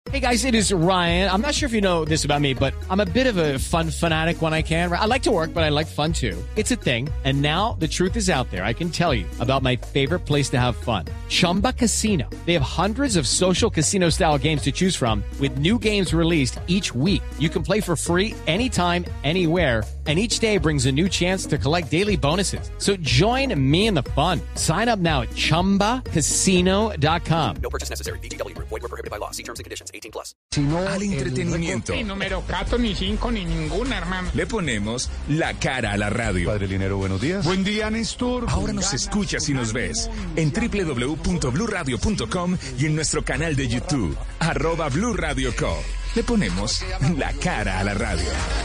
Hey guys, it is Ryan. I'm not sure if you know this about me, but I'm a bit of a fun fanatic when I can. I like to work, but I like fun too. It's a thing. And now the truth is out there. I can tell you about my favorite place to have fun. Chumba Casino. They have hundreds of social casino style games to choose from with new games released each week. You can play for free anytime, anywhere. And each day brings a new chance to collect daily bonuses. So join me in the fun. Sign up now at ChumbaCasino.com. No purchase necessary. VGW Group. Void where prohibited by law. See terms and conditions. 18+. Sino al entretenimiento. Ni número 4, ni 5, ni ninguna, hermano. Le ponemos la cara a la radio. Padre Linero, buenos días. Buen día, Néstor. Ahora nos escuchas y nos ves en www.bluradio.com y en nuestro canal de YouTube, @BluRadioCo. Le ponemos la cara a la radio.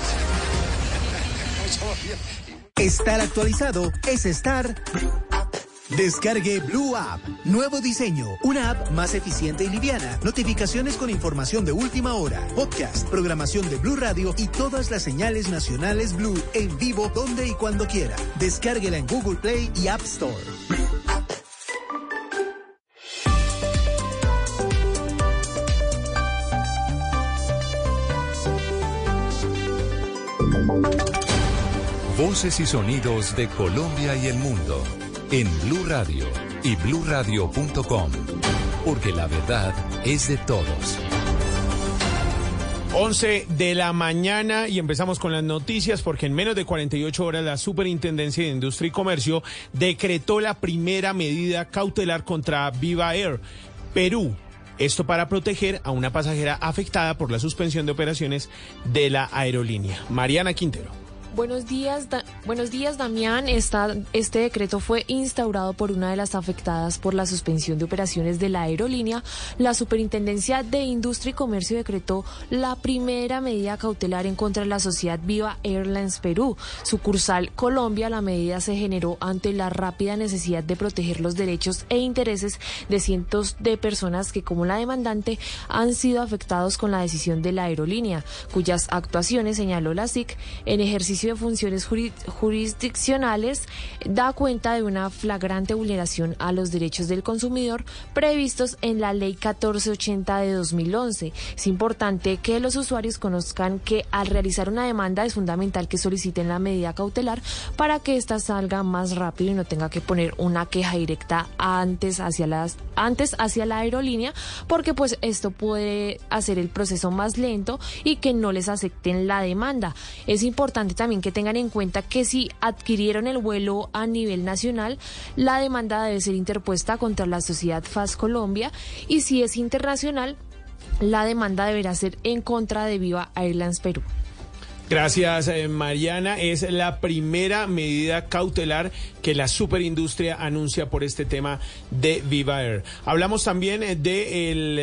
Estar actualizado es estar... Descargue Blue App. Nuevo diseño. Una app más eficiente y liviana. Notificaciones con información de última hora. Podcast, programación de Blue Radio y todas las señales nacionales Blue en vivo donde y cuando quiera. Descárguela en Google Play y App Store. Voces y sonidos de Colombia y el mundo en Blue Radio y bluradio.com, porque la verdad es de todos. 11 de la mañana y empezamos con las noticias porque en menos de 48 horas la Superintendencia de Industria y Comercio decretó la primera medida cautelar contra Viva Air Perú. Esto para proteger a una pasajera afectada por la suspensión de operaciones de la aerolínea. Mariana Quintero. Buenos días, Damián. Este decreto fue instaurado por una de las afectadas por la suspensión de operaciones de la aerolínea. La Superintendencia de Industria y Comercio decretó la primera medida cautelar en contra de la sociedad Viva Airlines Perú. Sucursal Colombia, la medida se generó ante la rápida necesidad de proteger los derechos e intereses de cientos de personas que, como la demandante, han sido afectados con la decisión de la aerolínea, cuyas actuaciones, señaló la SIC, en ejercicio de funciones jurisdiccionales, da cuenta de una flagrante vulneración a los derechos del consumidor previstos en la Ley 1480 de 2011. Es importante que los usuarios conozcan que al realizar una demanda es fundamental que soliciten la medida cautelar para que ésta salga más rápido y no tenga que poner una queja directa antes hacia la aerolínea, porque pues esto puede hacer el proceso más lento y que no les acepten la demanda. Es importante también que tengan en cuenta que si adquirieron el vuelo a nivel nacional, la demanda debe ser interpuesta contra la sociedad FAS Colombia, y si es internacional, la demanda deberá ser en contra de Viva Airlines Perú. Gracias, Mariana. Es la primera medida cautelar que la superindustria anuncia por este tema de Viva Air. Hablamos también del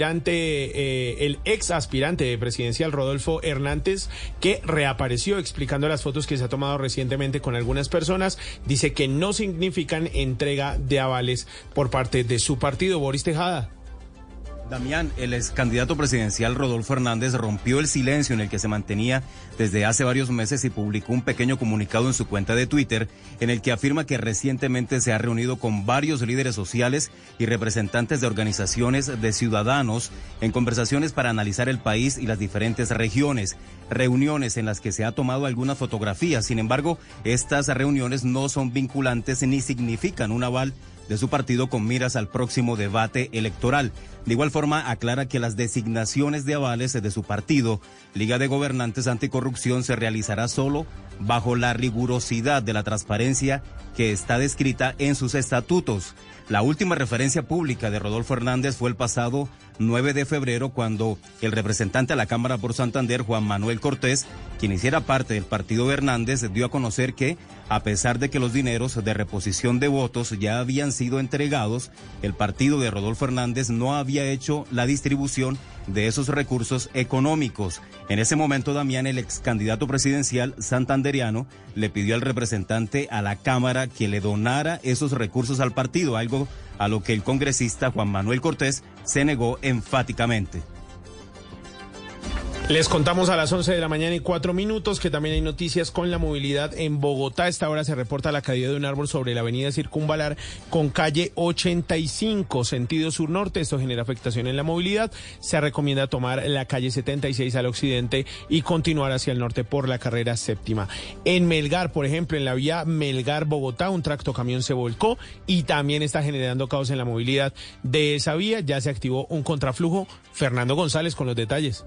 el ex aspirante presidencial Rodolfo Hernández, que reapareció explicando las fotos que se ha tomado recientemente con algunas personas. Dice que no significan entrega de avales por parte de su partido. Boris Tejada. Damián, el ex candidato presidencial Rodolfo Hernández rompió el silencio en el que se mantenía desde hace varios meses y publicó un pequeño comunicado en su cuenta de Twitter en el que afirma que recientemente se ha reunido con varios líderes sociales y representantes de organizaciones de ciudadanos en conversaciones para analizar el país y las diferentes regiones, reuniones en las que se ha tomado algunas fotografías. Sin embargo, estas reuniones no son vinculantes ni significan un aval de su partido con miras al próximo debate electoral. De igual forma, aclara que las designaciones de avales de su partido, Liga de Gobernantes Anticorrupción, se realizará solo bajo la rigurosidad de la transparencia que está descrita en sus estatutos. La última referencia pública de Rodolfo Hernández fue el pasado 9 de febrero, cuando el representante a la Cámara por Santander, Juan Manuel Cortés, quien hiciera parte del partido de Hernández, dio a conocer que, a pesar de que los dineros de reposición de votos ya habían sido entregados, el partido de Rodolfo Hernández no había hecho la distribución de esos recursos económicos. En ese momento, Damián, el ex candidato presidencial santanderiano, le pidió al representante a la Cámara que le donara esos recursos al partido, algo a lo que el congresista Juan Manuel Cortés se negó enfáticamente. Les contamos a las 11 de la mañana y 4 minutos que también hay noticias con la movilidad en Bogotá. A esta hora se reporta la caída de un árbol sobre la avenida Circunvalar con calle 85, sentido sur-norte. Esto genera afectación en la movilidad. Se recomienda tomar la calle 76 al occidente y continuar hacia el norte por la carrera séptima. En Melgar, por ejemplo, en la vía Melgar-Bogotá, un tractocamión se volcó y también está generando caos en la movilidad de esa vía. Ya se activó un contraflujo. Fernando González con los detalles.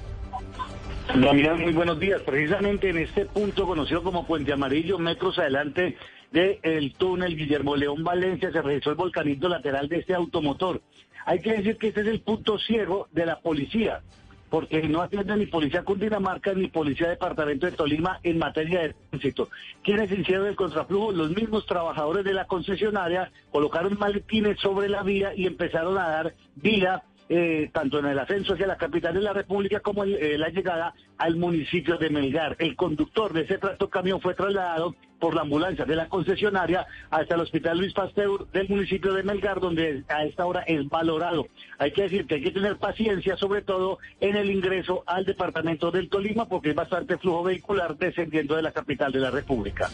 Damián, muy buenos días. Precisamente en este punto conocido como Puente Amarillo, metros adelante del túnel Guillermo León Valencia, se registró el volcamiento lateral de este automotor. Hay que decir que este es el punto ciego de la policía, porque no atiende ni Policía Cundinamarca ni Policía Departamento de Tolima en materia de tránsito. ¿Quiénes hicieron el contraflujo? Los mismos trabajadores de la concesionaria colocaron maletines sobre la vía y empezaron a dar vía tanto en el ascenso hacia la capital de la República como en la llegada al municipio de Melgar. El conductor de ese tractocamión fue trasladado por la ambulancia de la concesionaria hasta el Hospital Luis Pasteur del municipio de Melgar, donde a esta hora es valorado. Hay que decir que hay que tener paciencia, sobre todo en el ingreso al departamento del Tolima, porque es bastante flujo vehicular descendiendo de la capital de la República.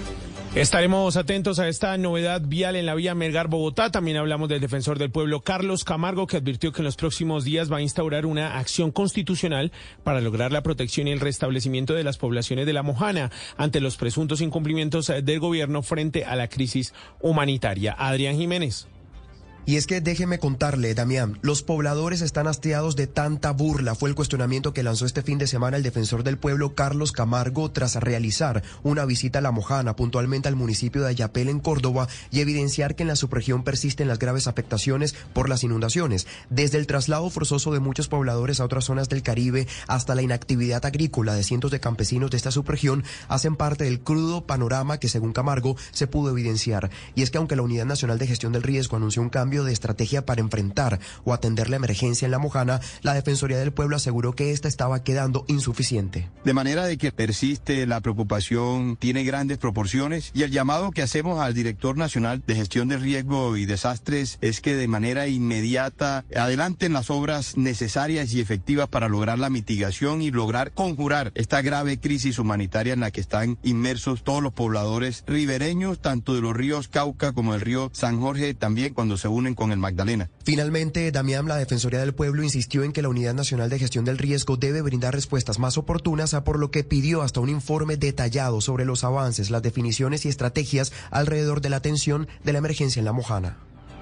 Estaremos atentos a esta novedad vial en la vía Melgar-Bogotá. También hablamos del defensor del pueblo Carlos Camargo, que advirtió que en los próximos días va a instaurar una acción constitucional para lograr la protección y el restablecimiento de las poblaciones de La Mojana ante los presuntos incumplimientos del gobierno frente a la crisis humanitaria. Adrián Jiménez. Y es que déjeme contarle, Damián, los pobladores están hastiados de tanta burla. Fue el cuestionamiento que lanzó este fin de semana el defensor del pueblo Carlos Camargo tras realizar una visita a La Mojana, puntualmente al municipio de Ayapel en Córdoba, y evidenciar que en la subregión persisten las graves afectaciones por las inundaciones. Desde el traslado forzoso de muchos pobladores a otras zonas del Caribe hasta la inactividad agrícola de cientos de campesinos de esta subregión hacen parte del crudo panorama que, según Camargo, se pudo evidenciar. Y es que aunque la Unidad Nacional de Gestión del Riesgo anunció un cambio de estrategia para enfrentar o atender la emergencia en La Mojana, la Defensoría del Pueblo aseguró que esta estaba quedando insuficiente. De manera de que persiste la preocupación, tiene grandes proporciones, y el llamado que hacemos al Director Nacional de Gestión de Riesgo y Desastres es que de manera inmediata adelanten las obras necesarias y efectivas para lograr la mitigación y lograr conjurar esta grave crisis humanitaria en la que están inmersos todos los pobladores ribereños, tanto de los ríos Cauca como del río San Jorge, también cuando se unen con el Magdalena. Finalmente, Damián, la Defensoría del Pueblo insistió en que la Unidad Nacional de Gestión del Riesgo debe brindar respuestas más oportunas, por lo que pidió hasta un informe detallado sobre los avances, las definiciones y estrategias alrededor de la atención de la emergencia en La Mojana.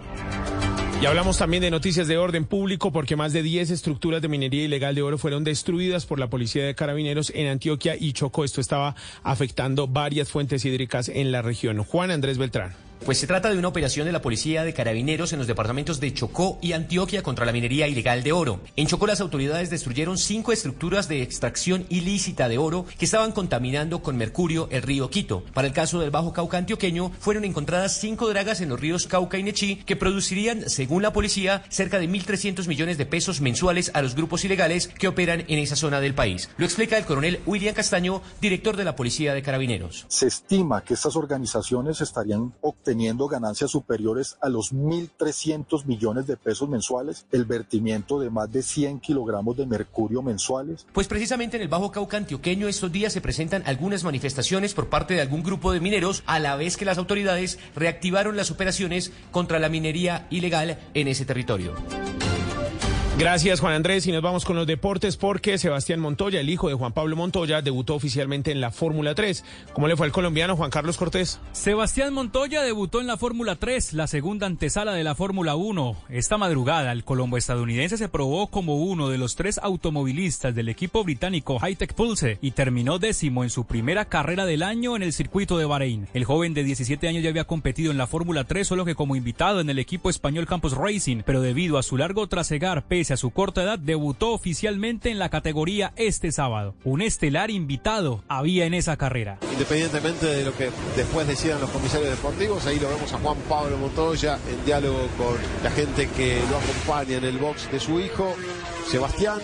Y hablamos también de noticias de orden público, porque más de 10 estructuras de minería ilegal de oro fueron destruidas por la Policía de Carabineros en Antioquia y Chocó. Esto estaba afectando varias fuentes hídricas en la región. Juan Andrés Beltrán. Pues se trata de una operación de la Policía de Carabineros en los departamentos de Chocó y Antioquia contra la minería ilegal de oro. En Chocó las autoridades destruyeron 5 estructuras de extracción ilícita de oro que estaban contaminando con mercurio el río Quito. Para el caso del Bajo Cauca antioqueño, fueron encontradas 5 dragas en los ríos Cauca y Nechí que producirían, según la policía, cerca de 1.300 millones de pesos mensuales a los grupos ilegales que operan en esa zona del país. Lo explica el coronel William Castaño, director de la Policía de Carabineros. Se estima que estas organizaciones estarían obteniendo ganancias superiores a los 1.300 millones de pesos mensuales, el vertimiento de más de 100 kilogramos de mercurio mensuales. Pues precisamente en el Bajo Cauca antioqueño estos días se presentan algunas manifestaciones por parte de algún grupo de mineros, a la vez que las autoridades reactivaron las operaciones contra la minería ilegal en ese territorio. Gracias, Juan Andrés, y nos vamos con los deportes porque Sebastián Montoya, el hijo de Juan Pablo Montoya, debutó oficialmente en la Fórmula 3. ¿Cómo le fue al colombiano Juan Carlos Cortés? Sebastián Montoya debutó en la Fórmula 3, la segunda antesala de la Fórmula 1. Esta madrugada, el colombo estadounidense se probó como uno de los 3 automovilistas del equipo británico Hightech Pulse y terminó 10º en su primera carrera del año en el circuito de Bahrein. El joven de 17 años ya había competido en la Fórmula 3, solo que como invitado en el equipo español Campos Racing, pero debido a su largo trasegar, pese a su corta edad, debutó oficialmente en la categoría este sábado. Un estelar invitado había en esa carrera. Independientemente de lo que después decidan los comisarios deportivos, ahí lo vemos a Juan Pablo Montoya en diálogo con la gente que lo acompaña en el box de su hijo, Sebastián.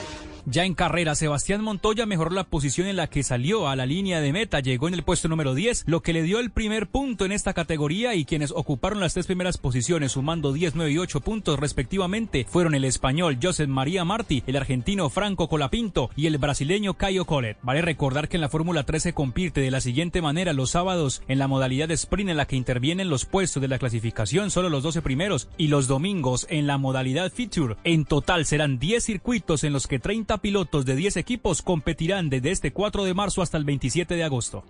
Ya en carrera, Sebastián Montoya mejoró la posición en la que salió a la línea de meta, llegó en el puesto número 10, lo que le dio el primer punto en esta categoría, y quienes ocuparon las 3 primeras posiciones sumando 10, 9 y 8 puntos respectivamente fueron el español Josep María Martí, el argentino Franco Colapinto y el brasileño Caio Collet. Vale recordar que en la Fórmula 3 se compite de la siguiente manera: los sábados en la modalidad de sprint, en la que intervienen los puestos de la clasificación, solo los 12 primeros, y los domingos en la modalidad feature. En total serán 10 circuitos en los que 30 pilotos de 10 equipos competirán desde este 4 de marzo hasta el 27 de agosto.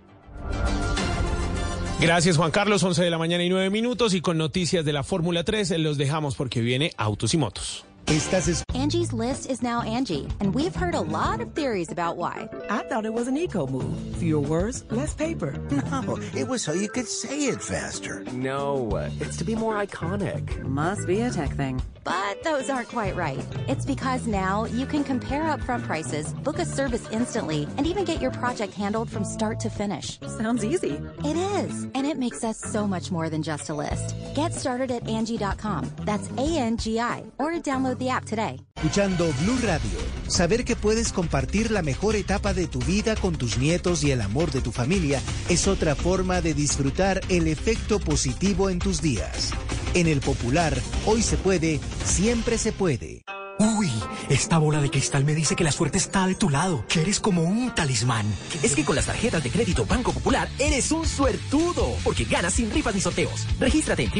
Gracias, Juan Carlos. 11 de la mañana y 9 minutos, y con noticias de la Fórmula 3 los dejamos porque viene Autos y Motos. Angie's List is now Angie, and we've heard a lot of theories about why. I thought it was an eco move. Fewer words, less paper. No, it was so you could say it faster. No, it's to be more iconic. Must be a tech thing. But those aren't quite right. It's because now you can compare upfront prices, book a service instantly, and even get your project handled from start to finish. Sounds easy. It is, and it makes us so much more than just a list. Get started at Angie.com. That's ANGI, or download the app today. Escuchando Blue Radio, saber que puedes compartir la mejor etapa de tu vida con tus nietos y el amor de tu familia es otra forma de disfrutar el efecto positivo en tus días. En el Popular, hoy se puede, siempre se puede. Uy, esta bola de cristal me dice que la suerte está de tu lado, que eres como un talismán. Es que con las tarjetas de crédito Banco Popular eres un suertudo, porque ganas sin rifas ni sorteos. Regístrate en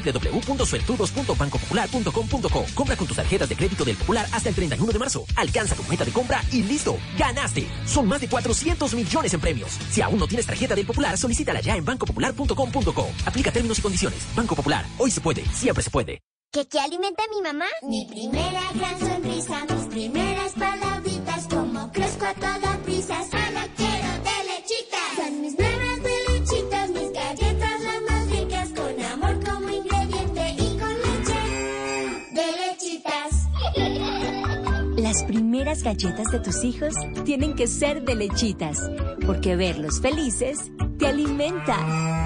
www.suertudos.bancopopular.com.co. Compra con tus tarjetas de crédito del Popular hasta el 31 de marzo. Alcanza tu meta de compra y listo, ganaste. Son más de 400 millones en premios. Si aún no tienes tarjeta del Popular, solicítala ya en bancopopular.com.co. Aplica términos y condiciones. Banco Popular, hoy se puede, siempre se puede. ¿Qué alimenta mi mamá? Mi primera gran sonrisa, mis primeras palabritas, como crezco a toda prisa, solo quiero de lechitas. Son mis nuevas de lechitas, mis galletas las más ricas, con amor como ingrediente y con leche de lechitas. Las primeras galletas de tus hijos tienen que ser de lechitas, porque verlos felices te alimenta.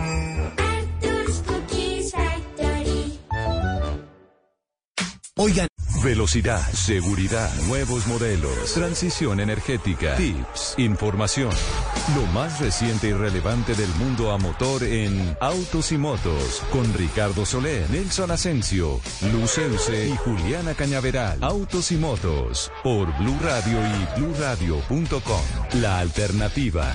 Oigan. Velocidad, seguridad, nuevos modelos, transición energética, tips, información. Lo más reciente y relevante del mundo a motor en Autos y Motos, con Ricardo Soler, Nelson Asensio, Lucense y Juliana Cañaveral. Autos y Motos, por Blue Radio y BlueRadio.com. La alternativa.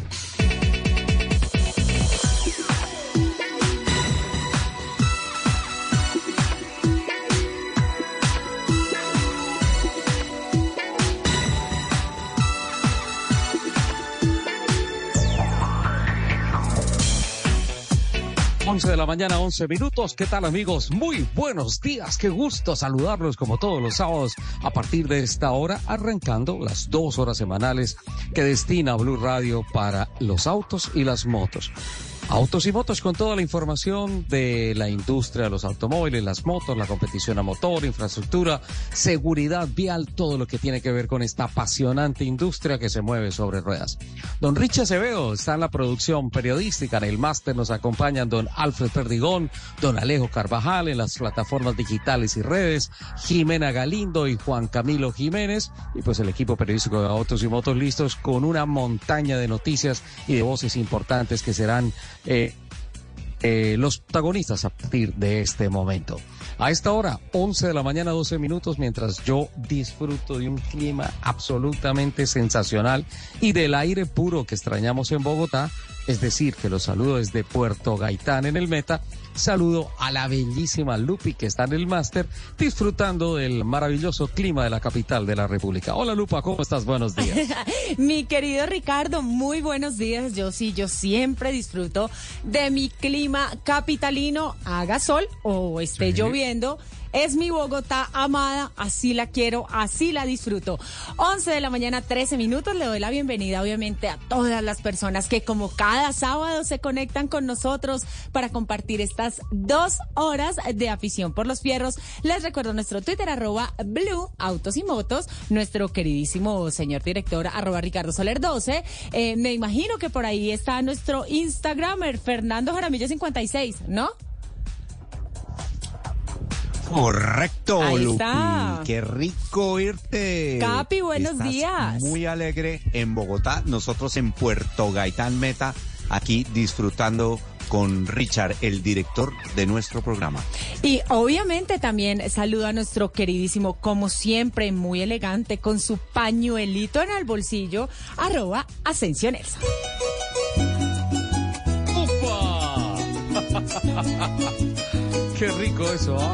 De la mañana, 11 minutos. ¿Qué tal, amigos? Muy buenos días. Qué gusto saludarlos como todos los sábados a partir de esta hora, arrancando las 2 horas semanales que destina Blue Radio para los autos y las motos. Autos y Motos con toda la información de la industria de los automóviles, las motos, la competición a motor, infraestructura, seguridad vial, todo lo que tiene que ver con esta apasionante industria que se mueve sobre ruedas. Don Richie Acevedo está en la producción periodística, en el máster nos acompañan don Alfred Perdigón, don Alejo Carvajal en las plataformas digitales y redes, Jimena Galindo y Juan Camilo Jiménez, y pues el equipo periodístico de Autos y Motos listos con una montaña de noticias y de voces importantes que serán los protagonistas a partir de este momento. A esta hora, 11 de la mañana, 12 minutos, mientras yo disfruto de un clima absolutamente sensacional y del aire puro que extrañamos en Bogotá, es decir, que los saludo desde Puerto Gaitán en el Meta, saludo a la bellísima Lupi que está en el máster disfrutando del maravilloso clima de la capital de la República. Hola Lupa, ¿cómo estás? Buenos días. Mi querido Ricardo, muy buenos días. Yo siempre disfruto de mi clima capitalino, haga sol o esté lloviendo. Es mi Bogotá amada, así la quiero, así la disfruto. 11 de la mañana, 13 minutos. Le doy la bienvenida, obviamente, a todas las personas que como cada sábado se conectan con nosotros para compartir estas 2 horas de afición por los fierros. Les recuerdo nuestro Twitter, @Blue Autos y Motos, nuestro queridísimo señor director, @Ricardo Soler 12. Me imagino que por ahí está nuestro Instagramer, Fernando Jaramillo 56, ¿no? Correcto, Ahí Lupi. está. Qué rico irte. Capi, buenos Estás días. Muy alegre en Bogotá, nosotros en Puerto Gaitán Meta, aquí disfrutando con Richard, el director de nuestro programa. Y obviamente también saludo a nuestro queridísimo, como siempre, muy elegante, con su pañuelito en el bolsillo, @Asensio Nelson. ¡Upa! Qué rico eso, ¿ah?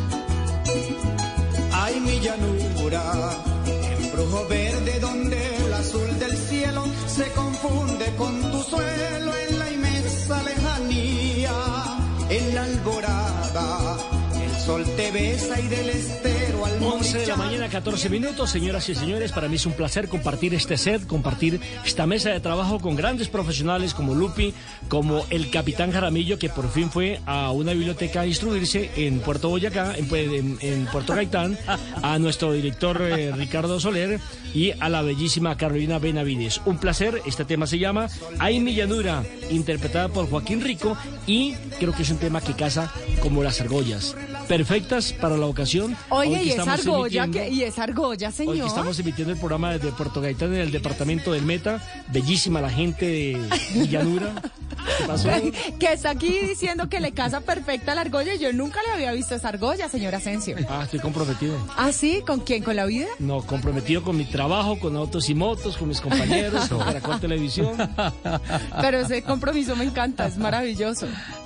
Ay, mi llanura, embrujo verde donde el azul del cielo se confunde con tu suelo en la inmensa lejanía, en la alborada, el sol te besa y del estero al 11 de la mañana, 14 minutos, señoras y señores, para mí es un placer compartir este set, compartir esta mesa de trabajo con grandes profesionales como Lupi, como el capitán Jaramillo, que por fin fue a una biblioteca a instruirse en Puerto Boyacá, en Puerto Gaitán, a nuestro director Ricardo Soler y a la bellísima Carolina Benavides. Un placer, este tema se llama Ay, mi llanura, interpretada por Joaquín Rico, y creo que es un tema que casa como las argollas, perfectas para la ocasión. Oye, y esa argolla, señor. Hoy que estamos emitiendo el programa desde Puerto Gaitán, en el departamento del Meta. Bellísima la gente de Villanura. ¿Qué pasó? Que está aquí diciendo que le casa perfecta la argolla. Yo nunca le había visto esa argolla, señor Asensio. Estoy comprometido. ¿Ah, sí? ¿Con quién? ¿Con la vida? No, comprometido con mi trabajo, con Autos y Motos, con mis compañeros, con Caracol Televisión. Pero ese compromiso me encanta, es maravilloso.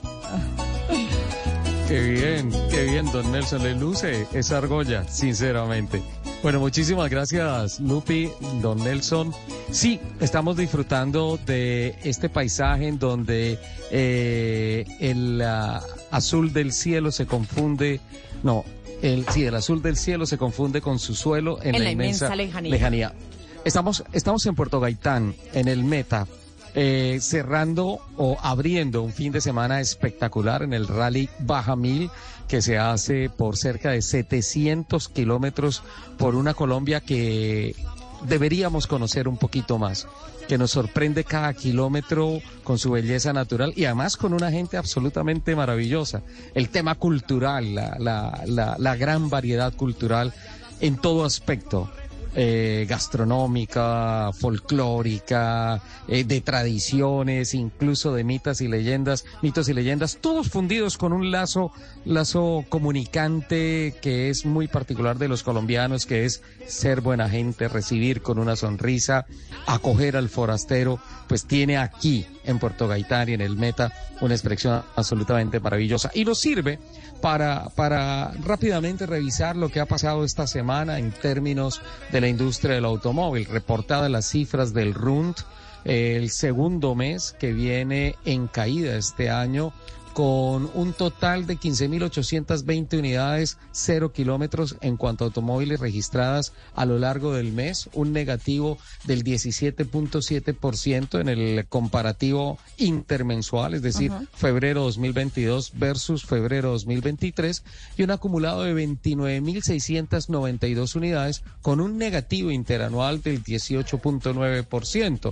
Qué bien, don Nelson, le luce esa argolla, sinceramente. Bueno, muchísimas gracias, Lupi, don Nelson. Sí, estamos disfrutando de este paisaje en donde el azul del cielo se confunde, el azul del cielo se confunde con su suelo en la inmensa lejanía. Estamos en Puerto Gaitán, en el Meta, cerrando o abriendo un fin de semana espectacular en el Rally Baja 1000, que se hace por cerca de 700 kilómetros por una Colombia que deberíamos conocer un poquito más, que nos sorprende cada kilómetro con su belleza natural y además con una gente absolutamente maravillosa. El tema cultural, la gran variedad cultural en todo aspecto. Gastronómica, folclórica, de tradiciones, incluso de mitos y leyendas, todos fundidos con un lazo comunicante que es muy particular de los colombianos, que es ser buena gente, recibir con una sonrisa, acoger al forastero. Pues tiene aquí en Puerto Gaitán y en el Meta una expresión absolutamente maravillosa, y nos sirve para rápidamente revisar lo que ha pasado esta semana en términos de la industria del automóvil. Reportadas las cifras del RUND, el segundo mes que viene en caída este año, con un total de 15.820 unidades, 0 kilómetros en cuanto a automóviles registradas a lo largo del mes, un negativo del 17.7% en el comparativo intermensual, es decir, febrero 2022 versus febrero 2023, y un acumulado de 29.692 unidades con un negativo interanual del 18.9%.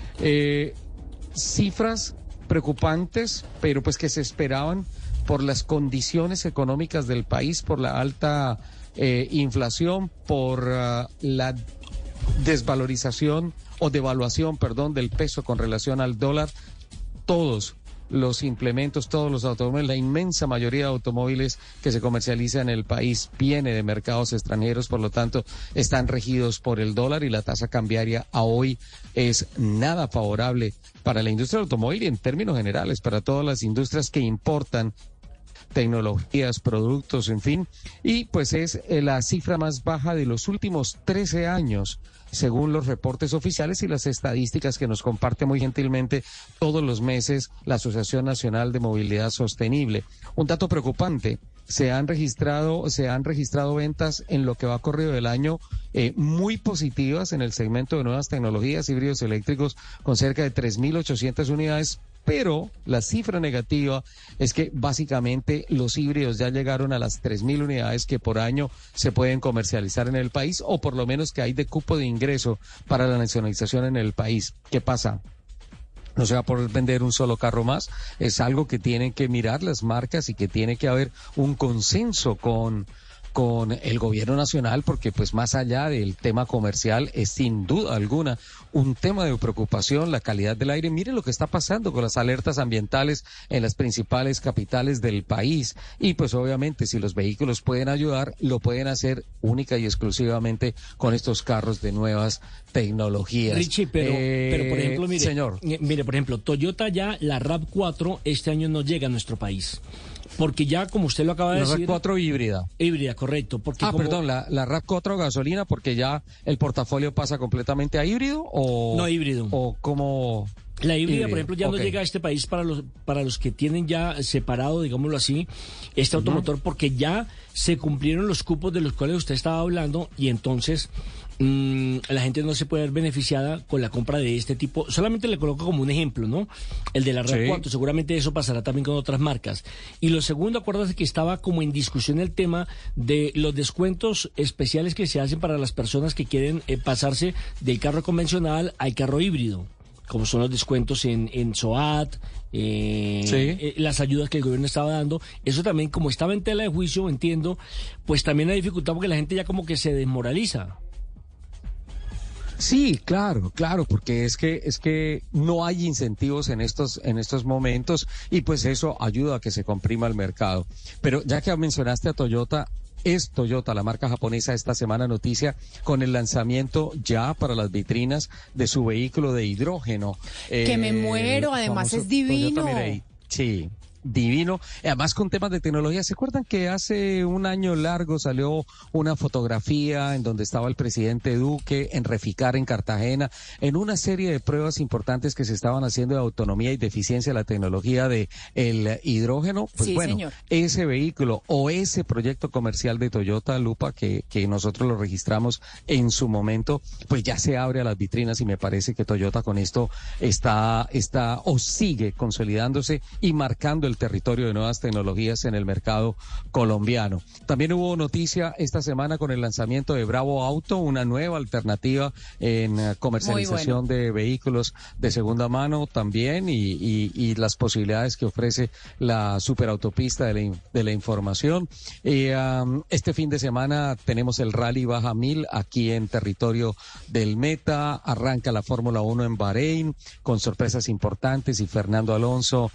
Cifras preocupantes, pero pues que se esperaban por las condiciones económicas del país, por la alta inflación, por la desvalorización o devaluación, del peso con relación al dólar. Todos los implementos, todos los automóviles, la inmensa mayoría de automóviles que se comercializan en el país viene de mercados extranjeros, por lo tanto están regidos por el dólar, y la tasa cambiaria a hoy es nada favorable para la industria del automóvil y en términos generales para todas las industrias que importan tecnologías, productos, en fin, y pues es la cifra más baja de los últimos 13 años, según los reportes oficiales y las estadísticas que nos comparte muy gentilmente todos los meses la Asociación Nacional de Movilidad Sostenible. Un dato preocupante: se han registrado ventas en lo que va corrido del año muy positivas en el segmento de nuevas tecnologías, híbridos eléctricos, con cerca de 3.800 unidades, pero la cifra negativa es que básicamente los híbridos ya llegaron a las 3.000 unidades que por año se pueden comercializar en el país, o por lo menos que hay de cupo de ingreso para la nacionalización en el país. ¿Qué pasa? No se va a poder vender un solo carro más. Es algo que tienen que mirar las marcas y que tiene que haber un consenso con el gobierno nacional, porque pues más allá del tema comercial es sin duda alguna un tema de preocupación la calidad del aire. Miren lo que está pasando con las alertas ambientales en las principales capitales del país, y pues obviamente si los vehículos pueden ayudar, lo pueden hacer única y exclusivamente con estos carros de nuevas tecnologías. Richie, pero por ejemplo, mire, por ejemplo, Toyota ya, la RAV4 este año no llega a nuestro país. Porque ya, como usted lo acaba de decir... La RAV4 híbrida. Híbrida, correcto. Porque perdón, la RAV4 gasolina, porque ya el portafolio pasa completamente a híbrido, o... No, híbrido. O como... La híbrida, por ejemplo, ya no llega a este país para los que tienen ya separado, digámoslo así, este automotor, porque ya se cumplieron los cupos de los cuales usted estaba hablando, y entonces la gente no se puede ver beneficiada con la compra de este tipo. Solamente le coloco como un ejemplo, ¿no? El de la RAV4, seguramente eso pasará también con otras marcas. Y lo segundo, acuérdate que estaba como en discusión el tema de los descuentos especiales que se hacen para las personas que quieren pasarse del carro convencional al carro híbrido, como son los descuentos en SOAT, las ayudas que el gobierno estaba dando. Eso también, como estaba en tela de juicio, entiendo, pues también ha dificultado porque la gente ya como que se desmoraliza. Sí, claro, porque es que no hay incentivos en estos momentos, y pues eso ayuda a que se comprima el mercado. Pero ya que mencionaste a Toyota, es Toyota, la marca japonesa, esta semana noticia con el lanzamiento ya para las vitrinas de su vehículo de hidrógeno. Que me muero, además es divino. Toyota Mirai. Sí. Divino, además con temas de tecnología. ¿Se acuerdan que hace un año largo salió una fotografía en donde estaba el presidente Duque en Reficar, en Cartagena, en una serie de pruebas importantes que se estaban haciendo de autonomía y de eficiencia de la tecnología de el hidrógeno? Pues sí, bueno, señor. Ese vehículo o ese proyecto comercial de Toyota, Lupa, que nosotros lo registramos en su momento, pues ya se abre a las vitrinas, y me parece que Toyota con esto está o sigue consolidándose y marcando el territorio de nuevas tecnologías en el mercado colombiano. También hubo noticia esta semana con el lanzamiento de Bravo Auto, una nueva alternativa en comercialización de vehículos de segunda mano también, y las posibilidades que ofrece la superautopista de la información. Este fin de semana tenemos el Rally Baja 1000 aquí en territorio del Meta, arranca la Fórmula 1 en Bahrein con sorpresas importantes, y Fernando Alonso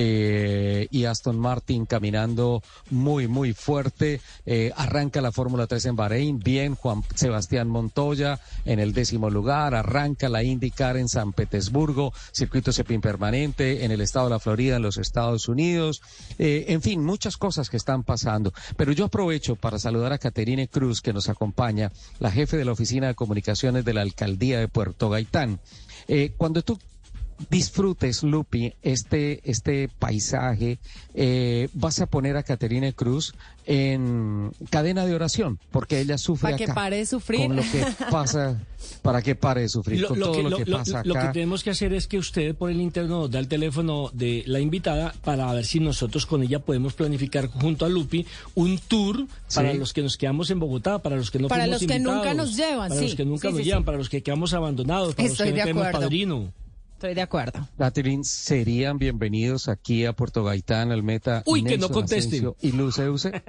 y Aston Martin caminando muy, muy fuerte. Arranca la Fórmula 3 en Bahrein, bien, Juan Sebastián Montoya en el 10º lugar. Arranca la IndyCar en San Petersburgo, circuito semipermanente en el estado de la Florida, en los Estados Unidos. En fin, muchas cosas que están pasando. Pero yo aprovecho para saludar a Caterine Cruz, que nos acompaña, la jefe de la Oficina de Comunicaciones de la Alcaldía de Puerto Gaitán. Cuando tú disfrutes, Lupi, este paisaje, vas a poner a Caterine Cruz en cadena de oración, porque ella sufre acá. Para que pare de sufrir. Con lo que pasa, para que pare de sufrir, con todo lo que pasa acá. Lo que tenemos que hacer es que usted por el interno nos da el teléfono de la invitada para ver si nosotros con ella podemos planificar junto a Lupi un tour para los que nos quedamos en Bogotá, para los que no fuimos invitados. Para los que nunca nos llevan, para los que nunca nos llevan, para los que quedamos abandonados, para los que no tenemos padrino. Estoy de acuerdo. Catherine, serían bienvenidos aquí a Puerto Gaitán, al Meta. Uy, Nelson, que no conteste. Asensio y Luceuse.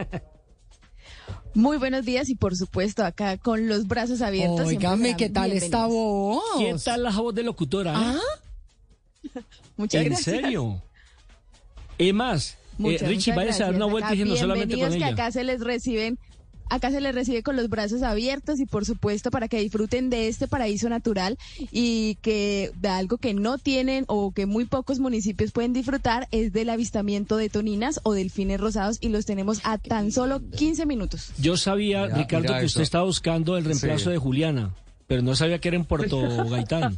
Muy buenos días, y por supuesto acá con los brazos abiertos. Óigame, ¿qué tal esta voz? ¿Qué tal la voz de locutora? Muchas gracias. ¿En serio? Es más, Richie, vaya a dar una vuelta diciendo solamente con ella. Que acá se les recibe con los brazos abiertos, y por supuesto para que disfruten de este paraíso natural, y que de algo que no tienen o que muy pocos municipios pueden disfrutar es del avistamiento de toninas o delfines rosados, y los tenemos a tan solo 15 minutos. Yo sabía, Ricardo, que usted estaba buscando el reemplazo de Juliana, pero no sabía que era en Puerto Gaitán.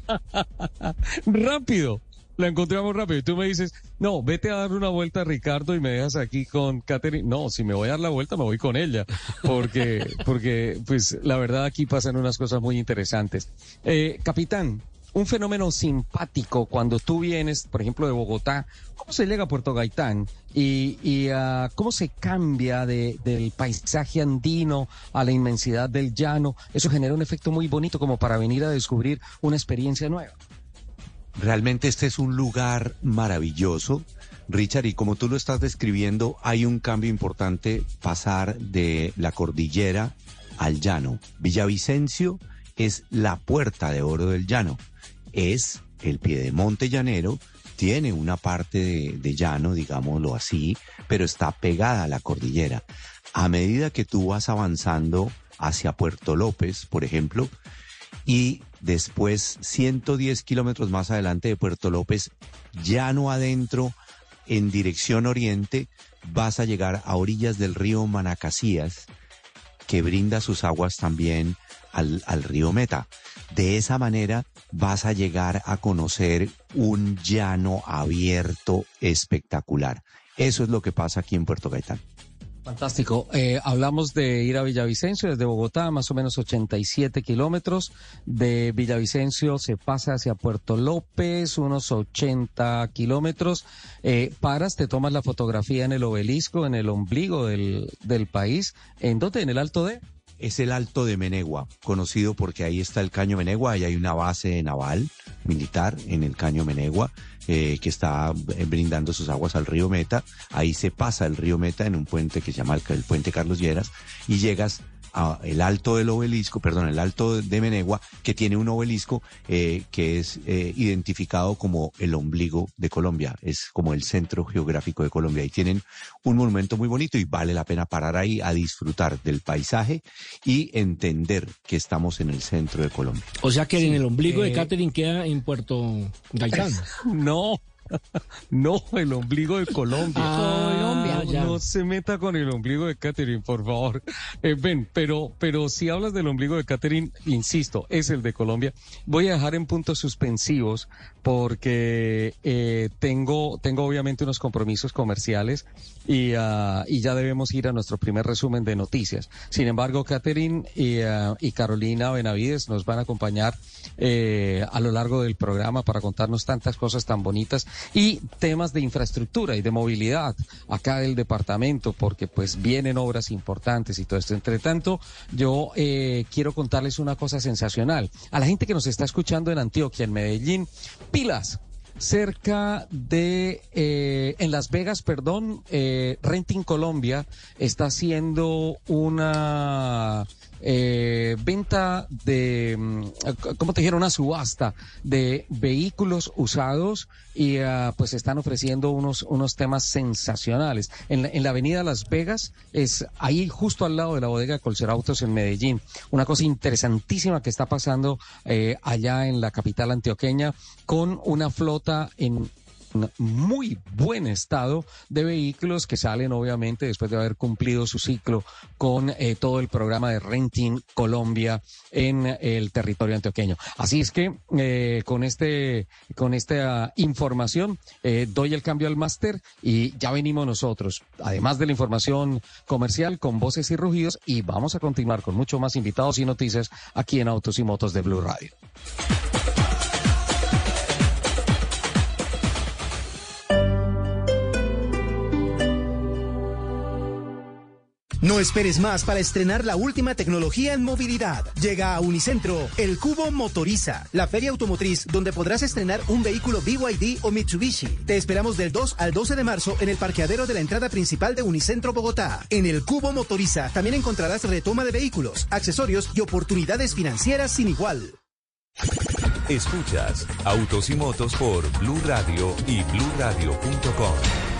¡Rápido! La encontramos rápido, y tú me dices, no, vete a dar una vuelta, Ricardo, y me dejas aquí con Catherine. No, si me voy a dar la vuelta, me voy con ella, porque pues la verdad aquí pasan unas cosas muy interesantes. Capitán, un fenómeno simpático cuando tú vienes, por ejemplo, de Bogotá, ¿cómo se llega a Puerto Gaitán? Y cómo se cambia del paisaje andino a la inmensidad del llano. Eso genera un efecto muy bonito como para venir a descubrir una experiencia nueva. Realmente este es un lugar maravilloso, Richard, y como tú lo estás describiendo, hay un cambio importante, pasar de la cordillera al llano. Villavicencio es la puerta de oro del llano, es el piedemonte llanero, tiene una parte de llano, digámoslo así, pero está pegada a la cordillera. A medida que tú vas avanzando hacia Puerto López, por ejemplo, y después 110 kilómetros más adelante de Puerto López, llano adentro, en dirección oriente, vas a llegar a orillas del río Manacasías, que brinda sus aguas también al río Meta. De esa manera vas a llegar a conocer un llano abierto espectacular. Eso es lo que pasa aquí en Puerto Gaitán. Fantástico. Hablamos de ir a Villavicencio desde Bogotá, más o menos 87 kilómetros. De Villavicencio se pasa hacia Puerto López, unos 80 kilómetros. Paras, te tomas la fotografía en el obelisco, en el ombligo del país. ¿En dónde? ¿En el Alto de? Es el Alto de Menegua, conocido porque ahí está el Caño Menegua, ahí hay una base naval militar en el Caño Menegua, que está brindando sus aguas al río Meta. Ahí se pasa el río Meta en un puente que se llama el puente Carlos Lleras, y llegas a el Alto del Obelisco, el Alto de Menegua, que tiene un obelisco que es identificado como el ombligo de Colombia, es como el centro geográfico de Colombia, y tienen un monumento muy bonito y vale la pena parar ahí a disfrutar del paisaje y entender que estamos en el centro de Colombia. O sea que en el ombligo de Catherine queda en Puerto Gaitán. No, el ombligo de Colombia. No se meta con el ombligo de Catherine, por favor. Pero si hablas del ombligo de Catherine, insisto, es el de Colombia. Voy a dejar en puntos suspensivos porque tengo obviamente unos compromisos comerciales y ya debemos ir a nuestro primer resumen de noticias. Sin embargo, Catherine y Carolina Benavides nos van a acompañar a lo largo del programa para contarnos tantas cosas tan bonitas y temas de infraestructura y de movilidad acá del departamento, porque pues vienen obras importantes y todo esto. Entre tanto, yo quiero contarles una cosa sensacional. A la gente que nos está escuchando en Antioquia, en Medellín, pilas. Cerca de, en Las Vegas, Renting Colombia está haciendo una venta de, ¿cómo te dijeron? Una subasta de vehículos usados y pues están ofreciendo unos temas sensacionales. En la avenida Las Vegas, es ahí justo al lado de la bodega de Colserautos en Medellín. Una cosa interesantísima que está pasando allá en la capital antioqueña, con una flota en muy buen estado de vehículos que salen obviamente después de haber cumplido su ciclo con todo el programa de Renting Colombia en el territorio antioqueño. Así es que con esta información doy el cambio al máster y ya venimos nosotros, además de la información comercial, con voces y rugidos, y vamos a continuar con mucho más invitados y noticias aquí en Autos y Motos de Blue Radio. No esperes más para estrenar la última tecnología en movilidad. Llega a Unicentro el Cubo Motoriza, la feria automotriz donde podrás estrenar un vehículo BYD o Mitsubishi. Te esperamos del 2 al 12 de marzo en el parqueadero de la entrada principal de Unicentro Bogotá. En el Cubo Motoriza también encontrarás retoma de vehículos, accesorios y oportunidades financieras sin igual. Escuchas Autos y Motos por Blue Radio y BlueRadio.com.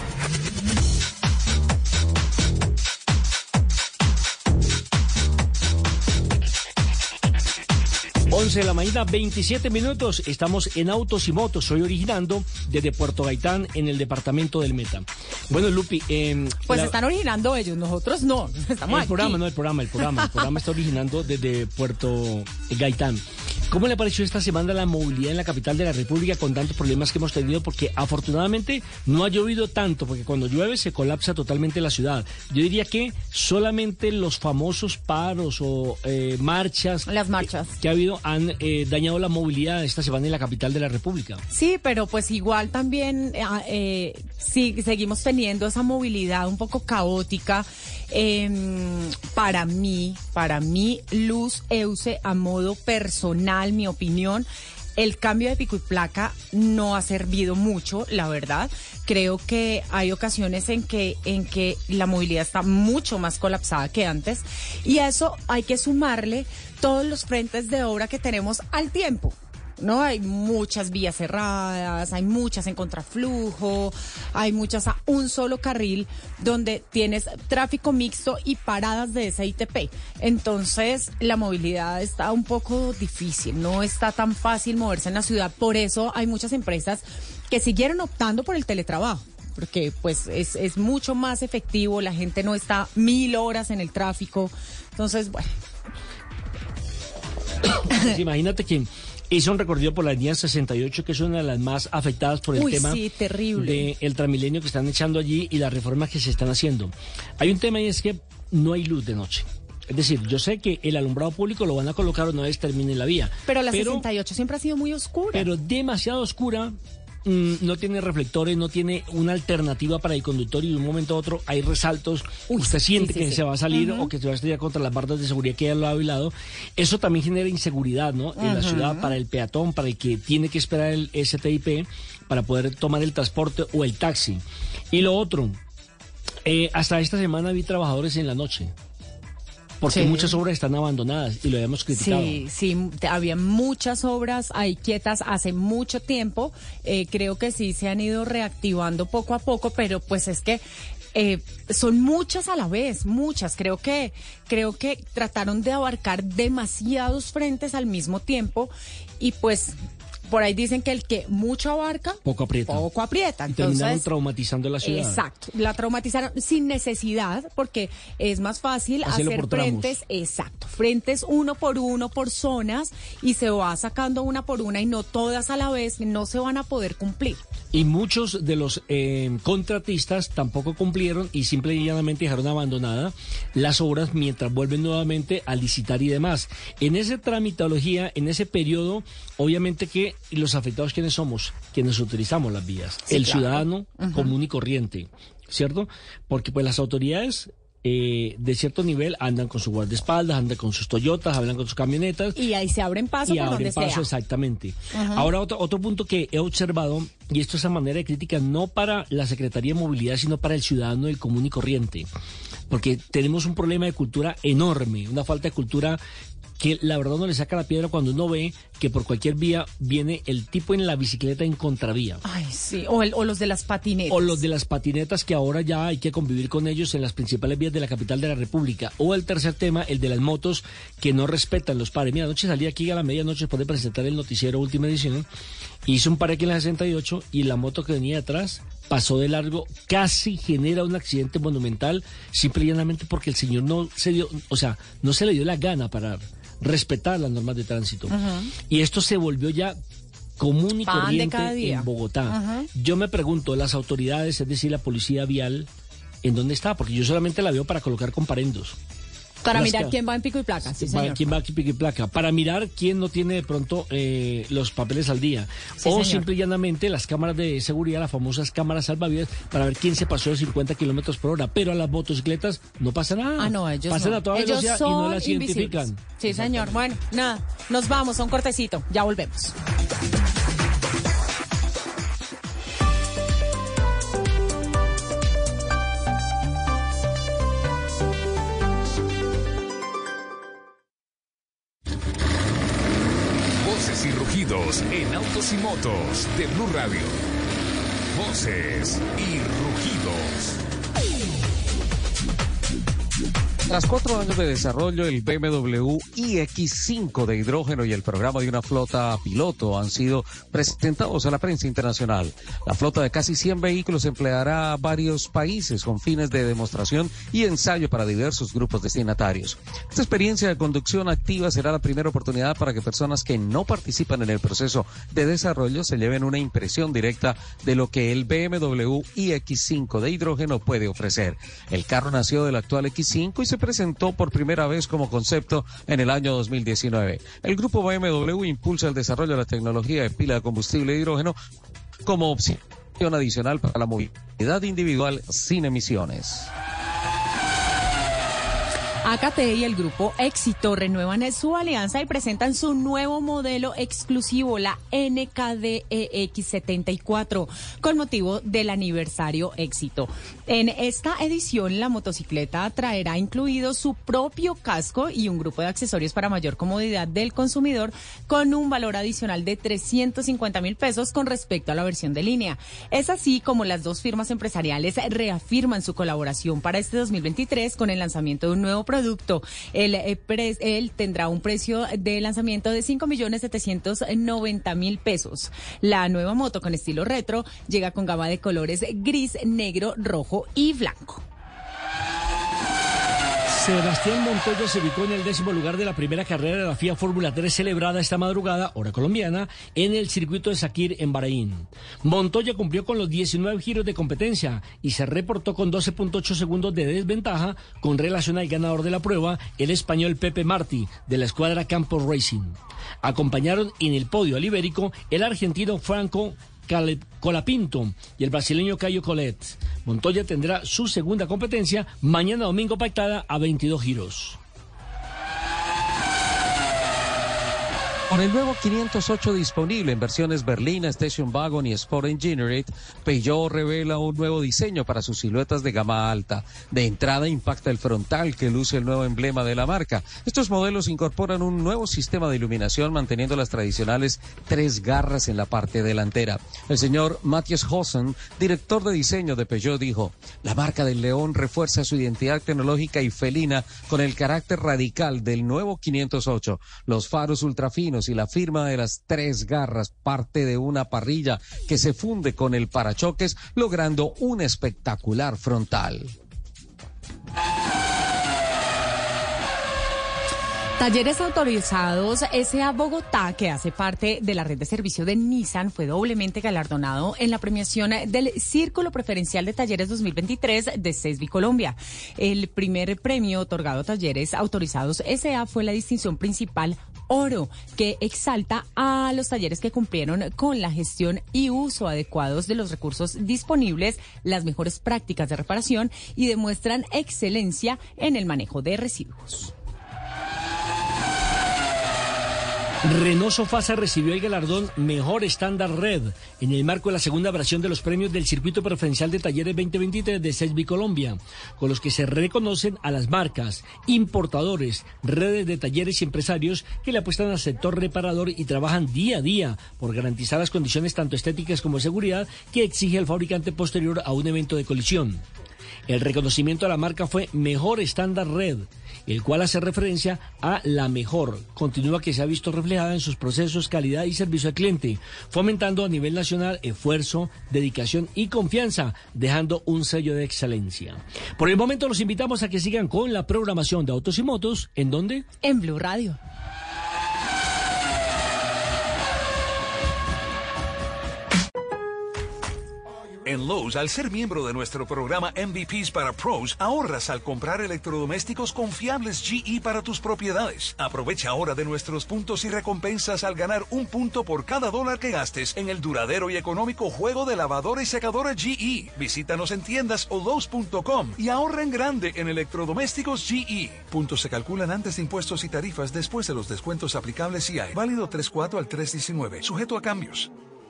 11 de la mañana, 27 minutos. Estamos en Autos y Motos. Soy originando desde Puerto Gaitán, en el departamento del Meta. Bueno, Lupi... pues están originando ellos, nosotros no. Estamos aquí. El programa está originando desde Puerto Gaitán. ¿Cómo le pareció esta semana la movilidad en la capital de la República con tantos problemas que hemos tenido? Porque afortunadamente no ha llovido tanto, porque cuando llueve se colapsa totalmente la ciudad. Yo diría que solamente los famosos paros o marchas... Las marchas. Que ha habido han dañado la movilidad esta semana en la capital de la República. Sí, pero pues igual también sí, seguimos teniendo esa movilidad un poco caótica. Para mí, Luz Euse, a modo personal, mi opinión, El cambio de pico y placa no ha servido mucho, la verdad. Creo que hay ocasiones en que la movilidad está mucho más colapsada que antes, y a eso hay que sumarle todos los frentes de obra que tenemos al tiempo. No, hay muchas vías cerradas, hay muchas en contraflujo, hay muchas a un solo carril donde tienes tráfico mixto y paradas de SITP. Entonces, la movilidad está un poco difícil, no está tan fácil moverse en la ciudad. Por eso hay muchas empresas que siguieron optando por el teletrabajo, porque pues es mucho más efectivo, la gente no está 1000 horas en el tráfico. Entonces, bueno. Imagínate que hizo un recorrido por la línea 68, que es una de las más afectadas por el tema del Transmilenio que están echando allí y las reformas que se están haciendo. Hay un tema y es que no hay luz de noche. Es decir, yo sé que el alumbrado público lo van a colocar una vez termine la vía. Pero la 68 siempre ha sido muy oscura. Pero demasiado oscura. No tiene reflectores, no tiene una alternativa para el conductor y de un momento a otro hay resaltos. Usted siente que se va a salir o que se va a estrellar contra las bardas de seguridad que hay al lado y lado. Eso también genera inseguridad, ¿no? En la ciudad, para el peatón, para el que tiene que esperar el STIP para poder tomar el transporte o el taxi. Y lo otro, hasta esta semana vi trabajadores en la noche. Porque muchas obras están abandonadas y lo habíamos criticado. Sí, había muchas obras ahí quietas hace mucho tiempo. Creo que sí se han ido reactivando poco a poco, pero pues es que son muchas a la vez, muchas. Creo que trataron de abarcar demasiados frentes al mismo tiempo y pues por ahí dicen que el que mucho abarca, poco aprieta. Entonces, y terminaron traumatizando la ciudad. Exacto, la traumatizaron sin necesidad, porque es más fácil hacer frentes, frentes uno por zonas, y se va sacando una por una y no todas a la vez, no se van a poder cumplir. Y muchos de los contratistas tampoco cumplieron y simple y llanamente dejaron abandonadas las obras mientras vuelven nuevamente a licitar y demás. En esa tramitología, en ese periodo, obviamente que los afectados, ¿quiénes somos? Quienes utilizamos las vías. Sí, el ciudadano común y corriente, ¿cierto? Porque pues las autoridades de cierto nivel andan con sus guardaespaldas, andan con sus Toyotas, hablan con sus camionetas. Y ahí se abren paso por donde sea. Exactamente. Ahora otro punto que he observado, y esto es a manera de crítica no para la Secretaría de Movilidad, sino para el ciudadano del común y corriente. Porque tenemos un problema de cultura enorme, una falta de cultura que la verdad no le saca la piedra cuando uno ve que por cualquier vía viene el tipo en la bicicleta en contravía. Ay, sí, o los de las patinetas. O los de las patinetas, que ahora ya hay que convivir con ellos en las principales vías de la capital de la República. O el tercer tema, el de las motos que no respetan los pares. Mira, anoche salí aquí a la medianoche después de presentar el noticiero Última Edición, hice un pare aquí en la 68 y la moto que venía atrás pasó de largo, casi genera un accidente monumental, simple y llanamente porque el señor no se dio, o sea, no se le dio la gana parar, respetar las normas de tránsito. Y esto se volvió ya común y corriente en Bogotá. Yo me pregunto, las autoridades, es decir, la policía vial, ¿en dónde está? Porque yo solamente la veo para colocar comparendos. Para mirar quién va en pico y placa, sí, señor. Quién va en pico y placa. Para mirar quién no tiene de pronto los papeles al día. Sí, o señor, simple y llanamente las cámaras de seguridad, las famosas cámaras salvavidas, para ver quién se pasó de 50 kilómetros por hora. Pero a las motocicletas no pasa nada. Ah, no, ellos pasan no. a toda velocidad y no las identifican. Sí, señor. Bueno, nada, nos vamos a un cortecito. Ya volvemos. Voces y rugidos en autos y motos de Blue Radio. Voces y rugidos. Tras 4 años de desarrollo, el BMW iX5 de hidrógeno y el programa de una flota piloto han sido presentados a la prensa internacional. La flota de casi 100 vehículos empleará varios países con fines de demostración y ensayo para diversos grupos destinatarios. Esta experiencia de conducción activa será la primera oportunidad para que personas que no participan en el proceso de desarrollo se lleven una impresión directa de lo que el BMW iX5 de hidrógeno puede ofrecer. El carro nació del actual X5 y se presentó por primera vez como concepto en el año 2019. El grupo BMW impulsa el desarrollo de la tecnología de pila de combustible de hidrógeno como opción adicional para la movilidad individual sin emisiones. AKT y el grupo Éxito renuevan su alianza y presentan su nuevo modelo exclusivo, la NKDEX74, con motivo del aniversario Éxito. En esta edición, la motocicleta traerá incluido su propio casco y un grupo de accesorios para mayor comodidad del consumidor, con un valor adicional de 350.000 pesos con respecto a la versión de línea. Es así como las dos firmas empresariales reafirman su colaboración para este 2023 con el lanzamiento de un nuevo producto. Él tendrá un precio de lanzamiento de 5.790.000 pesos. La nueva moto con estilo retro llega con gama de colores gris, negro, rojo y blanco. Sebastián Montoya se ubicó en el 10º lugar de la primera carrera de la FIA Fórmula 3 celebrada esta madrugada, hora colombiana, en el circuito de Sakir en Bahrein. Montoya cumplió con los 19 giros de competencia y se reportó con 12.8 segundos de desventaja con relación al ganador de la prueba, el español Pepe Martí, de la escuadra Campos Racing. Acompañaron en el podio al ibérico el argentino Franco Colapinto y el brasileño Caio Collet. Montoya tendrá su segunda competencia mañana domingo pactada a 22 giros. Con el nuevo 508 disponible en versiones berlina, Station Wagon y Sport Engineered, Peugeot revela un nuevo diseño para sus siluetas de gama alta. De entrada impacta el frontal que luce el nuevo emblema de la marca. Estos modelos incorporan un nuevo sistema de iluminación manteniendo las tradicionales 3 garras en la parte delantera. El señor Matthias Hossen, director de diseño de Peugeot, dijo: la marca del León refuerza su identidad tecnológica y felina con el carácter radical del nuevo 508. Los faros ultrafinos y la firma de las 3 garras, parte de una parrilla que se funde con el parachoques, logrando un espectacular frontal. Talleres Autorizados S.A. Bogotá, que hace parte de la red de servicio de Nissan, fue doblemente galardonado en la premiación del Círculo Preferencial de Talleres 2023 de CESBI Colombia. El primer premio otorgado a Talleres Autorizados S.A. fue la distinción principal Oro, que exalta a los talleres que cumplieron con la gestión y uso adecuados de los recursos disponibles, las mejores prácticas de reparación y demuestran excelencia en el manejo de residuos. Renault Sofasa recibió el galardón Mejor Estándar Red en el marco de la segunda versión de los premios del Circuito Preferencial de Talleres 2023 de CESBI Colombia, con los que se reconocen a las marcas, importadores, redes de talleres y empresarios que le apuestan al sector reparador y trabajan día a día por garantizar las condiciones tanto estéticas como de seguridad que exige el fabricante posterior a un evento de colisión. El reconocimiento a la marca fue Mejor Estándar Red, el cual hace referencia a la mejor, continua que se ha visto reflejada en sus procesos, calidad y servicio al cliente, fomentando a nivel nacional esfuerzo, dedicación y confianza, dejando un sello de excelencia. Por el momento los invitamos a que sigan con la programación de Autos y Motos. ¿En dónde? En Blue Radio. En Lowe's, al ser miembro de nuestro programa MVPs para Pros, ahorras al comprar electrodomésticos confiables GE para tus propiedades. Aprovecha ahora de nuestros puntos y recompensas al ganar un punto por cada $1 que gastes en el duradero y económico juego de lavadora y secadora GE. Visítanos en tiendas o Lowe's.com y ahorra en grande en electrodomésticos GE. Puntos se calculan antes de impuestos y tarifas después de los descuentos aplicables y hay. Válido 3/4 al 3/19. Sujeto a cambios.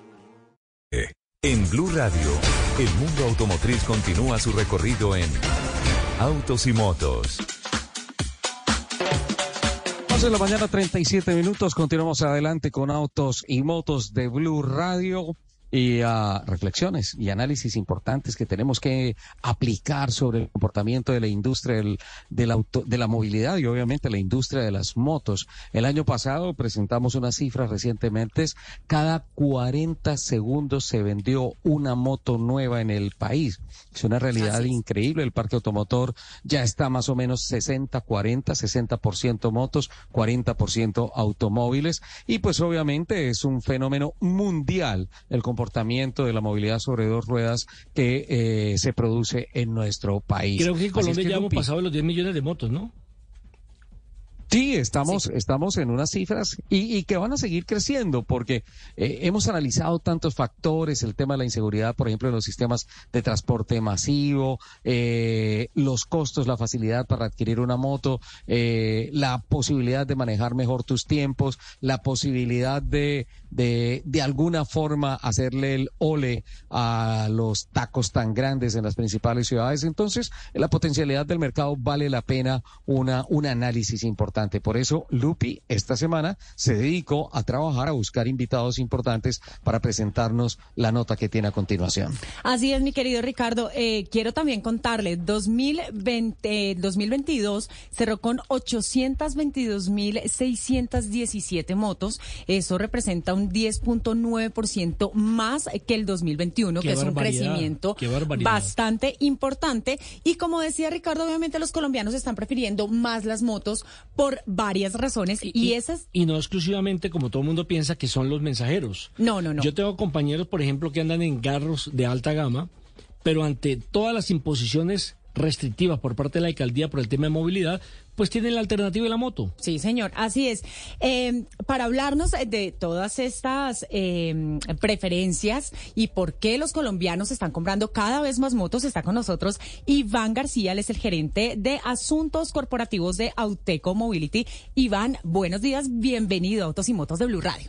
En Blue Radio, el mundo automotriz continúa su recorrido en Autos y Motos. 11 de la mañana, 37 minutos. Continuamos adelante con Autos y Motos de Blue Radio. Y reflexiones y análisis importantes que tenemos que aplicar sobre el comportamiento de la industria de la movilidad y obviamente la industria de las motos. El año pasado presentamos unas cifras recientemente, cada 40 segundos se vendió una moto nueva en el país. Es una realidad increíble. El parque automotor ya está más o menos 60% motos, 40% automóviles, y pues obviamente es un fenómeno mundial el comportamiento de la movilidad sobre 2 ruedas que se produce en nuestro país. Creo que en Colombia ya hemos pasado los 10 millones de motos, ¿no? Sí, estamos en unas cifras y que van a seguir creciendo porque hemos analizado tantos factores, el tema de la inseguridad, por ejemplo, en los sistemas de transporte masivo, los costos, la facilidad para adquirir una moto, la posibilidad de manejar mejor tus tiempos, la posibilidad de alguna forma hacerle el ole a los tacos tan grandes en las principales ciudades. Entonces, la potencialidad del mercado vale la pena un análisis importante. Por eso, Lupi, esta semana se dedicó a trabajar, a buscar invitados importantes para presentarnos la nota que tiene a continuación. Así es, mi querido Ricardo. Quiero también contarle, 2022 cerró con 822.617 motos. Eso representa un 10.9% más que el 2021, que es un crecimiento bastante importante. Y como decía Ricardo, obviamente los colombianos están prefiriendo más las motos por varias razones y no exclusivamente como todo el mundo piensa que son los mensajeros. No. Yo tengo compañeros, por ejemplo, que andan en carros de alta gama, pero ante todas las imposiciones restrictivas por parte de la alcaldía por el tema de movilidad, pues tienen la alternativa de la moto. Sí, señor, así es. Para hablarnos de todas estas preferencias y por qué los colombianos están comprando cada vez más motos, está con nosotros Iván García, él es el gerente de Asuntos Corporativos de Auteco Mobility. Iván, buenos días, bienvenido a Autos y Motos de Blue Radio.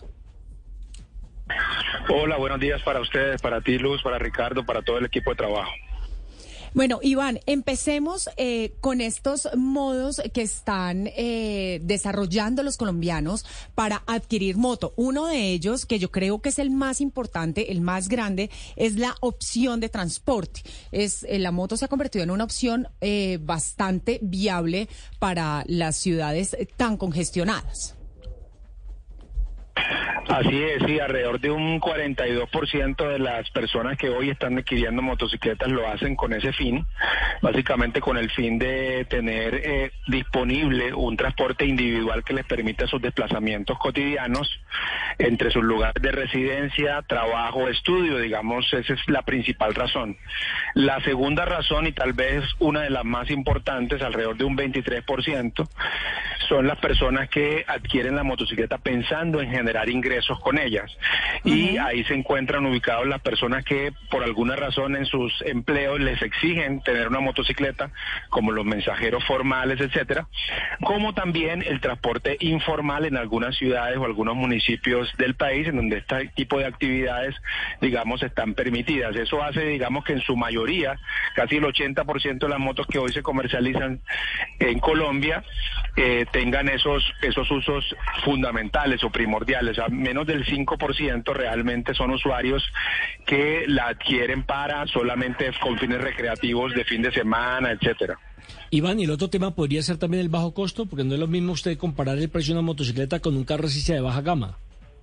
Hola, buenos días para ustedes, para ti, Luz, para Ricardo, para todo el equipo de trabajo. Bueno, Iván, empecemos con estos modos que están desarrollando los colombianos para adquirir moto. Uno de ellos, que yo creo que es el más importante, el más grande, es la opción de transporte. La moto se ha convertido en una opción bastante viable para las ciudades tan congestionadas. Así es, sí, alrededor de un 42% de las personas que hoy están adquiriendo motocicletas lo hacen con ese fin, básicamente con el fin de tener disponible un transporte individual que les permita sus desplazamientos cotidianos entre sus lugares de residencia, trabajo, estudio, digamos, esa es la principal razón. La segunda razón, y tal vez una de las más importantes, alrededor de un 23%, son las personas que adquieren la motocicleta pensando en generar ingresos con ellas. Y ahí se encuentran ubicados las personas que por alguna razón en sus empleos les exigen tener una motocicleta, como los mensajeros formales, etcétera, como también el transporte informal en algunas ciudades o algunos municipios del país en donde este tipo de actividades, digamos, están permitidas. Eso hace, digamos, que en su mayoría, casi el 80% de las motos que hoy se comercializan en Colombia tengan esos usos fundamentales o primordiales. A menos del 5% realmente son usuarios que la adquieren para solamente con fines recreativos de fin de semana, etcétera. Iván, y el otro tema podría ser también el bajo costo, porque no es lo mismo usted comparar el precio de una motocicleta con un carro así sea de baja gama.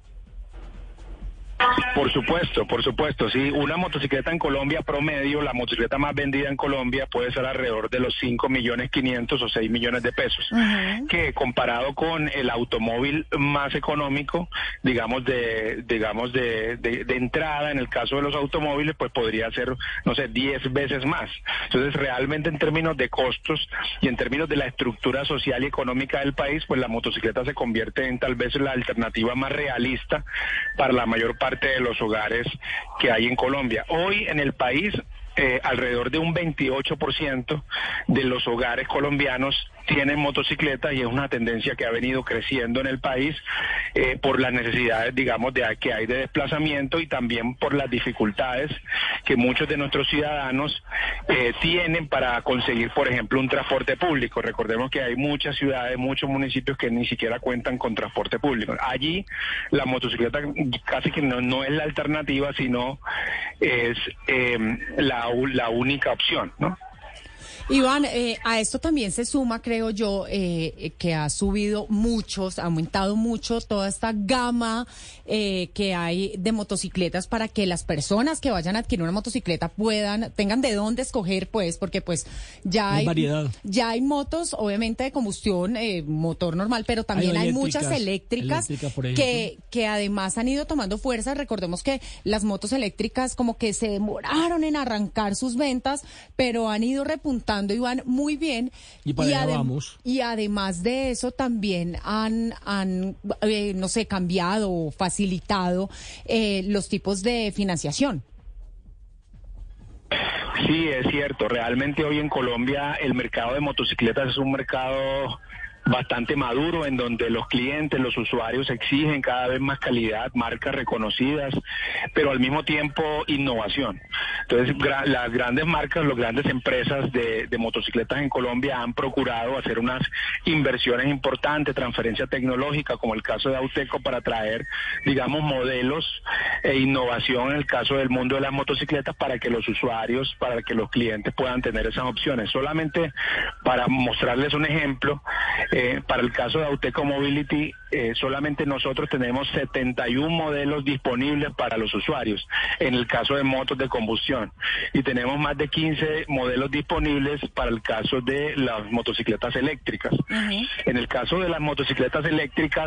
Por supuesto, sí. Una motocicleta en Colombia promedio, la motocicleta más vendida en Colombia puede ser alrededor de los 5.500.000 o 6 millones de pesos, que comparado con el automóvil más económico, digamos de entrada, en el caso de los automóviles, pues podría ser, 10 veces más. Entonces, realmente en términos de costos y en términos de la estructura social y económica del país, pues la motocicleta se convierte en tal vez la alternativa más realista para la mayor parte de los hogares que hay en Colombia. Hoy en el país, alrededor de un 28% de los hogares colombianos tienen motocicletas y es una tendencia que ha venido creciendo en el país por las necesidades, digamos, que hay de desplazamiento y también por las dificultades que muchos de nuestros ciudadanos tienen para conseguir, por ejemplo, un transporte público. Recordemos que hay muchas ciudades, muchos municipios que ni siquiera cuentan con transporte público. Allí la motocicleta casi que no es la alternativa, sino es la única opción, ¿no? Iván, a esto también se suma, creo yo, que ha aumentado mucho toda esta gama que hay de motocicletas para que las personas que vayan a adquirir una motocicleta tengan de dónde escoger, pues, porque pues ya hay variedad. Ya hay motos, obviamente de combustión, motor normal, pero también hay muchas eléctricas que además han ido tomando fuerza. Recordemos que las motos eléctricas como que se demoraron en arrancar sus ventas, pero han ido repuntando contando, Iván, muy bien. Y para allá vamos. Y además de eso, también han no sé, cambiado o facilitado los tipos de financiación. Sí, es cierto. Realmente hoy en Colombia el mercado de motocicletas es un mercado bastante maduro, en donde los clientes, los usuarios exigen cada vez más calidad, marcas reconocidas, pero al mismo tiempo innovación. Entonces, las grandes marcas, las grandes empresas de motocicletas en Colombia han procurado hacer unas inversiones importantes, transferencia tecnológica, como el caso de Auteco, para traer, digamos, modelos e innovación en el caso del mundo de las motocicletas, para que los usuarios, para que los clientes puedan tener esas opciones. Solamente para mostrarles un ejemplo, para el caso de Auteco Mobility, solamente nosotros tenemos 71 modelos disponibles para los usuarios, en el caso de motos de combustión, y tenemos más de 15 modelos disponibles para el caso de las motocicletas eléctricas. En el caso de las motocicletas eléctricas,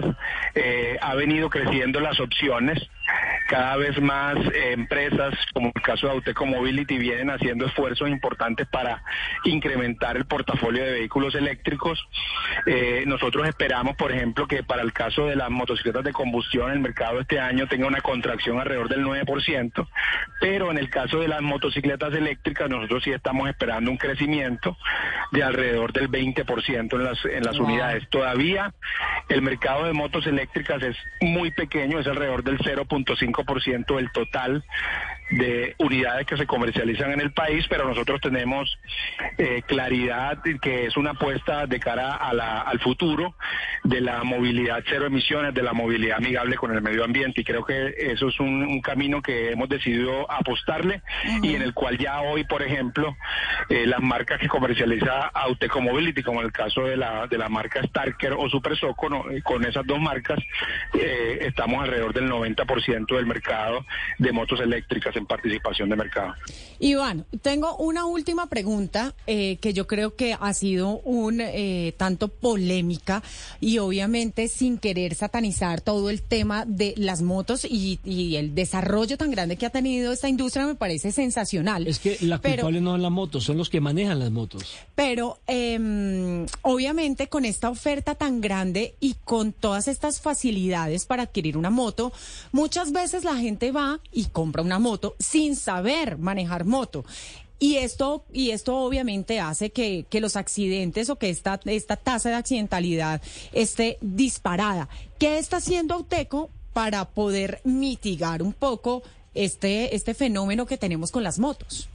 ha venido creciendo las opciones. Cada vez más empresas, como el caso de Auteco Mobility, vienen haciendo esfuerzos importantes para incrementar el portafolio de vehículos eléctricos. Nosotros esperamos, por ejemplo, que para el caso de las motocicletas de combustión, el mercado este año tenga una contracción alrededor del 9%, pero en el caso de las motocicletas eléctricas, nosotros sí estamos esperando un crecimiento de alrededor del 20% en las unidades. Todavía el mercado de motos eléctricas es muy pequeño, es alrededor del 0.5% del total de unidades que se comercializan en el país, pero nosotros tenemos claridad que es una apuesta de cara al futuro de la movilidad cero emisiones, de la movilidad amigable con el medio ambiente, y creo que eso es un camino que hemos decidido apostarle y en el cual ya hoy, por ejemplo, las marcas que comercializa Auteco Mobility, como en el caso de la marca Starker o Super Soco, con esas dos marcas estamos alrededor del 90% del mercado de motos eléctricas en participación de mercado. Iván, tengo una última pregunta que yo creo que ha sido un tanto polémica y obviamente sin querer satanizar todo el tema de las motos y el desarrollo tan grande que ha tenido esta industria me parece sensacional. Es que la culpable no es la moto, son los que manejan las motos. Pero obviamente con esta oferta tan grande y con todas estas facilidades para adquirir una moto, muchas veces la gente va y compra una moto sin saber manejar moto. Y esto obviamente hace que los accidentes o que esta tasa de accidentalidad esté disparada. ¿Qué está haciendo Auteco para poder mitigar un poco este fenómeno que tenemos con las motos?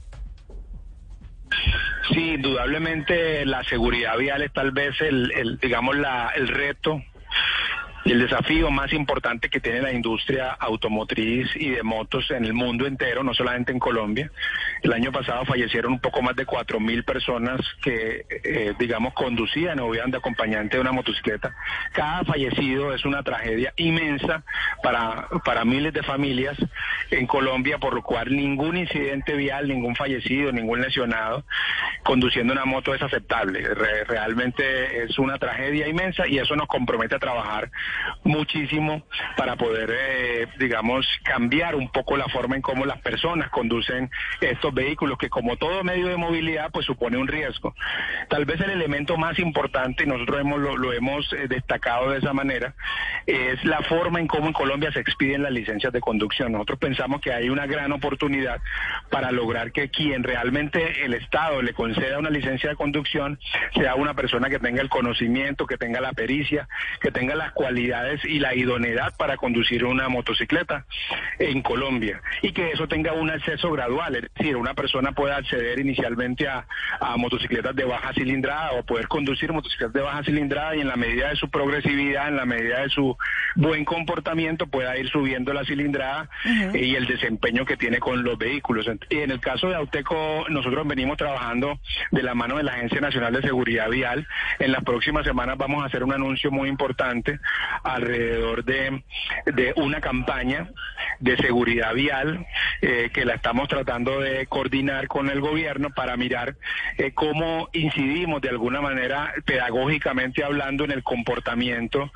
Sí, indudablemente la seguridad vial es tal vez el reto y el desafío más importante que tiene la industria automotriz y de motos en el mundo entero, no solamente en Colombia. El año pasado fallecieron un poco más de 4.000 personas que, conducían o iban de acompañante de una motocicleta. Cada fallecido es una tragedia inmensa para miles de familias en Colombia, por lo cual ningún incidente vial, ningún fallecido, ningún lesionado conduciendo una moto es aceptable. Realmente es una tragedia inmensa y eso nos compromete a trabajar muchísimo para poder, cambiar un poco la forma en cómo las personas conducen estos vehículos, que como todo medio de movilidad, pues supone un riesgo. Tal vez el elemento más importante, y nosotros lo hemos destacado de esa manera, es la forma en cómo en Colombia se expiden las licencias de conducción. Nosotros pensamos que hay una gran oportunidad para lograr que quien realmente el Estado le conceda una licencia de conducción sea una persona que tenga el conocimiento, que tenga la pericia, que tenga las cualidades y la idoneidad para conducir una motocicleta en Colombia, y que eso tenga un acceso gradual, es decir, una persona pueda acceder inicialmente a motocicletas de baja cilindrada o poder conducir motocicletas de baja cilindrada, y en la medida de su progresividad, en la medida de su buen comportamiento, pueda ir subiendo la cilindrada y el desempeño que tiene con los vehículos. Y en el caso de Auteco, nosotros venimos trabajando de la mano de la Agencia Nacional de Seguridad Vial. En las próximas semanas vamos a hacer un anuncio muy importante alrededor de una campaña de seguridad vial que la estamos tratando de coordinar con el gobierno para mirar cómo incidimos de alguna manera pedagógicamente hablando en el comportamiento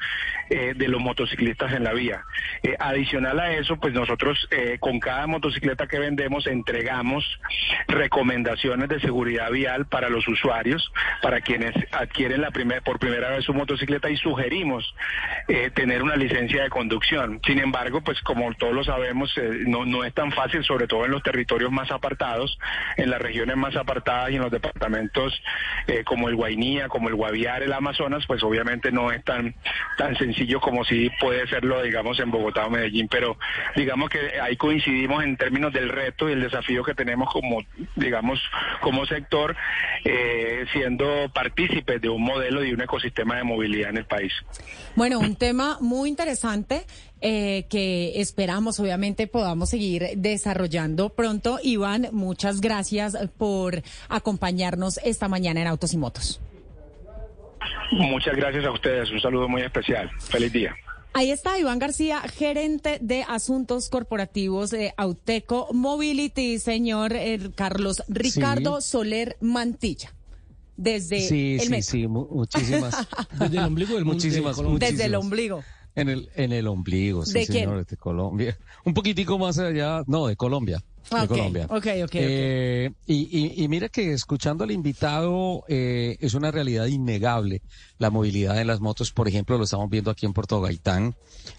de los motociclistas en la vía. Adicional a eso, pues nosotros con cada motocicleta que vendemos entregamos recomendaciones de seguridad vial para los usuarios, para quienes adquieren por primera vez su motocicleta, y sugerimos tener una licencia de conducción. Sin embargo, pues como todos lo sabemos, no es tan fácil, sobre todo en los territorios más apartados, en las regiones más apartadas y en los departamentos como el Guainía, como el Guaviare, el Amazonas, pues obviamente no es tan sencillo como si puede serlo, digamos, en Bogotá o Medellín, pero digamos que ahí coincidimos en términos del reto y el desafío que tenemos como, digamos, como sector, siendo partícipes de un modelo y un ecosistema de movilidad en el país. Bueno, un tema muy interesante que esperamos obviamente podamos seguir desarrollando pronto. Iván, muchas gracias por acompañarnos esta mañana en Autos y Motos. Muchas gracias a ustedes, un saludo muy especial. Feliz día. Ahí está Iván García, gerente de asuntos corporativos de Auteco Mobility, señor Carlos Ricardo Soler Mantilla. Desde el metro. Sí, muchísimas. Desde el ombligo del mundo. Muchísimas. Desde el ombligo. En el ombligo, sí, ¿De señor, de Colombia. Un poquitico más allá, no, de Colombia. De Colombia. Okay. Y mira que escuchando al invitado, es una realidad innegable la movilidad en las motos. Por ejemplo, lo estamos viendo aquí en Puerto Gaitán.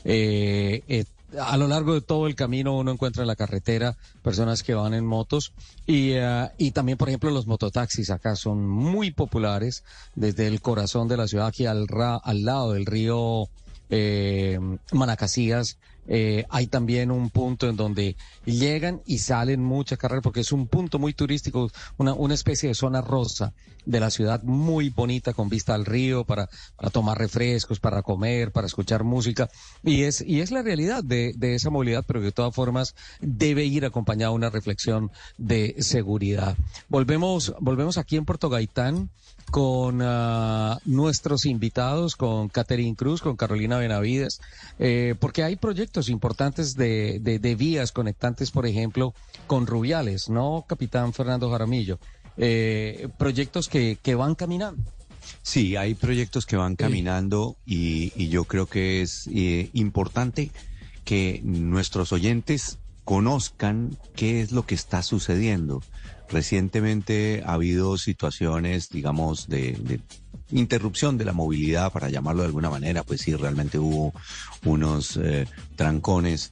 A lo largo de todo el camino uno encuentra en la carretera personas que van en motos y también, por ejemplo, los mototaxis acá son muy populares desde el corazón de la ciudad, aquí al lado del río Manacasías. Hay también un punto en donde llegan y salen muchas carreras porque es un punto muy turístico, una especie de zona rosa de la ciudad, muy bonita con vista al río para tomar refrescos, para comer, para escuchar música, y es la realidad de esa movilidad, pero que de todas formas debe ir acompañada de una reflexión de seguridad. Volvemos aquí en Puerto Gaitán con nuestros invitados, con Catherine Cruz, con Carolina Benavides, porque hay proyectos importantes de vías conectantes, por ejemplo, con Rubiales, ¿no, capitán Fernando Jaramillo? Proyectos que van caminando. Sí, hay proyectos que van caminando y yo creo que es importante que nuestros oyentes conozcan qué es lo que está sucediendo. Recientemente ha habido situaciones, digamos, de interrupción de la movilidad, para llamarlo de alguna manera. Pues sí, realmente hubo unos trancones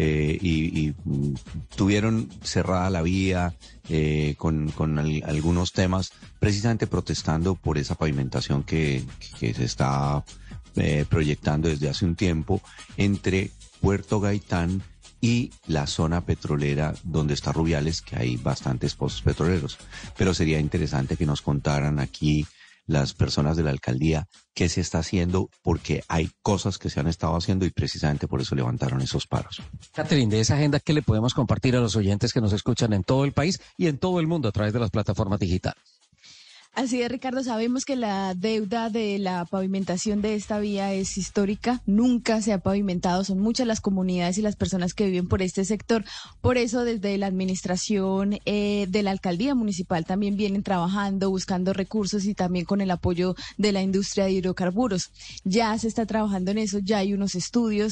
y tuvieron cerrada la vía con algunos temas, precisamente protestando por esa pavimentación que se está proyectando desde hace un tiempo entre Puerto Gaitán y la zona petrolera donde está Rubiales, que hay bastantes pozos petroleros. Pero sería interesante que nos contaran aquí las personas de la alcaldía qué se está haciendo, porque hay cosas que se han estado haciendo y precisamente por eso levantaron esos paros. Catherine, de esa agenda, ¿qué le podemos compartir a los oyentes que nos escuchan en todo el país y en todo el mundo a través de las plataformas digitales? Así es, Ricardo, sabemos que la deuda de la pavimentación de esta vía es histórica, nunca se ha pavimentado, son muchas las comunidades y las personas que viven por este sector, por eso desde la administración de la alcaldía municipal también vienen trabajando, buscando recursos y también con el apoyo de la industria de hidrocarburos. Ya se está trabajando en eso, ya hay unos estudios,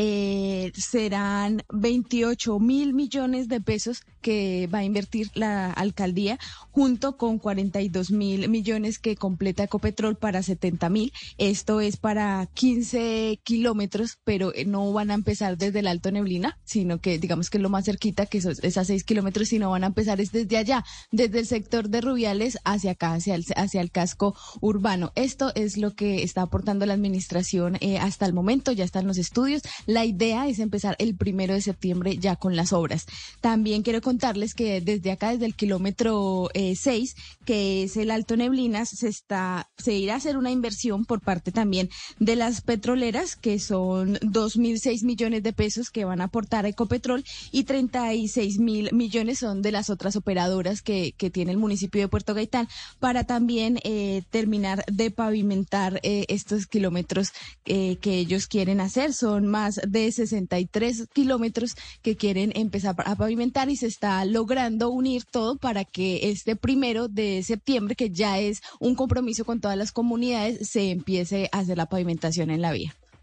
serán 28.000 millones de pesos que va a invertir la alcaldía junto con 42.000 millones que completa Ecopetrol para 70.000. Esto es para 15 kilómetros, pero no van a empezar desde el Alto Neblina, sino que digamos que es lo más cerquita, que es a 6 kilómetros, sino van a empezar es desde allá, desde el sector de Rubiales hacia acá, hacia el casco urbano. Esto es lo que está aportando la administración hasta el momento, ya están los estudios. La idea es empezar el 1 de septiembre ya con las obras. También quiero contarles que desde acá, desde el kilómetro 6, que es el Alto Neblinas, se irá a hacer una inversión por parte también de las petroleras, que son 2.006 millones de pesos que van a aportar a Ecopetrol, y 36.000 millones son de las otras operadoras que tiene el municipio de Puerto Gaitán, para también terminar de pavimentar estos kilómetros que ellos quieren hacer. Son más de 63 kilómetros que quieren empezar a pavimentar y se está logrando unir todo para que este 1 de septiembre, que ya es un compromiso con todas las comunidades, se empiece a hacer la pavimentación en la vía.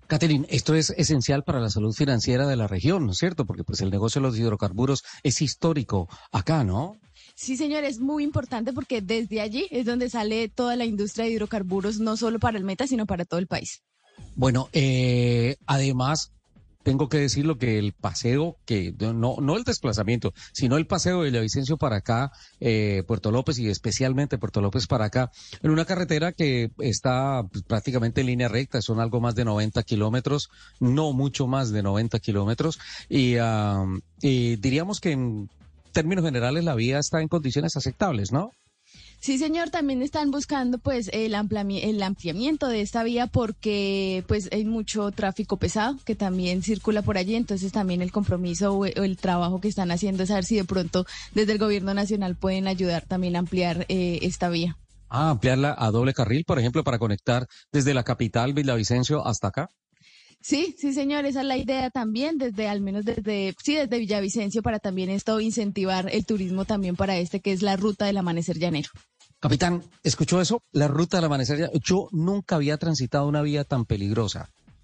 Catherine, esto es esencial para la salud financiera de la región, ¿no es cierto? Porque pues el negocio de los hidrocarburos es histórico acá, ¿no? Sí, señor, es muy importante porque desde allí es donde sale toda la industria de hidrocarburos, no solo para el Meta, sino para todo el país. Bueno, además, tengo que decirlo que el paseo, que no el desplazamiento, sino el paseo de Villavicencio para acá, Puerto López y especialmente Puerto López para acá, en una carretera que está pues, prácticamente en línea recta, son algo más de 90 kilómetros, no mucho más de 90 kilómetros, y diríamos que en términos generales la vía está en condiciones aceptables, ¿no? Sí, señor, también están buscando pues el ampliamiento de esta vía porque pues hay mucho tráfico pesado que también circula por allí, entonces también el compromiso o el trabajo que están haciendo es a ver si de pronto desde el gobierno nacional pueden ayudar también a ampliar esta vía. Ampliarla a doble carril, por ejemplo, para conectar desde la capital Villavicencio hasta acá. Sí, señor, esa es la idea también, desde Villavicencio para también incentivar el turismo también para que es la ruta del amanecer llanero. Capitán, ¿escuchó eso? La ruta del amanecer llanero. Yo nunca había transitado una vía tan peligrosa.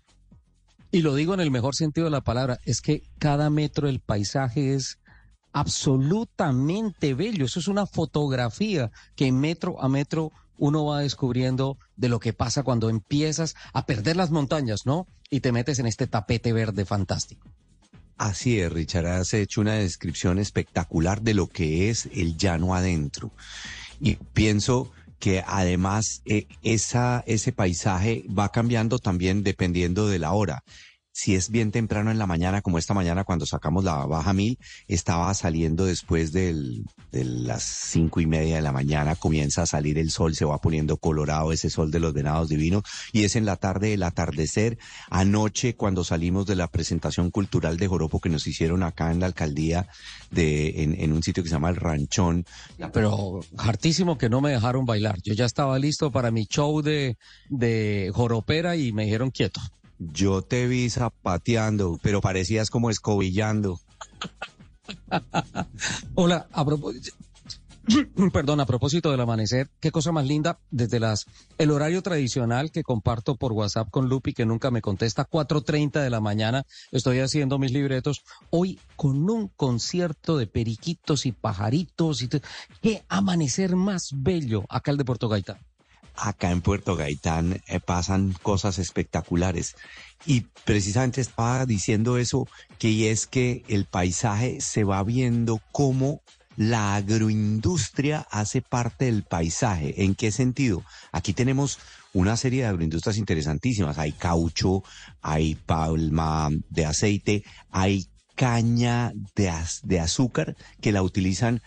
Y lo digo en el mejor sentido de la palabra, es que cada metro del paisaje es absolutamente bello. Eso es una fotografía que metro a metro uno va descubriendo de lo que pasa cuando empiezas a perder las montañas, ¿no? Y te metes en este tapete verde fantástico. Así es, Richard, has hecho una descripción espectacular de lo que es el llano adentro. Y pienso que además ese paisaje va cambiando también dependiendo de la hora. Si es bien temprano en la mañana, como esta mañana cuando sacamos la Baja 1000, estaba saliendo después de las 5:30 de la mañana, comienza a salir el sol, se va poniendo colorado ese sol de los venados divinos, y es en la tarde el atardecer. Anoche, cuando salimos de la presentación cultural de joropo que nos hicieron acá en la alcaldía, en un sitio que se llama El Ranchón. Pero hartísimo que no me dejaron bailar. Yo ya estaba listo para mi show de joropera y me dijeron quieto. Yo te vi zapateando, pero parecías como escobillando. Hola, a propósito del amanecer, qué cosa más linda, desde el horario tradicional que comparto por WhatsApp con Lupi, que nunca me contesta, 4:30 de la mañana, estoy haciendo mis libretos, hoy con un concierto de periquitos y pajaritos, qué amanecer más bello, acá el de Puerto Gaitán. Acá en Puerto Gaitán pasan cosas espectaculares. Y precisamente estaba diciendo eso, que es que el paisaje se va viendo como la agroindustria hace parte del paisaje. ¿En qué sentido? Aquí tenemos una serie de agroindustrias interesantísimas. Hay caucho, hay palma de aceite, hay caña de azúcar que la utilizan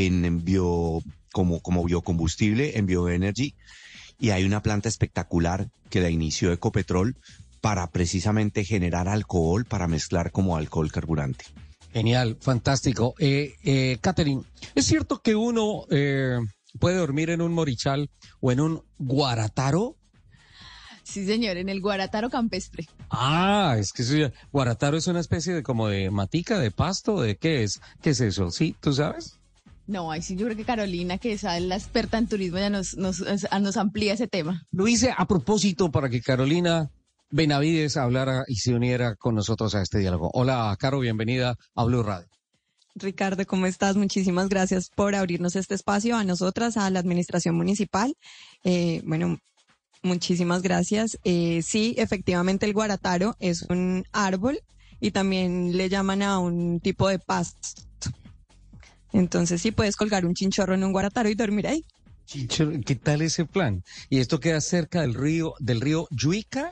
como biocombustible, en bioenergy. Y hay una planta espectacular que la inició Ecopetrol para precisamente generar alcohol, para mezclar como alcohol carburante. Genial, fantástico. Catherine, ¿es cierto que uno puede dormir en un morichal o en un guarataro? Sí, señor, en el guarataro campestre. Ah, es que guarataro es una especie de como de matica, de pasto, ¿de qué es? ¿Qué es eso? ¿Sí? ¿Tú sabes? No, ahí sí yo creo que Carolina, que es la experta en turismo, ya nos amplía ese tema. Lo hice a propósito para que Carolina Benavides hablara y se uniera con nosotros a este diálogo. Hola, Caro, bienvenida a Blue Radio. Ricardo, ¿cómo estás? Muchísimas gracias por abrirnos este espacio a nosotras, a la administración municipal. Muchísimas gracias. Sí, efectivamente el guarataro es un árbol y también le llaman a un tipo de pasto. Entonces sí puedes colgar un chinchorro en un guarataro y dormir ahí. Chinchorro, ¿qué tal ese plan? ¿Y esto queda cerca del río Yucao?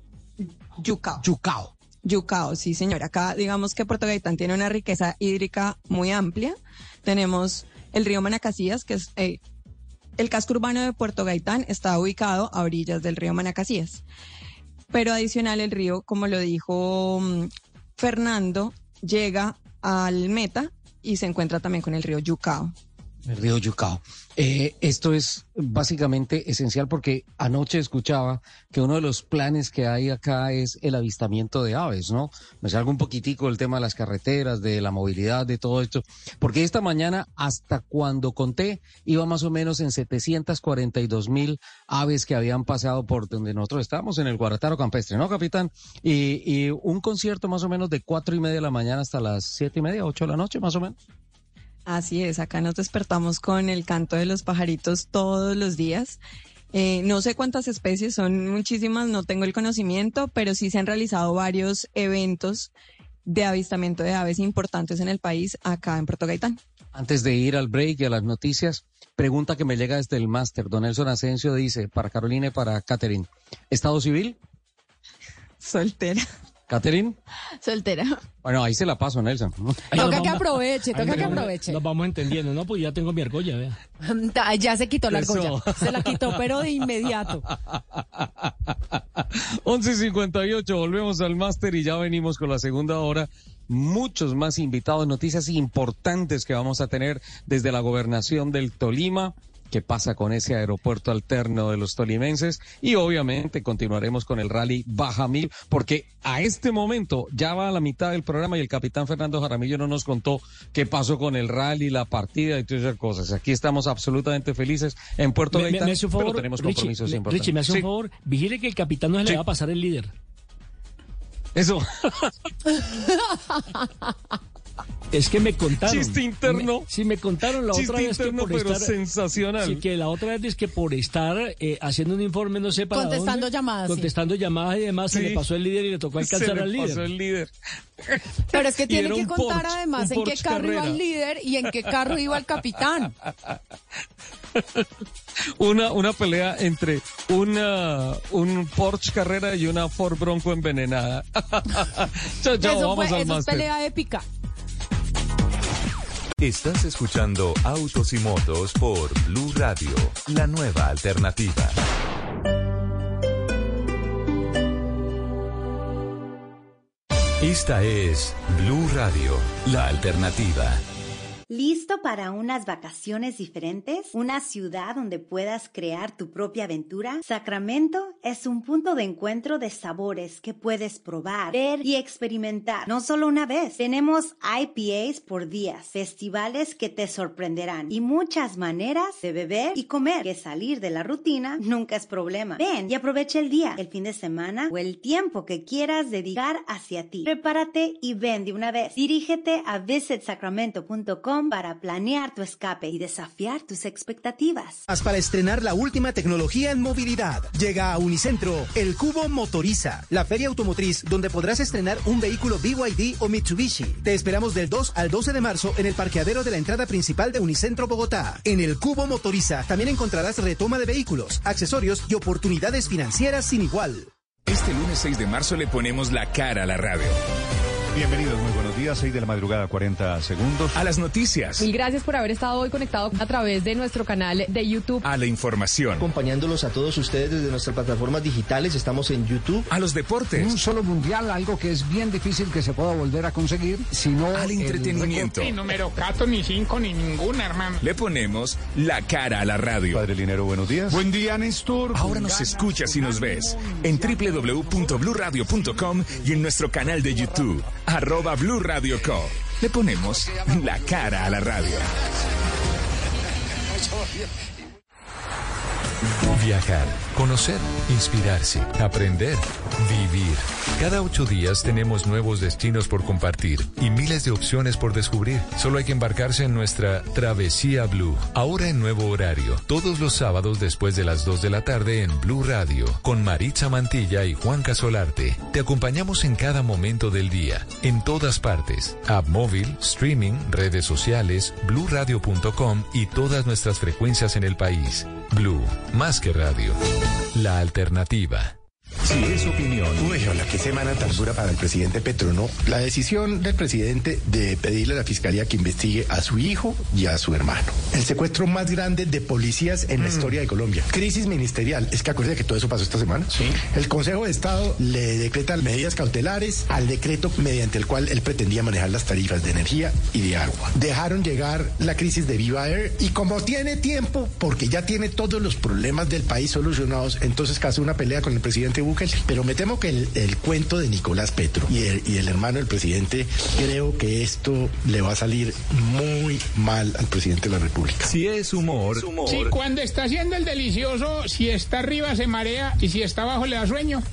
Yucao, sí señor. Acá digamos que Puerto Gaitán tiene una riqueza hídrica muy amplia. Tenemos el río Manacasías, que es el casco urbano de Puerto Gaitán, está ubicado a orillas del río Manacasías. Pero adicional el río, como lo dijo Fernando, llega al Meta y se encuentra también con el río Yucao. El río Yucao. Esto es básicamente esencial porque anoche escuchaba que uno de los planes que hay acá es el avistamiento de aves, ¿no? Me salgo un poquitico del tema de las carreteras, de la movilidad, de todo esto, porque esta mañana, hasta cuando conté, iba más o menos en 742,000 aves que habían pasado por donde nosotros estábamos, en el Guarataro Campestre, ¿no, capitán? Y un concierto más o menos de 4:30 de la mañana hasta las 7:30, 8 de la noche, más o menos. Así es, acá nos despertamos con el canto de los pajaritos todos los días. No sé cuántas especies, son muchísimas, no tengo el conocimiento, pero sí se han realizado varios eventos de avistamiento de aves importantes en el país, acá en Puerto Gaitán. Antes de ir al break y a las noticias, pregunta que me llega desde el máster. Don Nelson Asensio dice, para Carolina y para Catherine, ¿estado civil? Soltera. ¿Catherine? Soltera. Bueno, ahí se la paso, Nelson. Toca que aproveche. Nos vamos entendiendo, ¿no? Pues ya tengo mi argolla, vea. Ya se quitó la Eso. argolla. Se la quitó, pero de inmediato. 11:58, volvemos al máster y ya venimos con la segunda hora. Muchos más invitados, noticias importantes que vamos a tener desde la gobernación del Tolima. ¿Qué pasa con ese aeropuerto alterno de los tolimenses? Y obviamente continuaremos con el rally Baja Mil, porque a este momento ya va a la mitad del programa y el capitán Fernando Jaramillo no nos contó qué pasó con el rally, la partida y todas esas cosas. Aquí estamos absolutamente felices en Puerto Gaitán, me hace un favor, pero tenemos compromisos importantes. Richie, me hace un favor, vigile que el capitán no se le va a pasar el líder. Eso. Es que me contaron. Chiste interno. Sí, me contaron la otra vez que por pero estar sensacional. Sí, que la otra vez es que por estar haciendo un informe, no sé para Contestando dónde, llamadas. Contestando llamadas y demás, se le pasó el líder y le tocó alcanzar al líder. Pasó el líder. Pero es que tiene que contar Porsche, además en qué Porsche carro iba Carrera. el líder y en qué carro iba el capitán. Una pelea entre un Porsche Carrera y una Ford Bronco envenenada. Chao, vamos al Eso es máster. pelea épica. Estás escuchando Autos y Motos por Blue Radio, la nueva alternativa. Esta es Blue Radio, la alternativa. ¿Listo para unas vacaciones diferentes? ¿Una ciudad donde puedas crear tu propia aventura? Sacramento es un punto de encuentro de sabores que puedes probar, ver y experimentar. No solo una vez. Tenemos IPAs por días, festivales que te sorprenderán y muchas maneras de beber y comer, que salir de la rutina nunca es problema. Ven y aprovecha el día, el fin de semana o el tiempo que quieras dedicar hacia ti. Prepárate y ven de una vez. Dirígete a visitsacramento.com para planear tu escape y desafiar tus expectativas. Para estrenar la última tecnología en movilidad, llega a Unicentro el Cubo Motoriza, la feria automotriz donde podrás estrenar un vehículo BYD o Mitsubishi. Te esperamos del 2 al 12 de marzo en el parqueadero de la entrada principal de Unicentro Bogotá. En el Cubo Motoriza también encontrarás retoma de vehículos, accesorios y oportunidades financieras sin igual. Este lunes 6 de marzo le ponemos la cara a la radio. Bienvenidos, muy buenos días, 6 de la madrugada, 40 segundos. A las noticias. Mil gracias por haber estado hoy conectado a través de nuestro canal de YouTube. A la información. Acompañándolos a todos ustedes desde nuestras plataformas digitales, estamos en YouTube. A los deportes. Un solo mundial, algo que es bien difícil que se pueda volver a conseguir, sino al entretenimiento. Ni número 4, ni 5, ni ninguna, hermano. Le ponemos la cara a la radio. Padre Linero, buenos días. Buen día, Néstor. Ahora nos escuchas y nos ves en www.bluradio.com y en nuestro canal de YouTube, @Blue Radio Co. Le ponemos la cara a la radio. Viajar, conocer, inspirarse, aprender, vivir. Cada 8 días tenemos nuevos destinos por compartir y miles de opciones por descubrir. Solo hay que embarcarse en nuestra Travesía Blue. Ahora en nuevo horario, todos los sábados después de las 2 de la tarde en Blue Radio, con Maritza Mantilla y Juan Casolarte. Te acompañamos en cada momento del día, en todas partes. App móvil, streaming, redes sociales, bluradio.com y todas nuestras frecuencias en el país. Blue, más que radio. La alternativa. Si es opinión. Uy, hola, qué semana tan dura para el presidente Petro, ¿no? La decisión del presidente de pedirle a la fiscalía que investigue a su hijo y a su hermano. El secuestro más grande de policías en la historia de Colombia. Crisis ministerial. Es que acuérdense que todo eso pasó esta semana. Sí. El Consejo de Estado le decreta medidas cautelares al decreto mediante el cual él pretendía manejar las tarifas de energía y de agua. Dejaron llegar la crisis de Viva Air y como tiene tiempo, porque ya tiene todos los problemas del país solucionados, entonces casi una pelea con el presidente Bukele. Pero me temo que el cuento de Nicolás Petro y el hermano del presidente, creo que esto le va a salir muy mal al presidente de la República. Si es humor. Sí, cuando está haciendo el delicioso, si está arriba se marea y si está abajo le da sueño.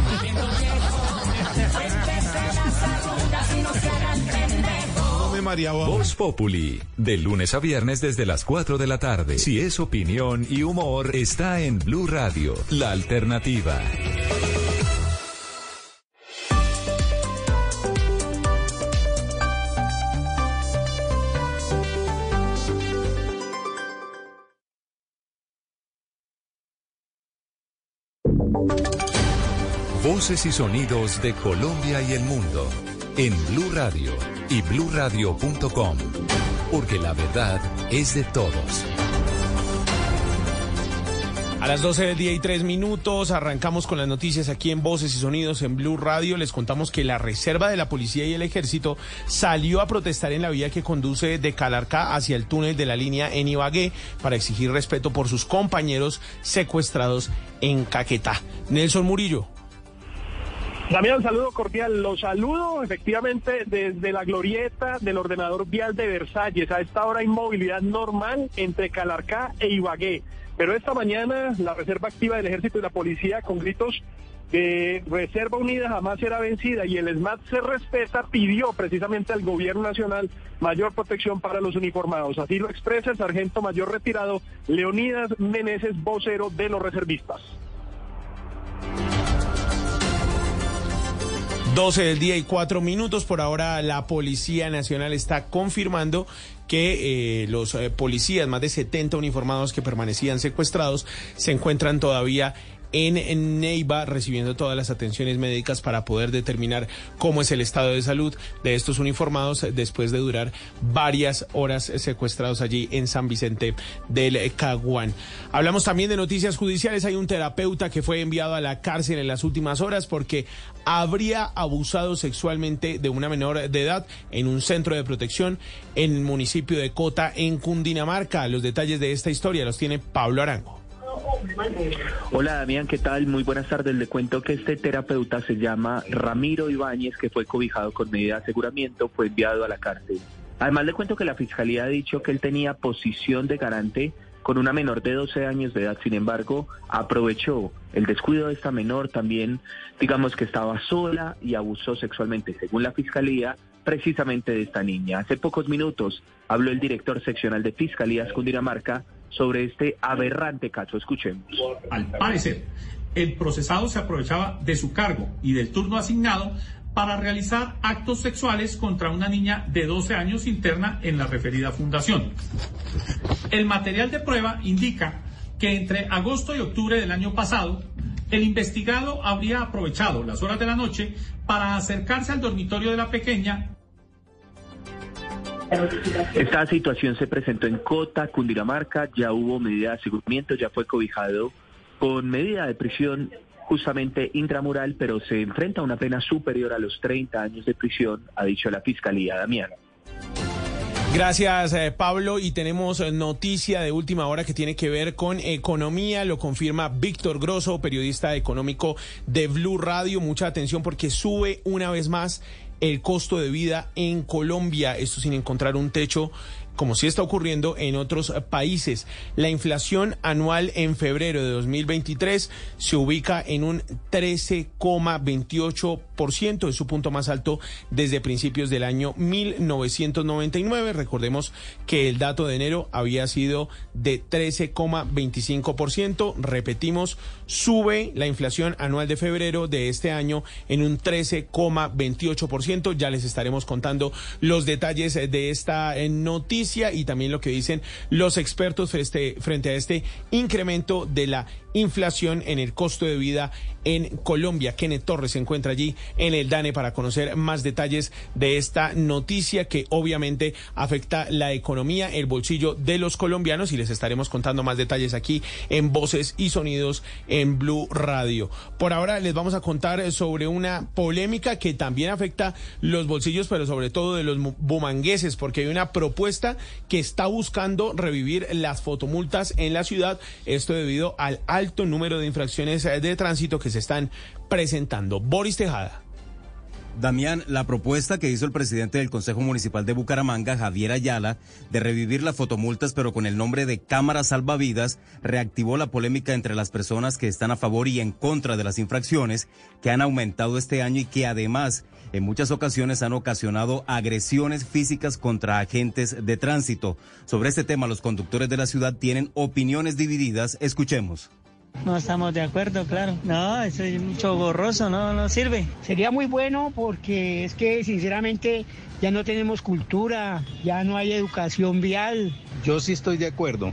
Voz Populi, de lunes a viernes desde las 4 de la tarde. Si es opinión y humor, está en Blue Radio, la alternativa. Voces y sonidos de Colombia y el mundo en Blue Radio y bluradio.com, porque la verdad es de todos. A las 12:03 arrancamos con las noticias aquí en Voces y Sonidos en Blue Radio. Les contamos que la reserva de la policía y el ejército salió a protestar en la vía que conduce de Calarcá hacia el túnel de la línea en Ibagué para exigir respeto por sus compañeros secuestrados en Caquetá. Nelson Murillo. Damián, saludo cordial. Los saludo efectivamente desde la glorieta del ordenador vial de Versalles. A esta hora hay movilidad normal entre Calarcá e Ibagué. Pero esta mañana la reserva activa del ejército y la policía con gritos de reserva unida jamás será vencida y el SMAT se respeta, pidió precisamente al gobierno nacional mayor protección para los uniformados. Así lo expresa el sargento mayor retirado Leonidas Meneses, vocero de los reservistas. 12:04. Por ahora la Policía Nacional está confirmando que los policías, más de 70 uniformados que permanecían secuestrados, se encuentran todavía en Neiva recibiendo todas las atenciones médicas para poder determinar cómo es el estado de salud de estos uniformados después de durar varias horas secuestrados allí en San Vicente del Caguán. Hablamos también de noticias judiciales. Hay un terapeuta que fue enviado a la cárcel en las últimas horas porque habría abusado sexualmente de una menor de edad en un centro de protección en el municipio de Cota, en Cundinamarca. Los detalles de esta historia los tiene Pablo Arango. Hola Damián, ¿qué tal? Muy buenas tardes. Le cuento que este terapeuta se llama Ramiro Ibáñez, que fue cobijado con medida de aseguramiento, fue enviado a la cárcel. Además le cuento que la fiscalía ha dicho que él tenía posición de garante con una menor de 12 años de edad. Sin embargo, aprovechó el descuido de esta menor, también digamos que estaba sola y abusó sexualmente, según la fiscalía, precisamente de esta niña. Hace pocos minutos habló el director seccional de Fiscalías Cundinamarca sobre este aberrante caso. Escuchemos. Al parecer, el procesado se aprovechaba de su cargo y del turno asignado para realizar actos sexuales contra una niña de 12 años interna en la referida fundación. El material de prueba indica que entre agosto y octubre del año pasado, el investigado habría aprovechado las horas de la noche para acercarse al dormitorio de la pequeña. Esta situación se presentó en Cota, Cundinamarca, ya hubo medida de aseguramiento, ya fue cobijado con medida de prisión justamente intramural, pero se enfrenta a una pena superior a los 30 años de prisión, ha dicho la Fiscalía. Damián. Gracias, Pablo. Y tenemos noticia de última hora que tiene que ver con economía. Lo confirma Víctor Grosso, periodista económico de Blue Radio. Mucha atención porque sube una vez más el costo de vida en Colombia. Esto sin encontrar un techo, como sí está ocurriendo en otros países. La inflación anual en febrero de 2023 se ubica en un 13,28%, es su punto más alto desde principios del año 1999. Recordemos que el dato de enero había sido de 13,25%. Repetimos, sube la inflación anual de febrero de este año en un 13,28%. Ya les estaremos contando los detalles de esta noticia. noticia y también lo que dicen los expertos frente a este incremento de la inflación en el costo de vida en Colombia. Kenneth Torres se encuentra allí en el DANE para conocer más detalles de esta noticia que obviamente afecta la economía, el bolsillo de los colombianos, y les estaremos contando más detalles aquí en Voces y Sonidos en Blue Radio. Por ahora les vamos a contar sobre una polémica que también afecta los bolsillos, pero sobre todo de los bumangueses, porque hay una propuesta que está buscando revivir las fotomultas en la ciudad, esto debido al alto número de infracciones de tránsito que se están presentando. Boris Tejada. Damián, la propuesta que hizo el presidente del Consejo Municipal de Bucaramanga, Javier Ayala, de revivir las fotomultas pero con el nombre de cámaras salvavidas, reactivó la polémica entre las personas que están a favor y en contra de las infracciones que han aumentado este año y que además en muchas ocasiones han ocasionado agresiones físicas contra agentes de tránsito. Sobre este tema, los conductores de la ciudad tienen opiniones divididas. Escuchemos. No estamos de acuerdo, claro. No, eso es mucho borroso, no sirve. Sería muy bueno porque es que sinceramente ya no tenemos cultura, ya no hay educación vial. Yo sí estoy de acuerdo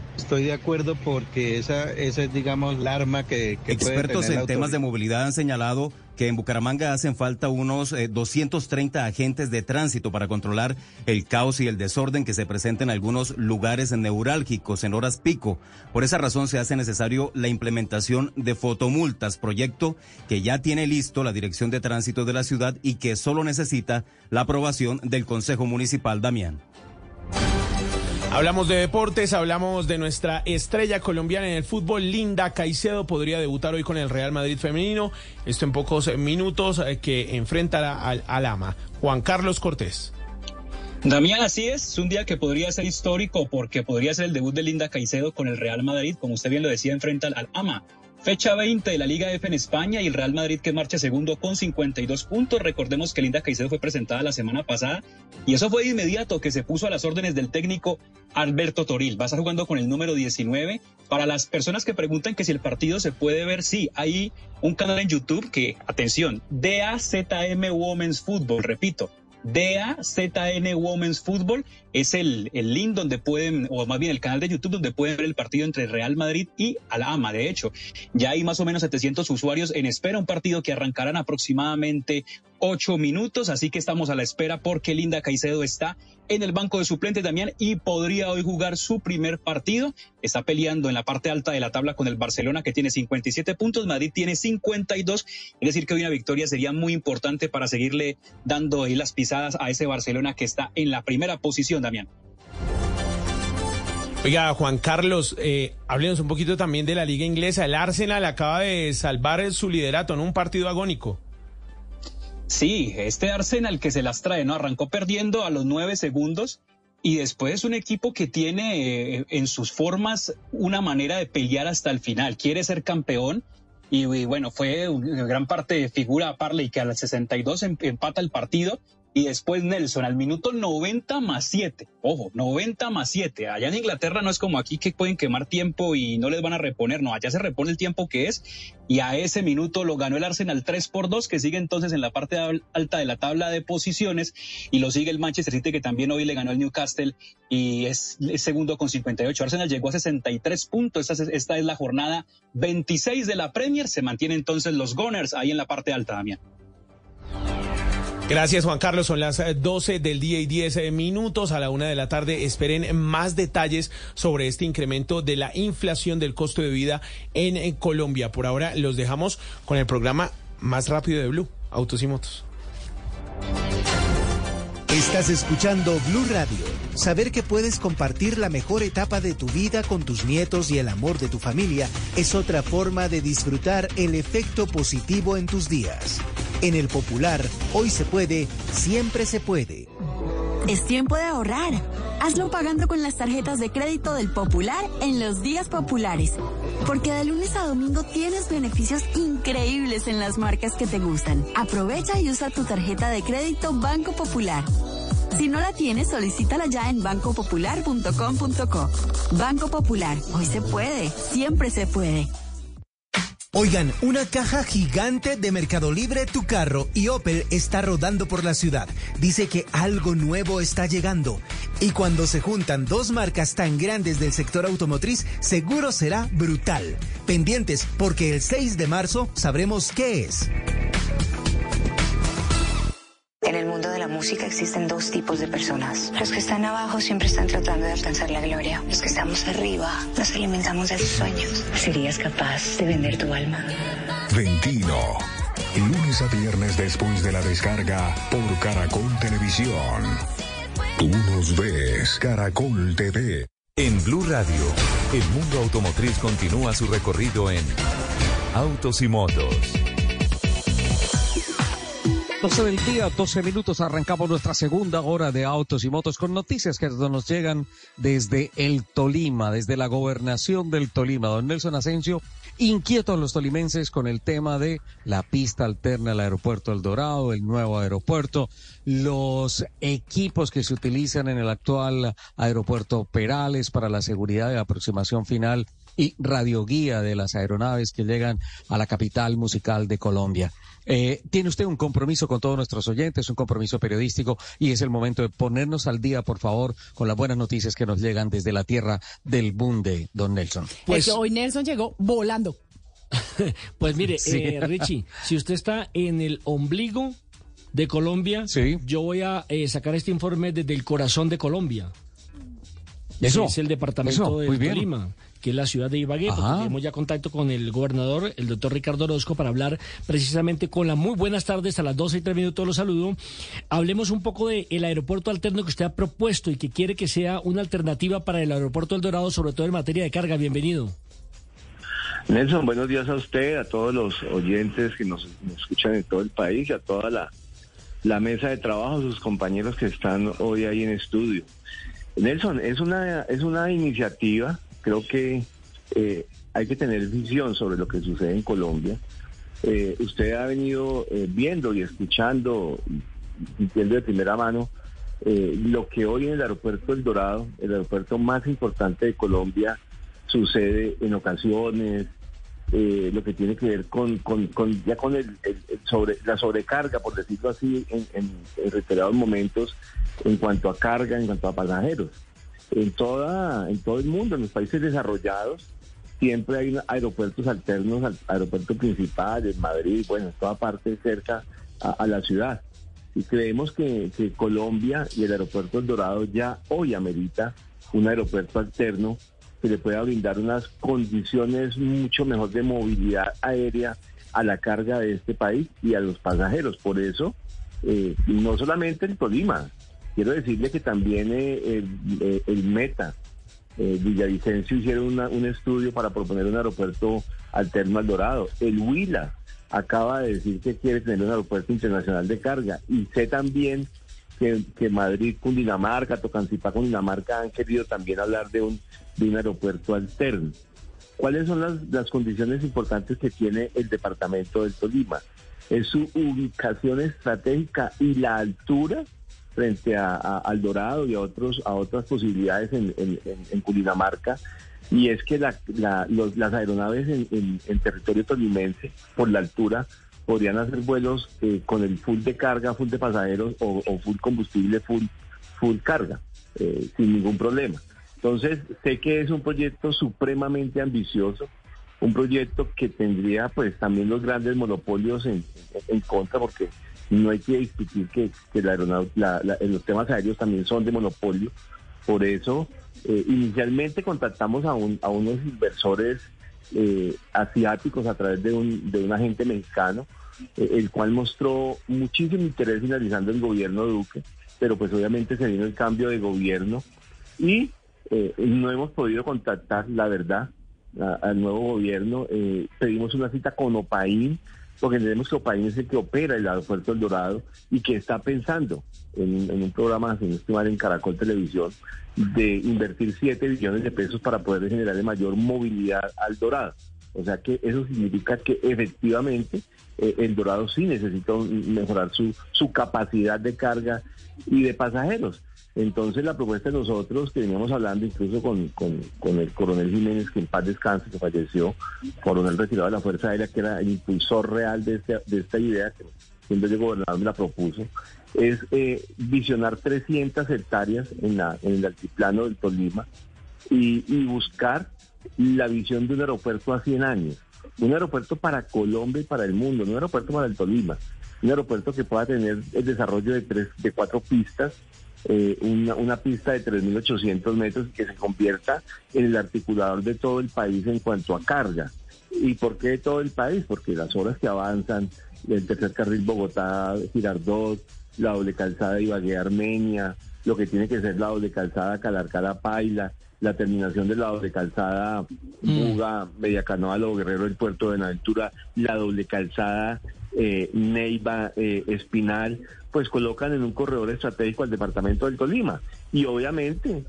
porque esa es, digamos, la arma que expertos puede tener en temas de movilidad han señalado que en Bucaramanga hacen falta unos 230 agentes de tránsito para controlar el caos y el desorden que se presenta en algunos lugares neurálgicos en horas pico. Por esa razón se hace necesario la implementación de fotomultas, proyecto que ya tiene listo la Dirección de Tránsito de la ciudad y que solo necesita la aprobación del Consejo Municipal. Damián. Hablamos de deportes, hablamos de nuestra estrella colombiana en el fútbol. Linda Caicedo podría debutar hoy con el Real Madrid femenino. Esto en pocos minutos, que enfrentará al AMA. Juan Carlos Cortés. Damián, así es un día que podría ser histórico porque podría ser el debut de Linda Caicedo con el Real Madrid. Como usted bien lo decía, enfrenta al AMA. Fecha 20 de la Liga F en España y el Real Madrid que marcha segundo con 52 puntos. Recordemos que Linda Caicedo fue presentada la semana pasada y eso fue de inmediato que se puso a las órdenes del técnico Alberto Toril. Va a estar jugando con el número 19. Para las personas que preguntan que si el partido se puede ver, sí, hay un canal en YouTube que, atención, DAZN Women's Football, repito, DAZN Women's Football es el link donde pueden, o más bien el canal de YouTube donde pueden ver el partido entre Real Madrid y Al AMA. De hecho, ya hay más o menos 700 usuarios en espera, un partido que arrancarán aproximadamente 8 minutos, así que estamos a la espera porque Linda Caicedo está en el banco de suplentes, Damián, y podría hoy jugar su primer partido. Está peleando en la parte alta de la tabla con el Barcelona, que tiene 57 puntos, Madrid tiene 52, es decir que hoy una victoria sería muy importante para seguirle dando ahí las pisadas a ese Barcelona que está en la primera posición, Damián. Oiga, Juan Carlos, háblenos un poquito también de la liga inglesa. El Arsenal acaba de salvar su liderato en un partido agónico. Sí, este Arsenal que se las trae, ¿no? Arrancó perdiendo a los 9 segundos y después es un equipo que tiene en sus formas una manera de pelear hasta el final. Quiere ser campeón y bueno, fue en gran parte figura Parley que a las 62 empata el partido. Y después Nelson al minuto 90+7. Ojo, 90+7. Allá en Inglaterra no es como aquí que pueden quemar tiempo y no les van a reponer. No, allá se repone el tiempo que es. Y a ese minuto lo ganó el Arsenal 3-2, que sigue entonces en la parte alta de la tabla de posiciones. Y lo sigue el Manchester City, que también hoy le ganó el Newcastle y es segundo con 58. Arsenal llegó a 63 puntos. Esta es la jornada 26 de la Premier. Se mantienen entonces los Gunners ahí en la parte alta, Damián. Gracias, Juan Carlos. Son las 12 del día y 10 minutos. A la 1 de la tarde esperen más detalles sobre este incremento de la inflación del costo de vida en Colombia. Por ahora los dejamos con el programa más rápido de Blue, Autos y Motos. Estás escuchando Blue Radio. Saber que puedes compartir la mejor etapa de tu vida con tus nietos y el amor de tu familia es otra forma de disfrutar el efecto positivo en tus días. En el Popular, hoy se puede, siempre se puede. Es tiempo de ahorrar. Hazlo pagando con las tarjetas de crédito del Popular en los días populares. Porque de lunes a domingo tienes beneficios increíbles en las marcas que te gustan. Aprovecha y usa tu tarjeta de crédito Banco Popular. Si no la tienes, solicítala ya en bancopopular.com.co. Banco Popular, hoy se puede, siempre se puede. Oigan, una caja gigante de Mercado Libre Tu Carro y Opel está rodando por la ciudad. Dice que algo nuevo está llegando. Y cuando se juntan dos marcas tan grandes del sector automotriz, seguro será brutal. Pendientes, porque el 6 de marzo sabremos qué es. En el mundo de la música existen dos tipos de personas. Los que están abajo siempre están tratando de alcanzar la gloria. Los que estamos arriba nos alimentamos de sus sueños. ¿Serías capaz de vender tu alma? Ventino. Lunes a viernes después de la descarga por Caracol Televisión. Tú nos ves, Caracol TV. En Blue Radio, el mundo automotriz continúa su recorrido en Autos y Motos. 12 del día, 12 minutos, arrancamos nuestra segunda hora de Autos y Motos con noticias que nos llegan desde el Tolima, desde la gobernación del Tolima. Don Nelson Asensio, inquietos los tolimenses con el tema de la pista alterna al aeropuerto El Dorado, el nuevo aeropuerto, los equipos que se utilizan en el actual aeropuerto Perales para la seguridad de aproximación final y radioguía de las aeronaves que llegan a la capital musical de Colombia. Tiene usted un compromiso con todos nuestros oyentes, un compromiso periodístico, y es el momento de ponernos al día, por favor, con las buenas noticias que nos llegan desde la tierra del Bunde, don Nelson. Pues hoy Nelson llegó volando. Pues mire, Sí. Richie, si usted está en el ombligo de Colombia, sí, yo voy a sacar este informe desde el corazón de Colombia. Eso, es el departamento eso, de muy bien. Tolima, que es la ciudad de Ibagué, porque Ajá. tenemos ya contacto con el gobernador, el doctor Ricardo Orozco, para hablar precisamente con la muy buenas tardes, a las 12:03 los saludo. Hablemos un poco del aeropuerto alterno que usted ha propuesto y que quiere que sea una alternativa para el aeropuerto El Dorado, sobre todo en materia de carga. Bienvenido. Nelson, buenos días a usted, a todos los oyentes que nos escuchan en todo el país y a toda la mesa de trabajo, sus compañeros que están hoy ahí en estudio. Nelson, es una iniciativa, creo que hay que tener visión sobre lo que sucede en Colombia. Usted ha venido viendo y escuchando y sintiendo de primera mano lo que hoy en el aeropuerto El Dorado, el aeropuerto más importante de Colombia, sucede en ocasiones, lo que tiene que ver con la sobrecarga, por decirlo así, en reiterados momentos, en cuanto a carga, en cuanto a pasajeros. En todo el mundo, en los países desarrollados, siempre hay aeropuertos alternos al aeropuerto principal, en Madrid, bueno, en toda parte cerca a la ciudad. Y creemos que Colombia y el aeropuerto El Dorado ya hoy amerita un aeropuerto alterno que le pueda brindar unas condiciones mucho mejor de movilidad aérea a la carga de este país y a los pasajeros. Por eso, no solamente el Tolima, quiero decirle que también el Meta, Villavicencio hicieron un estudio para proponer un aeropuerto alterno al Dorado. El Huila acaba de decir que quiere tener un aeropuerto internacional de carga. Y sé también que Madrid, Cundinamarca, Tocancipá, Cundinamarca han querido también hablar de un aeropuerto alterno. ¿Cuáles son las condiciones importantes que tiene el departamento del Tolima? Es su ubicación estratégica y la altura frente al Dorado y a otras posibilidades en Cundinamarca. Y es que las aeronaves en territorio tolimense, por la altura, podrían hacer vuelos con el full de carga, full de pasajeros o full combustible, full carga, sin ningún problema. Entonces, sé que es un proyecto supremamente ambicioso, un proyecto que tendría pues también los grandes monopolios en contra, porque no hay que discutir que los temas aéreos también son de monopolio. Por eso, inicialmente contactamos a unos inversores asiáticos a través de un agente mexicano, el cual mostró muchísimo interés finalizando el gobierno de Duque, pero pues obviamente se vino el cambio de gobierno y no hemos podido contactar, la verdad, al nuevo gobierno. Pedimos una cita con Opaín, porque entendemos que Opaín es el que opera el aeropuerto El Dorado y que está pensando en un programa, sin estimar, en Caracol Televisión, de invertir 7 billones de pesos para poder generar mayor movilidad al Dorado. O sea que eso significa que efectivamente El Dorado sí necesita mejorar su capacidad de carga y de pasajeros. Entonces la propuesta de nosotros, que veníamos hablando incluso con el coronel Jiménez, que en paz descanse, que falleció, coronel retirado de la Fuerza Aérea, que era el impulsor real de esta idea, que siendo yo gobernador me la propuso, es visionar 300 hectáreas en el altiplano del Tolima y buscar la visión de un aeropuerto a 100 años. Un aeropuerto para Colombia y para el mundo, no un aeropuerto para el Tolima. Un aeropuerto que pueda tener el desarrollo de 4 pistas, una pista de 3.800 metros que se convierta en el articulador de todo el país en cuanto a carga. ¿Y por qué de todo el país? Porque las horas que avanzan, el tercer carril Bogotá-Girardot, la doble calzada de Ibagué-Armenia, lo que tiene que ser la doble calzada Calarcá-Paila, la terminación de la doble calzada Buga, Mediacanoa-Lobo Guerrero, el puerto de Buenaventura, la doble calzada Neiva, Espinal, pues colocan en un corredor estratégico al departamento del Tolima. Y obviamente,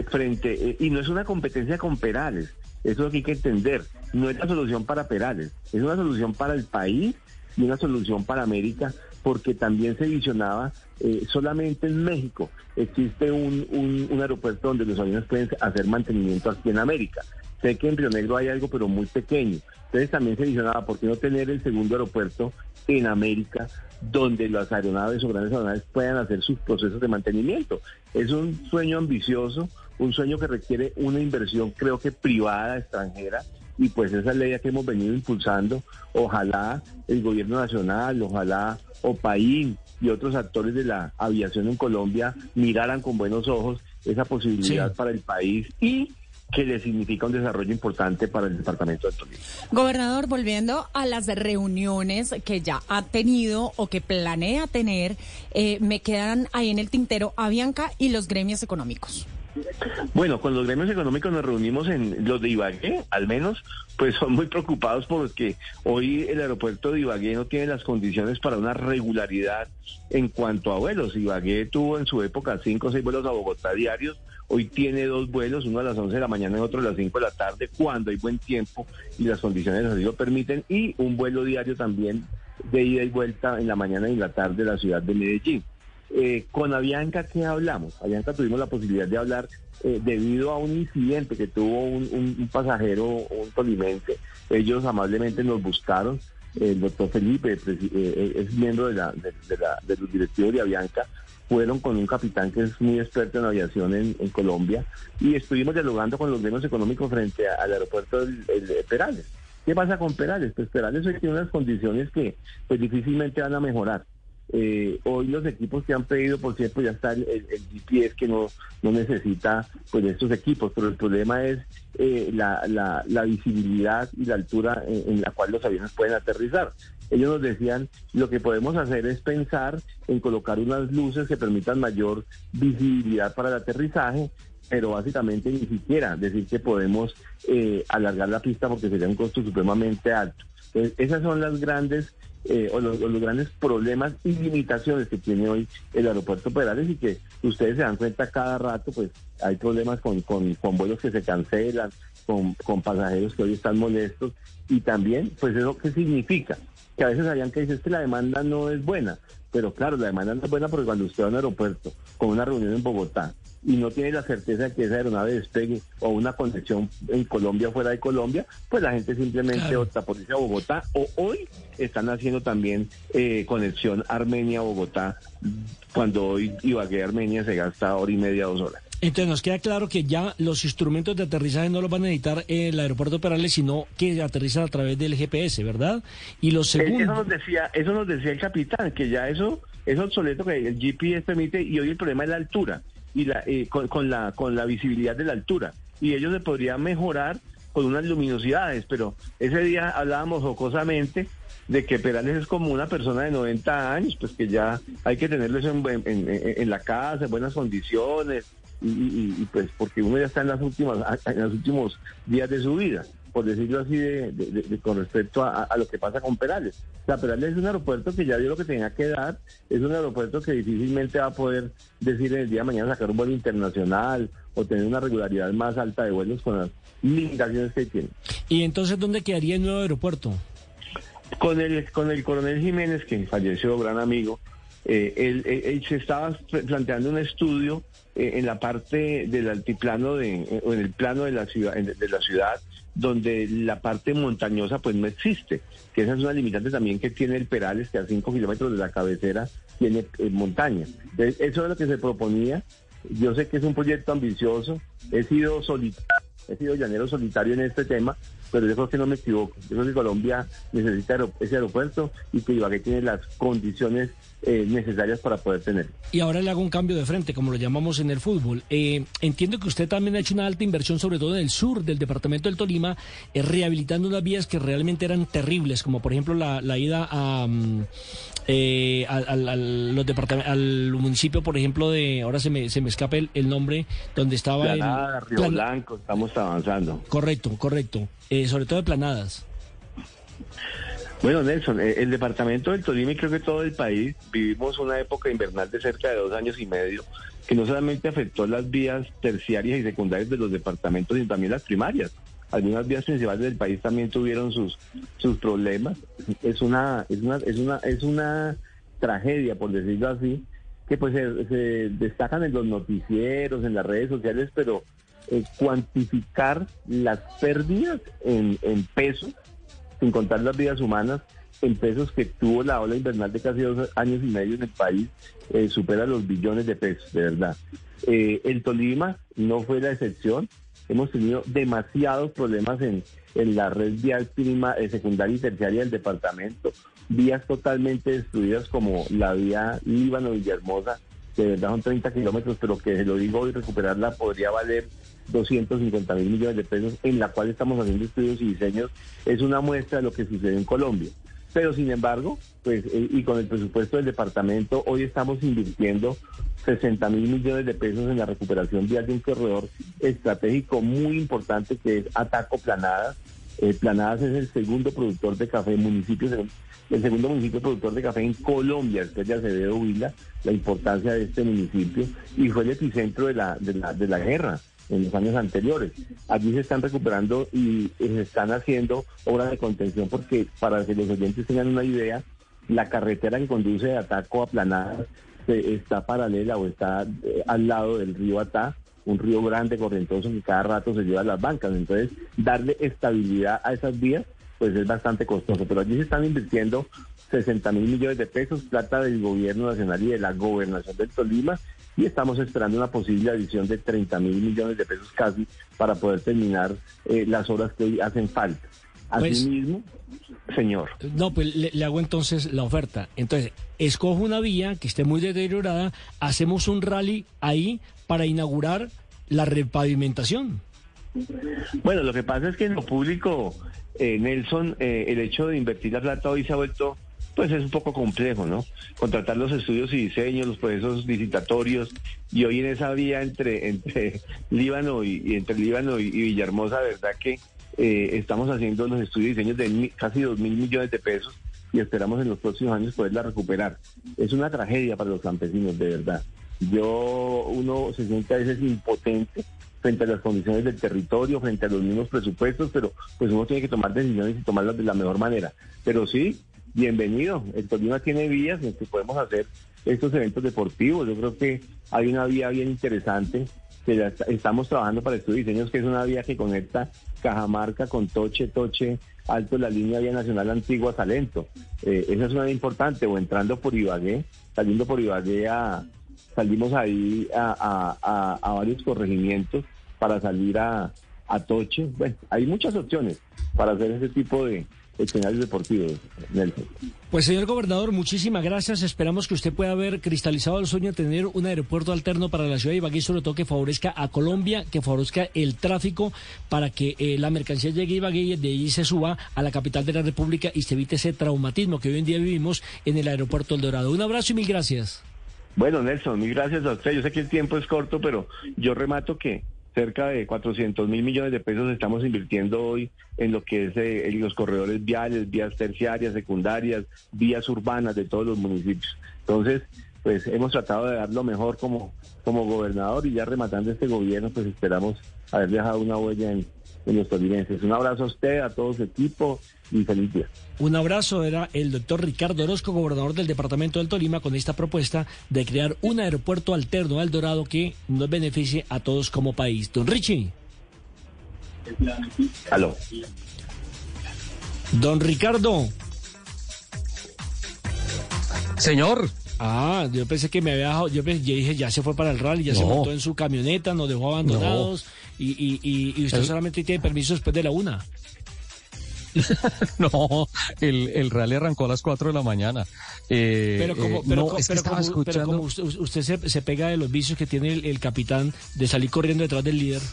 y no es una competencia con Perales, eso es lo que hay que entender, no es la solución para Perales, es una solución para el país y una solución para América, porque también se visionaba, solamente en México existe un aeropuerto donde los aviones pueden hacer mantenimiento aquí en América. Sé que en Río Negro hay algo, pero muy pequeño. Entonces también se visionaba, ¿por qué no tener el segundo aeropuerto en América, donde las aeronaves o grandes aeronaves puedan hacer sus procesos de mantenimiento? Es un sueño ambicioso, un sueño que requiere una inversión, creo que privada, extranjera, y pues esa ley que hemos venido impulsando, ojalá el gobierno nacional, ojalá OPAIN y otros actores de la aviación en Colombia miraran con buenos ojos esa posibilidad para el país y que le significa un desarrollo importante para el departamento de Tolima. Gobernador, volviendo a las reuniones que ya ha tenido o que planea tener, me quedan ahí en el tintero Avianca y los gremios económicos. Bueno, con los gremios económicos nos reunimos en los de Ibagué, al menos, pues son muy preocupados porque hoy el aeropuerto de Ibagué no tiene las condiciones para una regularidad en cuanto a vuelos. Ibagué tuvo en su época 5 o 6 vuelos a Bogotá diarios, hoy tiene 2 vuelos, uno a las 11 de la mañana y otro a las 5 de la tarde, cuando hay buen tiempo y las condiciones así lo permiten, y un vuelo diario también de ida y vuelta en la mañana y en la tarde de la ciudad de Medellín. Con Avianca, ¿qué hablamos? Avianca tuvimos la posibilidad de hablar debido a un incidente que tuvo un pasajero, un tolimense. Ellos amablemente nos buscaron. El doctor Felipe es miembro de los directivos de Avianca. Fueron con un capitán que es muy experto en aviación en Colombia y estuvimos dialogando con los gremios económicos frente al aeropuerto de Perales. ¿Qué pasa con Perales? Pues Perales hoy tiene unas condiciones que pues difícilmente van a mejorar. Hoy los equipos que han pedido, por cierto, ya está el GPS que no necesita pues estos equipos, pero el problema es la visibilidad y la altura en la cual los aviones pueden aterrizar. Ellos nos decían, lo que podemos hacer es pensar en colocar unas luces que permitan mayor visibilidad para el aterrizaje, pero básicamente ni siquiera decir que podemos alargar la pista porque sería un costo supremamente alto. Entonces, esas son las grandes los grandes problemas y limitaciones que tiene hoy el aeropuerto Perales, y que ustedes se dan cuenta cada rato, pues hay problemas con vuelos que se cancelan, con pasajeros que hoy están molestos, y también pues eso qué significa, que a veces habían que decir que la demanda no es buena, pero claro, la demanda no es buena porque cuando usted va a un aeropuerto con una reunión en Bogotá y no tiene la certeza de que esa aeronave despegue o una conexión en Colombia o fuera de Colombia, pues la gente simplemente opta por irse a Bogotá, o hoy están haciendo también conexión Armenia-Bogotá, cuando hoy Ibagué-Armenia se gasta 1.5 2 horas. Entonces nos queda claro que ya los instrumentos de aterrizaje no los van a necesitar el aeropuerto Perales, sino que aterrizan a través del GPS, ¿verdad? Y lo segundo... Eso nos decía el capitán, que ya eso es obsoleto, que el GPS permite, y hoy el problema es la altura, y con la visibilidad de la altura, y ellos se podrían mejorar con unas luminosidades, pero ese día hablábamos jocosamente de que Perales es como una persona de 90 años, pues que ya hay que tenerlo eso en la casa, en buenas condiciones, y pues porque uno ya está en los últimos días de su vida, por decirlo así, con respecto a lo que pasa con Perales. O sea, Perales es un aeropuerto que ya dio lo que tenía que dar, es un aeropuerto que difícilmente va a poder decir en el día de mañana sacar un vuelo internacional o tener una regularidad más alta de vuelos con las limitaciones que tiene. ¿Y entonces dónde quedaría el nuevo aeropuerto? Con el coronel Jiménez, que falleció, gran amigo, él se estaba planteando un estudio en la parte del altiplano, en el plano de la ciudad, donde la parte montañosa pues no existe, que esa es una limitante también que tiene el Perales, que a 5 kilómetros de la cabecera tiene montaña. Entonces, eso es lo que se proponía. Yo sé que es un proyecto ambicioso, he sido llanero solitario en este tema, pero yo creo que no me equivoco. Yo creo que Colombia necesita ese aeropuerto y que Ibagué tiene las condiciones necesarias para poder tenerlo. Y ahora le hago un cambio de frente, como lo llamamos en el fútbol. Entiendo que usted también ha hecho una alta inversión, sobre todo en el sur del departamento del Tolima, rehabilitando unas vías que realmente eran terribles, como por ejemplo la ida al municipio, por ejemplo, ahora se me escapa el nombre, donde estaba Planada, Río Blanco, estamos avanzando. Correcto. Sobre todo de Planadas. Bueno, Nelson, el departamento del Tolima y creo que todo el país vivimos una época invernal de cerca de 2 años y medio que no solamente afectó las vías terciarias y secundarias de los departamentos, sino también las primarias. Algunas vías principales del país también tuvieron sus problemas. Es una tragedia, por decirlo así, que pues se destacan en los noticieros, en las redes sociales, pero cuantificar las pérdidas en pesos, sin contar las vidas humanas, en pesos que tuvo la ola invernal de casi 2 años y medio en el país, supera los billones de pesos, de verdad. El Tolima no fue la excepción. Hemos tenido demasiados problemas en la red vial secundaria y terciaria del departamento, vías totalmente destruidas como la vía Líbano-Villahermosa, que de verdad son 30 kilómetros, pero que se lo digo hoy, recuperarla podría valer 250 mil millones de pesos, en la cual estamos haciendo estudios y diseños. Es una muestra de lo que sucede en Colombia. Pero sin embargo, pues y con el presupuesto del departamento, hoy estamos invirtiendo 60 mil millones de pesos en la recuperación vial de un corredor estratégico muy importante que es Ataco-Planadas. Planadas es el segundo productor de café, el segundo municipio productor de café en Colombia, después de Acevedo Huila, la importancia de este municipio, y fue el epicentro de la guerra en los años anteriores. Allí se están recuperando y se están haciendo obras de contención, porque para que los oyentes tengan una idea, la carretera que conduce de Ataco a Planadas está paralela o está al lado del río Atá, un río grande, correntoso, que cada rato se lleva a las bancas. Entonces, darle estabilidad a esas vías, pues es bastante costoso. Pero allí se están invirtiendo 60 mil millones de pesos, plata del gobierno nacional y de la gobernación del Tolima, y estamos esperando una posible adición de 30 mil millones de pesos casi para poder terminar las obras que hoy hacen falta. Asimismo, señor. No, pues le hago entonces la oferta. Entonces, escojo una vía que esté muy deteriorada, hacemos un rally ahí para inaugurar la repavimentación. Bueno, lo que pasa es que en lo público, Nelson, el hecho de invertir la plata hoy se ha vuelto, pues es un poco complejo, ¿no? Contratar los estudios y diseños, los procesos licitatorios, y hoy en esa vía entre Líbano y Villahermosa, verdad que estamos haciendo los estudios y diseños de casi 2.000 millones de pesos, y esperamos en los próximos años poderla recuperar. Es una tragedia para los campesinos, de verdad. Uno se siente a veces impotente frente a las condiciones del territorio, frente a los mismos presupuestos, pero pues uno tiene que tomar decisiones y tomarlas de la mejor manera. Pero sí, bienvenido. El Tolima tiene vías en las que podemos hacer estos eventos deportivos. Yo creo que hay una vía bien interesante que ya estamos trabajando para estudios y diseños, que es una vía que conecta Cajamarca con Toche, Alto, la línea vía nacional Antigua, Salento. Esa es una vía importante, o entrando por Ibagué, saliendo por Ibagué salimos ahí a varios corregimientos para salir a Toche. Bueno, hay muchas opciones para hacer ese tipo de escenarios deportivos, Nelson. Pues señor gobernador, muchísimas gracias. Esperamos que usted pueda haber cristalizado el sueño de tener un aeropuerto alterno para la ciudad de Ibagué, sobre todo que favorezca a Colombia, que favorezca el tráfico, para que la mercancía llegue a Ibagué y de ahí se suba a la capital de la República y se evite ese traumatismo que hoy en día vivimos en el aeropuerto El Dorado. Un abrazo y mil gracias. Bueno, Nelson, mil gracias a usted. Yo sé que el tiempo es corto, pero yo remato que cerca de 400 mil millones de pesos estamos invirtiendo hoy en lo que es en los corredores viales, vías terciarias, secundarias, vías urbanas de todos los municipios. Entonces, pues hemos tratado de dar lo mejor como gobernador, y ya rematando este gobierno, pues esperamos haber dejado una huella en los tolimenses. Un abrazo a usted, a todo su equipo, y feliz día. Un abrazo. Era el doctor Ricardo Orozco, gobernador del departamento del Tolima, con esta propuesta de crear un aeropuerto alterno al Dorado que nos beneficie a todos como país. Don Richie. Aló. Don Ricardo. Señor, Ah, yo pensé que me había dejado, yo dije, ya se fue para el rally, ya se montó en su camioneta, nos dejó abandonados y usted solamente tiene permiso después de la 1. No, el rally arrancó a las 4 de la mañana. Pero como usted se pega de los vicios que tiene el capitán de salir corriendo detrás del líder.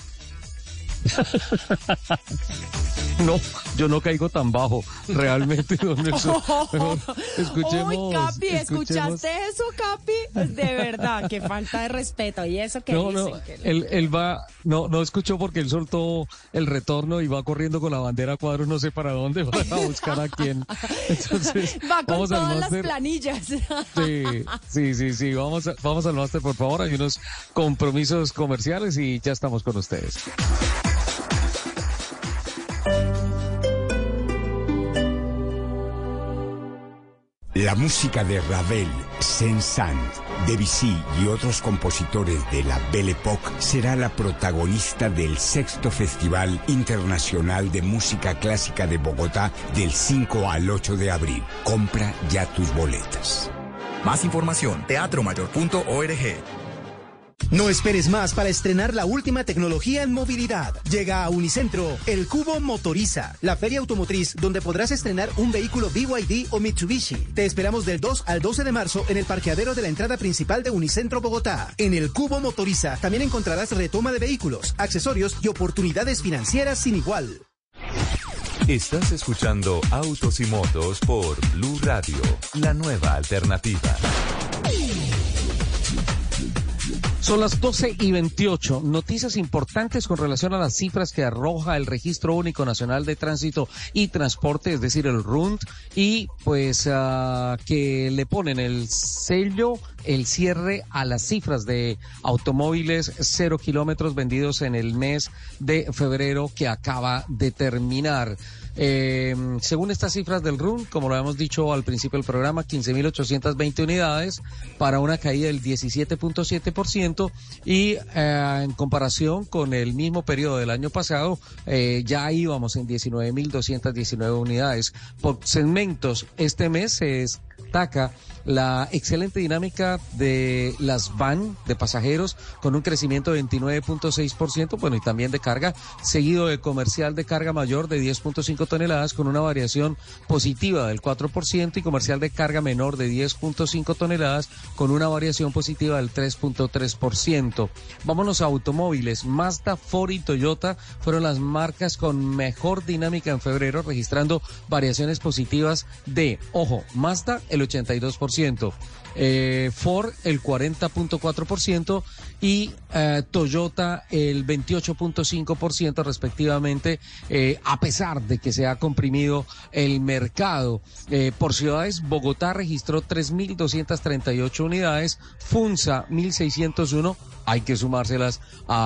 No, yo no caigo tan bajo, realmente, don Nelson. Mejor escuchemos. Uy, Capi, ¿escuchaste eso, Capi? De verdad, qué falta de respeto. ¿Y eso qué dicen? No, él va, no escuchó porque él soltó el retorno y va corriendo con la bandera a cuadros, no sé para dónde, para buscar a quién. Entonces, va con todas las planillas. Sí, vamos al máster, por favor. Hay unos compromisos comerciales y ya estamos con ustedes. La música de Ravel, Saint-Saëns, Debussy y otros compositores de la Belle Époque será la protagonista del 6º Festival Internacional de Música Clásica de Bogotá del 5 al 8 de abril. Compra ya tus boletas. Más información, teatromayor.org. No esperes más para estrenar la última tecnología en movilidad. Llega a Unicentro el Cubo Motoriza, la feria automotriz donde podrás estrenar un vehículo BYD o Mitsubishi. Te esperamos del 2 al 12 de marzo en el parqueadero de la entrada principal de Unicentro Bogotá. En el Cubo Motoriza también encontrarás retoma de vehículos, accesorios y oportunidades financieras sin igual. Estás escuchando Autos y Motos por Blue Radio, la nueva alternativa. Son las 12:28. Noticias importantes con relación a las cifras que arroja el Registro Único Nacional de Tránsito y Transporte, es decir, el RUNT, y pues que le ponen el sello, el cierre a las cifras de automóviles 0 kilómetros vendidos en el mes de febrero que acaba de terminar. Según estas cifras del RUN, como lo habíamos dicho al principio del programa, 15.820 unidades para una caída del 17.7% y en comparación con el mismo periodo del año pasado ya íbamos en 19.219 unidades. Por segmentos, este mes se destaca la excelente dinámica de las van de pasajeros con un crecimiento de 29.6%, bueno, y también de carga, seguido de comercial de carga mayor de 10.5 toneladas con una variación positiva del 4% y comercial de carga menor de 10.5 toneladas con una variación positiva del 3.3%. Vámonos a automóviles. Mazda, Ford y Toyota fueron las marcas con mejor dinámica en febrero, registrando variaciones positivas de, ojo, Mazda el 82%. Ford el 40.4% y Toyota el 28.5% respectivamente, a pesar de que se ha comprimido el mercado. Por ciudades, Bogotá registró 3.238 unidades, Funza 1.601, hay que sumárselas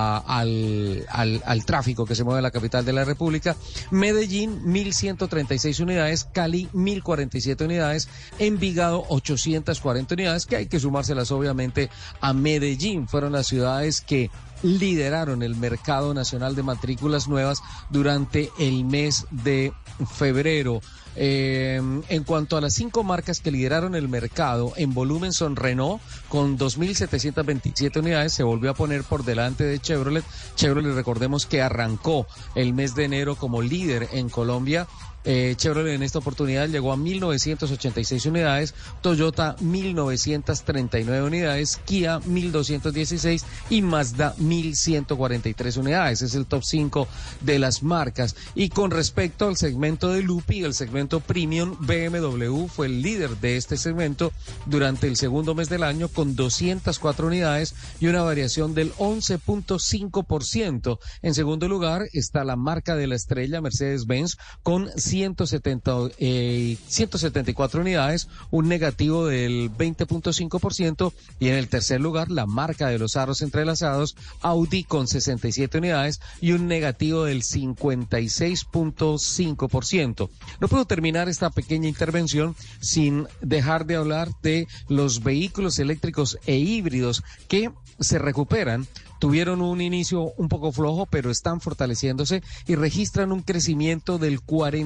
al tráfico que se mueve en la capital de la República. Medellín 1.136 unidades, Cali 1.047 unidades, Envigado 840 unidades, que hay que sumárselas obviamente a Medellín. Fueron las ciudades que lideraron el mercado nacional de matrículas nuevas durante el mes de febrero. En cuanto a las 5 marcas que lideraron el mercado en volumen, son Renault con 2.727 unidades, se volvió a poner por delante de Chevrolet. Chevrolet, recordemos que arrancó el mes de enero como líder en Colombia. Chevrolet en esta oportunidad llegó a 1.986 unidades, Toyota 1.939 unidades, Kia 1.216 y Mazda 1.143 unidades. Es el top 5 de las marcas. Y con respecto al segmento de Lupi, el segmento Premium, BMW fue el líder de este segmento durante el segundo mes del año con 204 unidades y una variación del 11.5%. En segundo lugar está la marca de la estrella, Mercedes-Benz, con 174 unidades, un negativo del 20.5%, y en el tercer lugar la marca de los aros entrelazados, Audi, con 67 unidades y un negativo del 56.5%. No puedo terminar esta pequeña intervención sin dejar de hablar de los vehículos eléctricos e híbridos que se recuperan tuvieron un inicio un poco flojo, pero están fortaleciéndose y registran un crecimiento del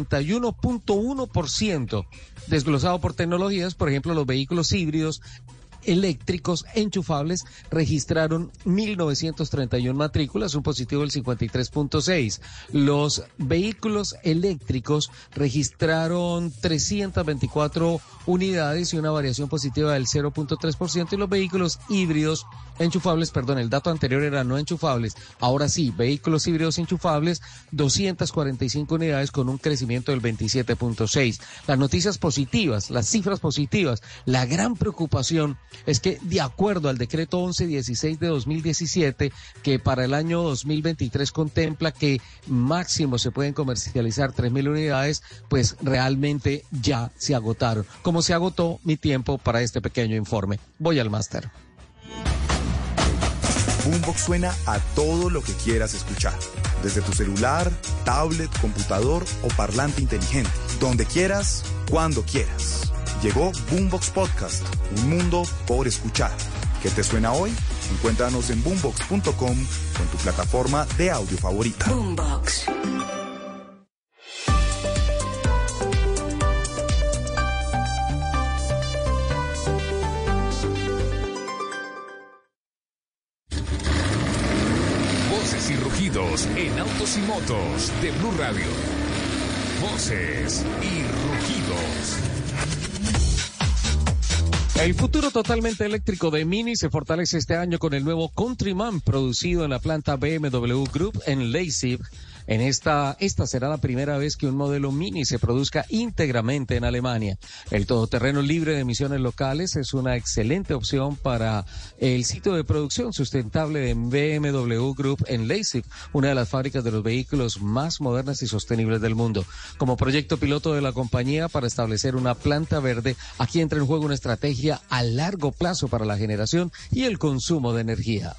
41.1%. Desglosado por tecnologías, por ejemplo, los vehículos híbridos eléctricos enchufables registraron 1.931 matrículas, un positivo del 53.6. Los vehículos eléctricos registraron 324 unidades y una variación positiva del 0.3%, y los vehículos híbridos enchufables, el dato anterior era no enchufables, ahora sí, vehículos híbridos enchufables, 245 unidades con un crecimiento del 27.6. Las noticias positivas, las cifras positivas, la gran preocupación es que, de acuerdo al decreto 1116 de 2017, que para el año 2023 contempla que máximo se pueden comercializar 3.000 unidades, pues realmente ya se agotaron. Como se agotó mi tiempo para este pequeño informe. Voy al máster. Boombox suena a todo lo que quieras escuchar. Desde tu celular, tablet, computador o parlante inteligente. Donde quieras, cuando quieras. Llegó Boombox Podcast, un mundo por escuchar. ¿Qué te suena hoy? Encuéntranos en boombox.com con tu plataforma de audio favorita. Boombox. Voces y rugidos en Autos y Motos de Blue Radio. Voces y rugidos. El futuro totalmente eléctrico de Mini se fortalece este año con el nuevo Countryman producido en la planta BMW Group en Leipzig. Esta será la primera vez que un modelo Mini se produzca íntegramente en Alemania. El todoterreno libre de emisiones locales es una excelente opción para el sitio de producción sustentable de BMW Group en Leipzig, una de las fábricas de los vehículos más modernas y sostenibles del mundo. Como proyecto piloto de la compañía para establecer una planta verde, aquí entra en juego una estrategia a largo plazo para la generación y el consumo de energía.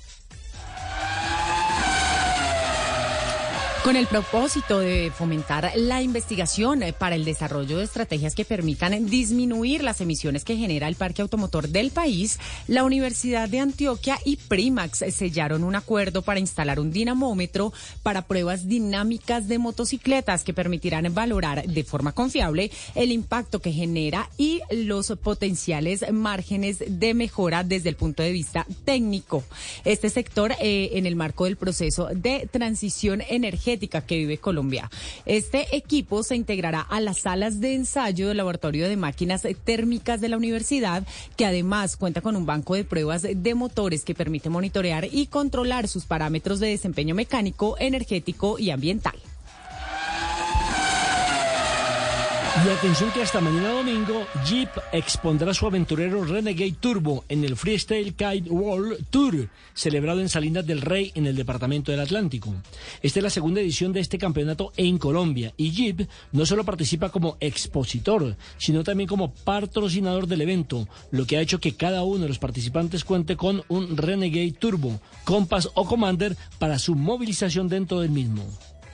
Con el propósito de fomentar la investigación para el desarrollo de estrategias que permitan disminuir las emisiones que genera el parque automotor del país, la Universidad de Antioquia y Primax sellaron un acuerdo para instalar un dinamómetro para pruebas dinámicas de motocicletas que permitirán valorar de forma confiable el impacto que genera y los potenciales márgenes de mejora desde el punto de vista técnico. Este sector en el marco del proceso de transición energética que vive Colombia. Este equipo se integrará a las salas de ensayo del laboratorio de máquinas térmicas de la universidad, que además cuenta con un banco de pruebas de motores que permite monitorear y controlar sus parámetros de desempeño mecánico, energético y ambiental. Y atención que hasta mañana domingo, Jeep expondrá su aventurero Renegade Turbo en el Freestyle Kite World Tour, celebrado en Salinas del Rey, en el departamento del Atlántico. Esta es la segunda edición de este campeonato en Colombia, y Jeep no solo participa como expositor, sino también como patrocinador del evento, lo que ha hecho que cada uno de los participantes cuente con un Renegade Turbo, Compass o Commander para su movilización dentro del mismo.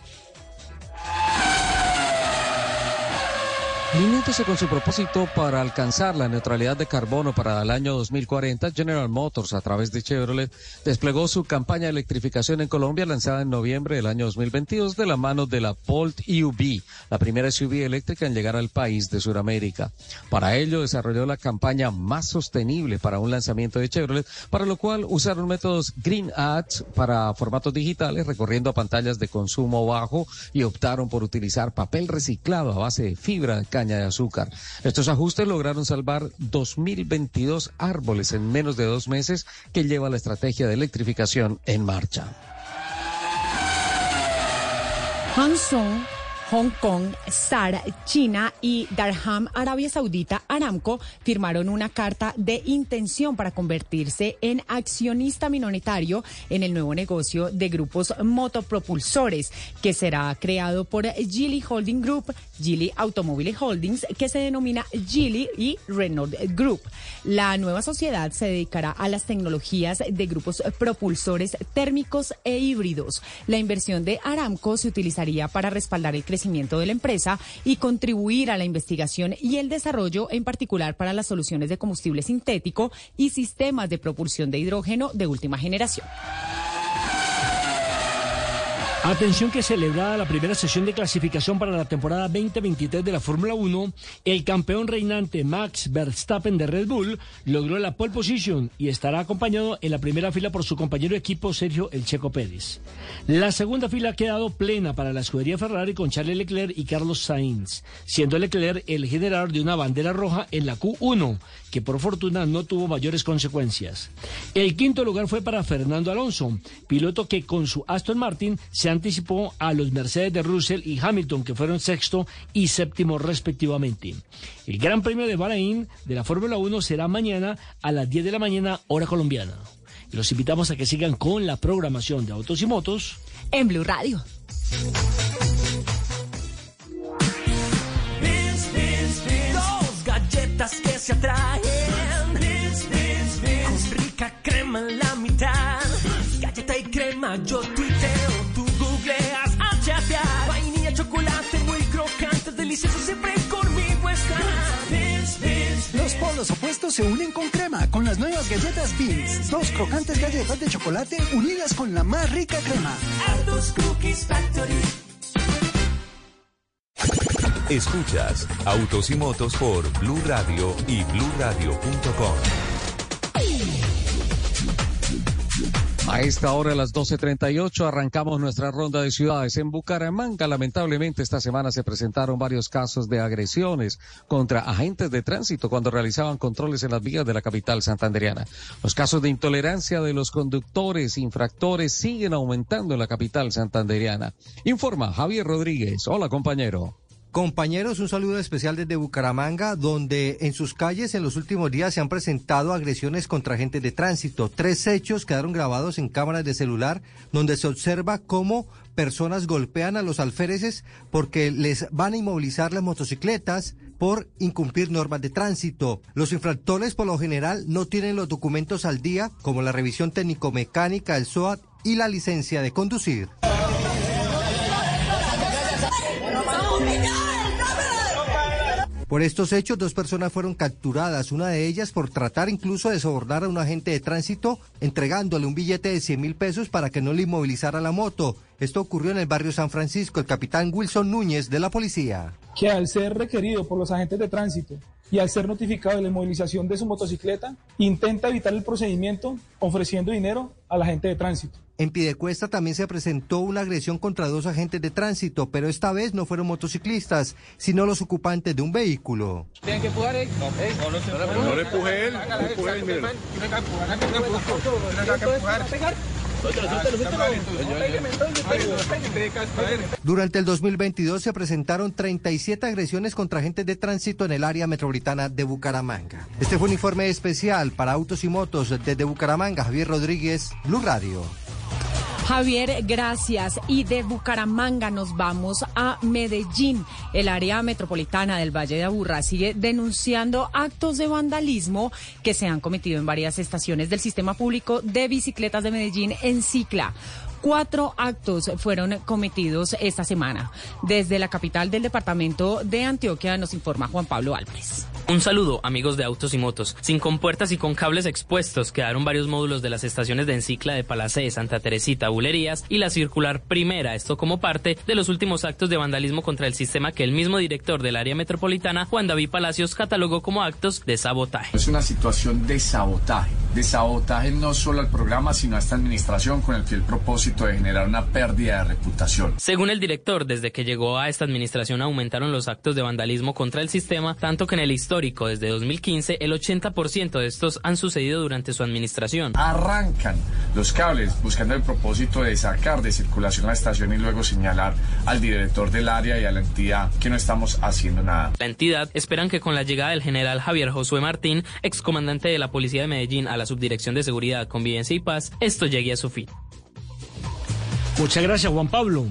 Alineándose con su propósito para alcanzar la neutralidad de carbono para el año 2040, General Motors, a través de Chevrolet, desplegó su campaña de electrificación en Colombia, lanzada en noviembre del año 2022, de la mano de la Bolt EV, la primera SUV eléctrica en llegar al país de Sudamérica. Para ello, desarrolló la campaña más sostenible para un lanzamiento de Chevrolet, para lo cual usaron métodos Green Ads para formatos digitales, recorriendo a pantallas de consumo bajo, y optaron por utilizar papel reciclado a base de fibra de caña de azúcar. Estos ajustes lograron salvar 2022 árboles en menos de 2 meses que lleva la estrategia de electrificación en marcha. Hansung, Hong Kong, SAR, China y Darham, Arabia Saudita, Aramco, firmaron una carta de intención para convertirse en accionista minoritario en el nuevo negocio de grupos motopropulsores, que será creado por Geely Holding Group, Geely Automobile Holdings, que se denomina Geely, y Renault Group. La nueva sociedad se dedicará a las tecnologías de grupos propulsores térmicos e híbridos. La inversión de Aramco se utilizaría para respaldar el crecimiento crecimiento de la empresa y contribuir a la investigación y el desarrollo, en particular para las soluciones de combustible sintético y sistemas de propulsión de hidrógeno de última generación. Atención que celebrada la primera sesión de clasificación para la temporada 2023 de la Fórmula 1, el campeón reinante Max Verstappen de Red Bull logró la pole position y estará acompañado en la primera fila por su compañero de equipo Sergio El Checo Pérez. La segunda fila ha quedado plena para la escudería Ferrari con Charles Leclerc y Carlos Sainz, siendo Leclerc el generador de una bandera roja en la Q1, que por fortuna no tuvo mayores consecuencias. El quinto lugar fue para Fernando Alonso, piloto que con su Aston Martin se anticipó a los Mercedes de Russell y Hamilton, que fueron sexto y séptimo respectivamente. El Gran Premio de Bahrein de la Fórmula 1 será mañana a las 10 de la mañana, hora colombiana. Y los invitamos a que sigan con la programación de Autos y Motos en Blue Radio. Dos galletas que se atraen, con rica crema en la mitad. Galleta y crema, yo tuiteo, tú googleas a chatear. Vainilla, chocolate, muy crocante, delicioso, siempre conmigo estás. Los polos opuestos se unen con crema, con las nuevas galletas Beans. Dos crocantes galletas de chocolate unidas con la más rica crema. Arthur's Cookies Factory. Escuchas Autos y Motos por Blue Radio y BlueRadio.com. A esta hora, a las 12:38, arrancamos nuestra ronda de ciudades. En Bucaramanga, lamentablemente, esta semana se presentaron varios casos de agresiones contra agentes de tránsito cuando realizaban controles en las vías de la capital santandereana. Los casos de intolerancia de los conductores infractores siguen aumentando en la capital santandereana. Informa Javier Rodríguez. Hola, compañero. Compañeros, un saludo especial desde Bucaramanga, donde en sus calles en los últimos días se han presentado agresiones contra agentes de tránsito. 3 hechos quedaron grabados en cámaras de celular, donde se observa cómo personas golpean a los alféreces porque les van a inmovilizar las motocicletas por incumplir normas de tránsito. Los infractores por lo general no tienen los documentos al día, como la revisión técnico-mecánica, el SOAT y la licencia de conducir. Por estos hechos, 2 personas fueron capturadas, una de ellas por tratar incluso de sobornar a un agente de tránsito, entregándole un billete de 100.000 pesos para que no le inmovilizara la moto. Esto ocurrió en el barrio San Francisco. El capitán Wilson Núñez de la policía. Que al ser requerido por los agentes de tránsito y al ser notificado de la inmovilización de su motocicleta, intenta evitar el procedimiento ofreciendo dinero al agente de tránsito. En Piedecuesta también se presentó una agresión contra 2 agentes de tránsito, pero esta vez no fueron motociclistas, sino los ocupantes de un vehículo. ¿Tienen que empujar él? No le empuje él, miren. Durante el 2022 se presentaron 37 agresiones contra agentes de tránsito en el área metropolitana de Bucaramanga. Este fue un informe especial para Autos y Motos desde Bucaramanga. Javier Rodríguez, Blue Radio. Javier, gracias. Y de Bucaramanga nos vamos a Medellín. El área metropolitana del Valle de Aburrá sigue denunciando actos de vandalismo que se han cometido en varias estaciones del sistema público de bicicletas de Medellín en Cicla. 4 actos fueron cometidos esta semana. Desde la capital del departamento de Antioquia nos informa Juan Pablo Álvarez. Un saludo, amigos de Autos y Motos. Sin compuertas y con cables expuestos quedaron varios módulos de las estaciones de Encicla de Palacé, Santa Teresita, Bulerías y la Circular Primera. Esto como parte de los últimos actos de vandalismo contra el sistema que el mismo director del área metropolitana, Juan David Palacios, catalogó como actos de sabotaje. Es una situación de sabotaje no solo al programa, sino a esta administración con el fiel propósito de generar una pérdida de reputación. Según el director, desde que llegó a esta administración aumentaron los actos de vandalismo contra el sistema, tanto que en el histórico desde 2015 el 80% de estos han sucedido durante su administración. Arrancan los cables buscando el propósito de sacar de circulación la estación y luego señalar al director del área y a la entidad que no estamos haciendo nada. La entidad esperan que con la llegada del general Javier Josué Martín, excomandante de la Policía de Medellín, a la Subdirección de Seguridad, Convivencia y Paz, esto llegue a su fin. Muchas gracias, Juan Pablo.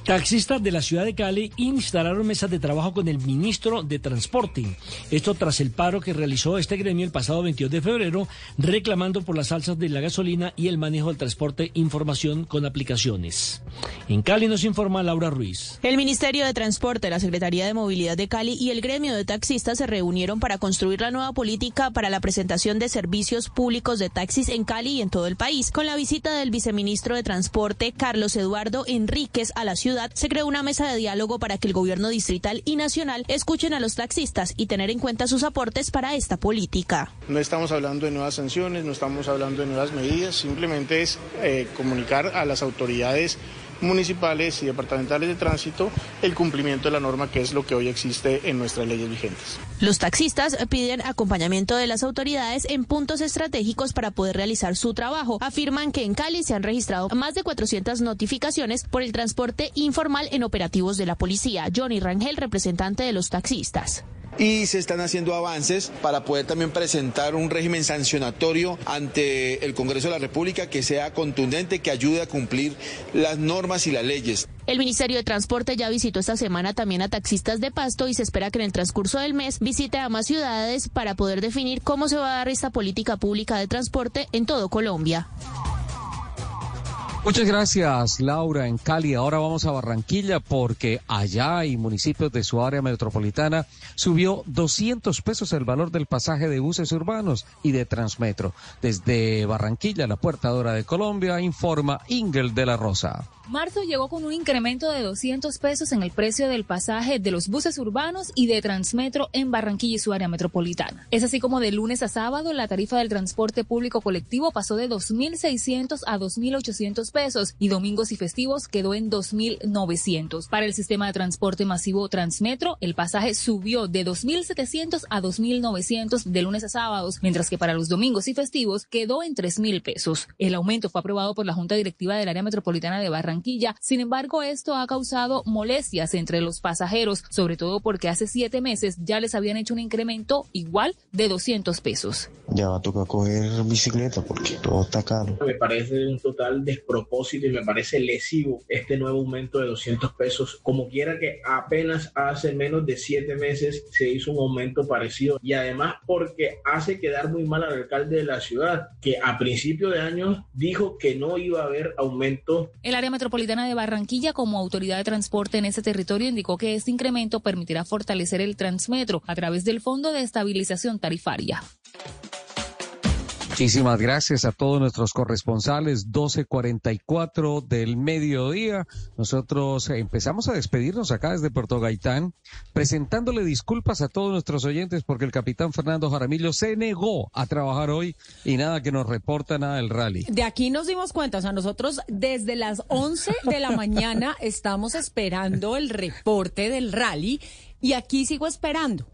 Taxistas de la ciudad de Cali instalaron mesas de trabajo con el ministro de Transporte. Esto tras el paro que realizó este gremio el pasado 22 de febrero, reclamando por las alzas de la gasolina y el manejo del transporte información con aplicaciones. En Cali nos informa Laura Ruiz. El Ministerio de Transporte, la Secretaría de Movilidad de Cali y el gremio de taxistas se reunieron para construir la nueva política para la presentación de servicios públicos de taxis en Cali y en todo el país. Con la visita del viceministro de Transporte, Carlos Eduardo Enríquez, a la ciudad, se creó una mesa de diálogo para que el gobierno distrital y nacional escuchen a los taxistas y tener en cuenta sus aportes para esta política. No estamos hablando de nuevas sanciones, no estamos hablando de nuevas medidas, simplemente es comunicar a las autoridades municipales y departamentales de tránsito el cumplimiento de la norma, que es lo que hoy existe en nuestras leyes vigentes. Los taxistas piden acompañamiento de las autoridades en puntos estratégicos para poder realizar su trabajo. Afirman que en Cali se han registrado más de 400 notificaciones por el transporte informal en operativos de la policía. Johnny Rangel, representante de los taxistas. Y se están haciendo avances para poder también presentar un régimen sancionatorio ante el Congreso de la República que sea contundente, que ayude a cumplir las normas y las leyes. El Ministerio de Transporte ya visitó esta semana también a taxistas de Pasto y se espera que en el transcurso del mes visite a más ciudades para poder definir cómo se va a dar esta política pública de transporte en todo Colombia. Muchas gracias, Laura, en Cali. Ahora vamos a Barranquilla porque allá y municipios de su área metropolitana subió 200 pesos el valor del pasaje de buses urbanos y de Transmetro. Desde Barranquilla, la puertadora de Colombia, informa Ingel de la Rosa. Marzo llegó con un incremento de 200 pesos en el precio del pasaje de los buses urbanos y de Transmetro en Barranquilla y su área metropolitana. Es así como de lunes a sábado la tarifa del transporte público colectivo pasó de 2.600 a 2.800 pesos y domingos y festivos quedó en 2.900. Para el sistema de transporte masivo Transmetro, el pasaje subió de 2.700 a 2.900 de lunes a sábados, mientras que para los domingos y festivos quedó en 3.000 pesos. El aumento fue aprobado por la Junta Directiva del área metropolitana de Barranquilla. Sin embargo, esto ha causado molestias entre los pasajeros, sobre todo porque hace 7 meses ya les habían hecho un incremento igual de 200 pesos. Ya va a tocar coger bicicleta porque todo está caro. Me parece un total despropósito y me parece lesivo este nuevo aumento de 200 pesos. Como quiera que apenas hace menos de 7 meses se hizo un aumento parecido y además porque hace quedar muy mal al alcalde de la ciudad, que a principio de año dijo que no iba a haber aumento. El área metropolitana de Barranquilla, como autoridad de transporte en ese territorio, indicó que este incremento permitirá fortalecer el Transmetro a través del Fondo de Estabilización Tarifaria. Muchísimas gracias a todos nuestros corresponsales. 12:44 del mediodía. Nosotros empezamos a despedirnos acá desde Puerto Gaitán, presentándole disculpas a todos nuestros oyentes porque el capitán Fernando Jaramillo se negó a trabajar hoy y nada que nos reporta nada del rally. De aquí nos dimos cuenta, o sea, nosotros desde las 11 de la mañana estamos esperando el reporte del rally y aquí sigo esperando.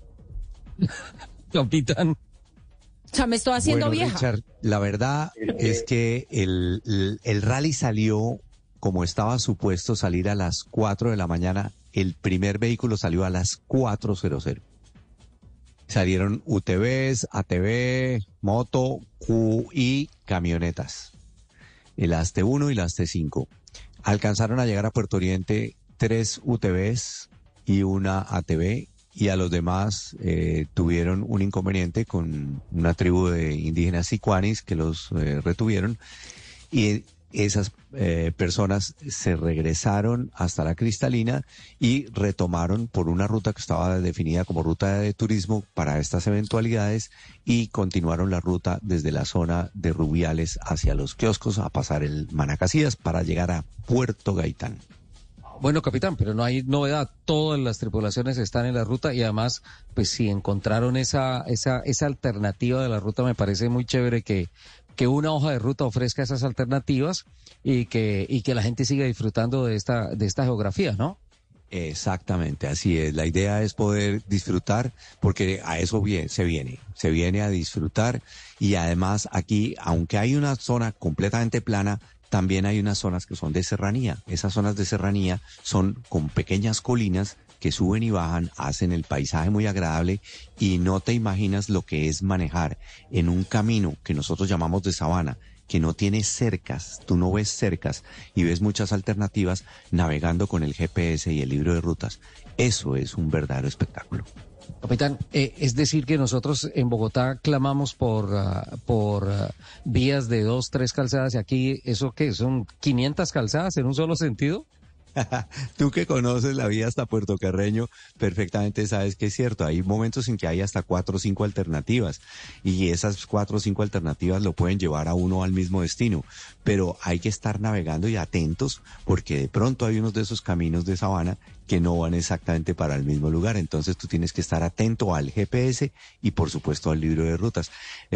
Capitán. O sea, me estoy haciendo vieja. Richard, la verdad es que el rally salió como estaba supuesto salir a las 4 de la mañana. El primer vehículo salió a las 4:00. Salieron UTVs, ATV, moto, Q y camionetas. Las T1 y las T5. Alcanzaron a llegar a Puerto Oriente 3 UTVs y una ATV. Y a los demás tuvieron un inconveniente con una tribu de indígenas sicuanis que los retuvieron y esas personas se regresaron hasta la Cristalina y retomaron por una ruta que estaba definida como ruta de turismo para estas eventualidades y continuaron la ruta desde la zona de Rubiales hacia los kioscos a pasar el Manacasías para llegar a Puerto Gaitán. Bueno, capitán, pero no hay novedad. Todas las tripulaciones están en la ruta y además, pues si encontraron esa alternativa de la ruta, me parece muy chévere que una hoja de ruta ofrezca esas alternativas y que la gente siga disfrutando de esta geografía, ¿no? Exactamente, así es. La idea es poder disfrutar, porque a eso se viene a disfrutar y además aquí, aunque hay una zona completamente plana, también hay unas zonas que son de serranía. Esas zonas de serranía son con pequeñas colinas que suben y bajan, hacen el paisaje muy agradable y no te imaginas lo que es manejar en un camino que nosotros llamamos de sabana, que no tiene cercas, tú no ves cercas y ves muchas alternativas navegando con el GPS y el libro de rutas. Eso es un verdadero espectáculo. Capitán, es decir que nosotros en Bogotá clamamos por vías de 2, 3 calzadas y aquí, ¿eso qué? ¿Son 500 calzadas en un solo sentido? Tú que conoces la vía hasta Puerto Carreño, perfectamente sabes que es cierto. Hay momentos en que hay hasta 4 o 5 alternativas y esas 4 o 5 alternativas lo pueden llevar a uno al mismo destino. Pero hay que estar navegando y atentos porque de pronto hay unos de esos caminos de sabana que no van exactamente para el mismo lugar. Entonces tú tienes que estar atento al GPS y por supuesto al libro de rutas.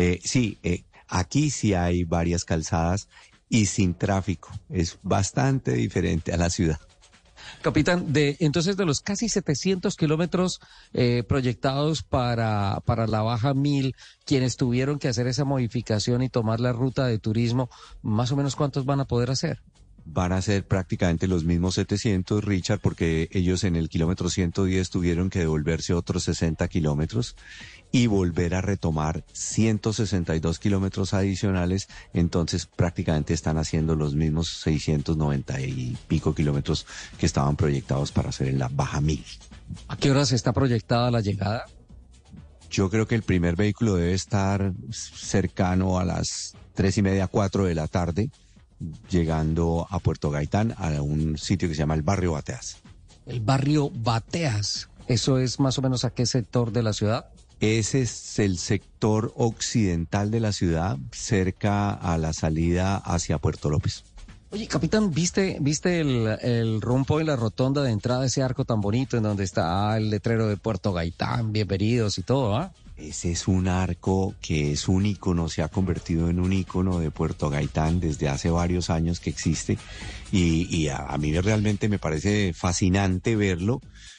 Aquí sí hay varias calzadas y sin tráfico. Es bastante diferente a la ciudad. Capitán, entonces de los casi 700 kilómetros proyectados para la Baja 1000, quienes tuvieron que hacer esa modificación y tomar la ruta de turismo, ¿más o menos cuántos van a poder hacer? Van a ser prácticamente los mismos 700, Richard, porque ellos en el kilómetro 110 tuvieron que devolverse otros 60 kilómetros y volver a retomar 162 kilómetros adicionales, entonces prácticamente están haciendo los mismos 690 y pico kilómetros que estaban proyectados para hacer en la Baja 1000. ¿A qué horas está proyectada la llegada? Yo creo que el primer vehículo debe estar cercano a las 3:30, 4 de la tarde, llegando a Puerto Gaitán, a un sitio que se llama el Barrio Bateas. El Barrio Bateas, ¿eso es más o menos a qué sector de la ciudad? Ese es el sector occidental de la ciudad, cerca a la salida hacia Puerto López. Oye, capitán, ¿viste el rompo y la rotonda de entrada, ese arco tan bonito en donde está el letrero de Puerto Gaitán, bienvenidos y todo, ¿ah? Ese es un arco que es un ícono, se ha convertido en un ícono de Puerto Gaitán desde hace varios años que existe y a mí realmente me parece fascinante verlo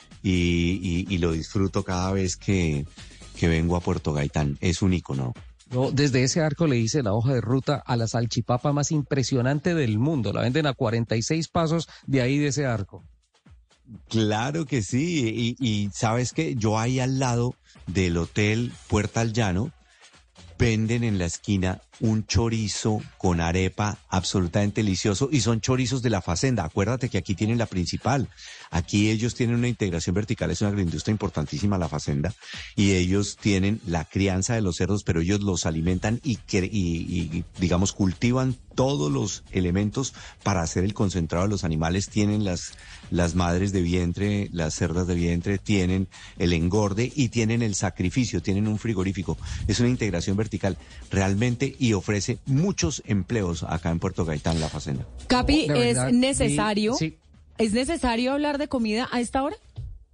y lo disfruto cada vez que vengo a Puerto Gaitán. Es un ícono. Yo desde ese arco le hice la hoja de ruta a la salchipapa más impresionante del mundo. La venden a 46 pasos de ahí de ese arco. Claro que sí. Y ¿sabes qué? Yo ahí al lado del Hotel Puerta al Llano venden en la esquina un chorizo con arepa absolutamente delicioso y son chorizos de la fazenda. Acuérdate que aquí tienen la principal. Aquí ellos tienen una integración vertical, es una agroindustria importantísima la fazenda y ellos tienen la crianza de los cerdos, pero ellos los alimentan y digamos cultivan todos los elementos para hacer el concentrado de los animales. Tienen las madres de vientre, las cerdas de vientre, tienen el engorde y tienen el sacrificio, tienen un frigorífico. Es una integración vertical realmente y ofrece muchos empleos acá en Puerto Gaitán, la fazenda. Capi, verdad, ¿es necesario? Sí. ¿Es necesario hablar de comida a esta hora?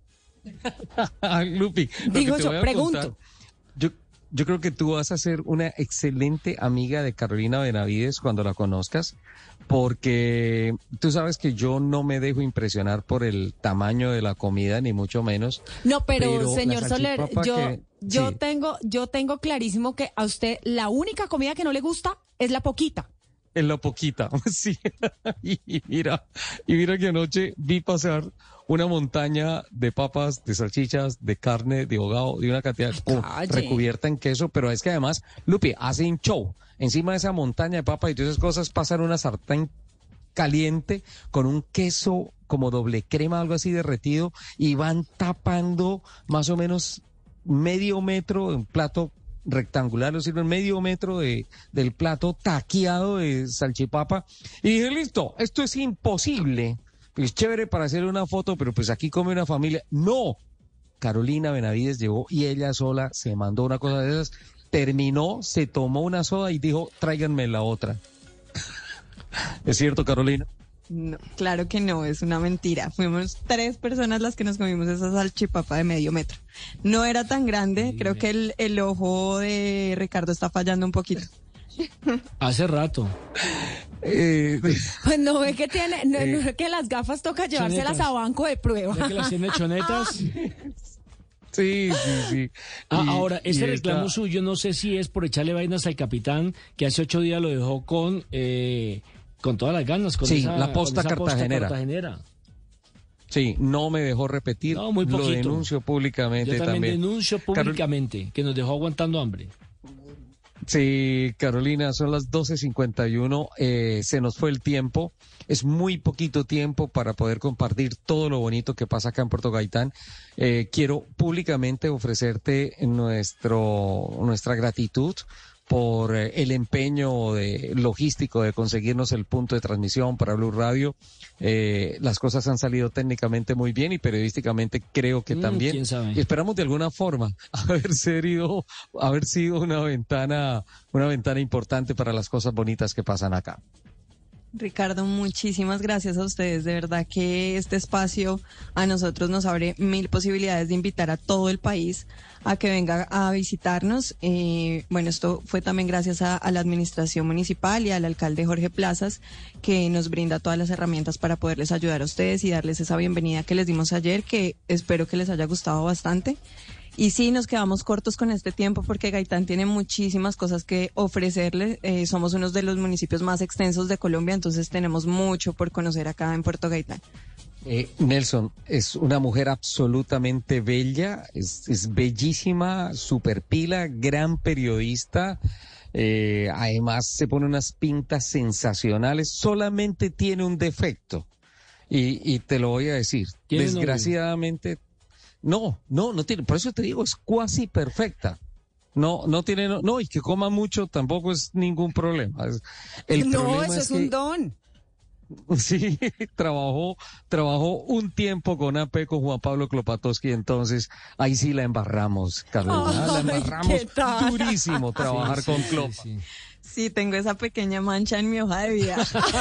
Lupi, digo yo, pregunto. Yo creo que tú vas a ser una excelente amiga de Carolina Benavides cuando la conozcas, porque tú sabes que yo no me dejo impresionar por el tamaño de la comida, ni mucho menos. No, pero señor Soler, yo sí. tengo clarísimo que a usted la única comida que no le gusta es la poquita. En la poquita, sí. Y mira que anoche vi pasar una montaña de papas, de salchichas, de carne, de hogao, de una cantidad recubierta en queso, pero es que además, Lupi, hacen show. Encima de esa montaña de papas y todas esas cosas pasan una sartén caliente con un queso como doble crema, algo así derretido, y van tapando más o menos medio metro de un plato rectangular, lo sirven medio metro del plato taqueado de salchipapa y dije, listo, esto es imposible, es chévere para hacer una foto, pero pues aquí come una familia. No, Carolina Benavides llegó y ella sola se mandó una cosa de esas, terminó, se tomó una soda y dijo, tráiganme la otra. ¿Es cierto, Carolina? No, claro que no, es una mentira. Fuimos 3 personas las que nos comimos esa salchipapa de medio metro. No era tan grande, creo que el ojo de Ricardo está fallando un poquito. Hace rato. Pues no ve que tiene, no ve que las gafas toca llevárselas chonetas. a banco de prueba. ¿Ve que las tiene chonetas? Sí. Ahora, ese reclamo esta... suyo no sé si es por echarle vainas al capitán, que hace 8 días lo dejó con todas las ganas. Con sí, esa, la posta con esa cartagenera. Sí, no me dejó repetir, no, muy poquito. Lo denuncio públicamente Yo también también. denuncio públicamente que nos dejó aguantando hambre. Sí, Carolina, son las 12:51, se nos fue el tiempo, es muy poquito tiempo para poder compartir todo lo bonito que pasa acá en Puerto Gaitán. Quiero públicamente ofrecerte nuestra gratitud por el empeño logístico de conseguirnos el punto de transmisión para Blue Radio. Las cosas han salido técnicamente muy bien y periodísticamente creo que también. ¿Quién sabe? Y esperamos de alguna forma haber sido una ventana importante para las cosas bonitas que pasan acá. Ricardo, muchísimas gracias a ustedes. De verdad que este espacio a nosotros nos abre 1000 posibilidades de invitar a todo el país a que venga a visitarnos. Bueno, esto fue también gracias a la administración municipal y al alcalde Jorge Plazas, que nos brinda todas las herramientas para poderles ayudar a ustedes y darles esa bienvenida que les dimos ayer, que espero que les haya gustado bastante. Y sí, nos quedamos cortos con este tiempo porque Gaitán tiene muchísimas cosas que ofrecerle. Somos uno de los municipios más extensos de Colombia, entonces tenemos mucho por conocer acá en Puerto Gaitán. Nelson, es una mujer absolutamente bella, es bellísima, super pila, gran periodista. Además se pone unas pintas sensacionales. Solamente tiene un defecto y te lo voy a decir. Desgraciadamente... No tiene, por eso te digo, es cuasi perfecta. No tiene, y que coma mucho tampoco es ningún problema. Eso es un don. Sí, trabajó un tiempo con AP, con Juan Pablo Klopatowski, entonces ahí sí la embarramos, Carolina. La embarramos durísimo trabajar con Klopa. Sí, tengo esa pequeña mancha en mi hoja de vida.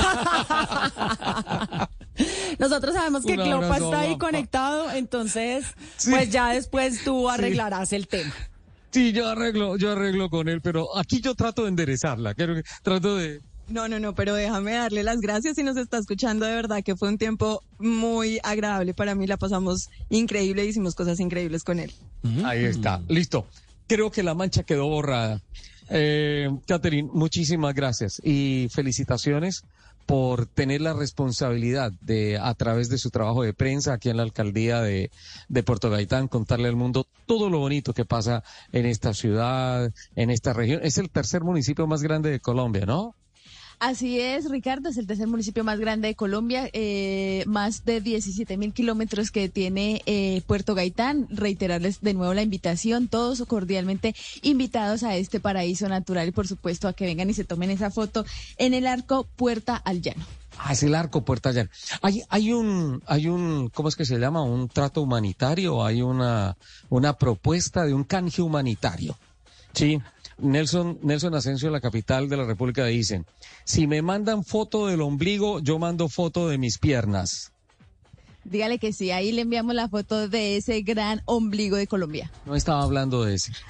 Nosotros sabemos que Klopa está ahí conectado, entonces, pues ya después tú arreglarás el tema. Sí, yo arreglo con él, pero aquí yo trato de enderezarla. Trato de... No, pero déjame darle las gracias si nos está escuchando. De verdad que fue un tiempo muy agradable para mí. La pasamos increíble, hicimos cosas increíbles con él. Ahí está, listo. Creo que la mancha quedó borrada. Catherine, muchísimas gracias y felicitaciones por tener la responsabilidad de, a través de su trabajo de prensa aquí en la alcaldía de Puerto Gaitán, contarle al mundo todo lo bonito que pasa en esta ciudad, en esta región. Es el tercer municipio más grande de Colombia, ¿no? Así es, Ricardo, es el tercer municipio más grande de Colombia, más de 17.000 kilómetros que tiene Puerto Gaitán. Reiterarles de nuevo la invitación, todos cordialmente invitados a este paraíso natural y por supuesto a que vengan y se tomen esa foto en el arco Puerta al Llano. Ah, es el arco Puerta al Llano. Hay un, ¿cómo es que se llama? Un trato humanitario, hay una propuesta de un canje humanitario. Sí. Nelson Asensio, la capital de la República, dicen, si me mandan foto del ombligo, yo mando foto de mis piernas. Dígale que sí, ahí le enviamos la foto de ese gran ombligo de Colombia. No estaba hablando de ese.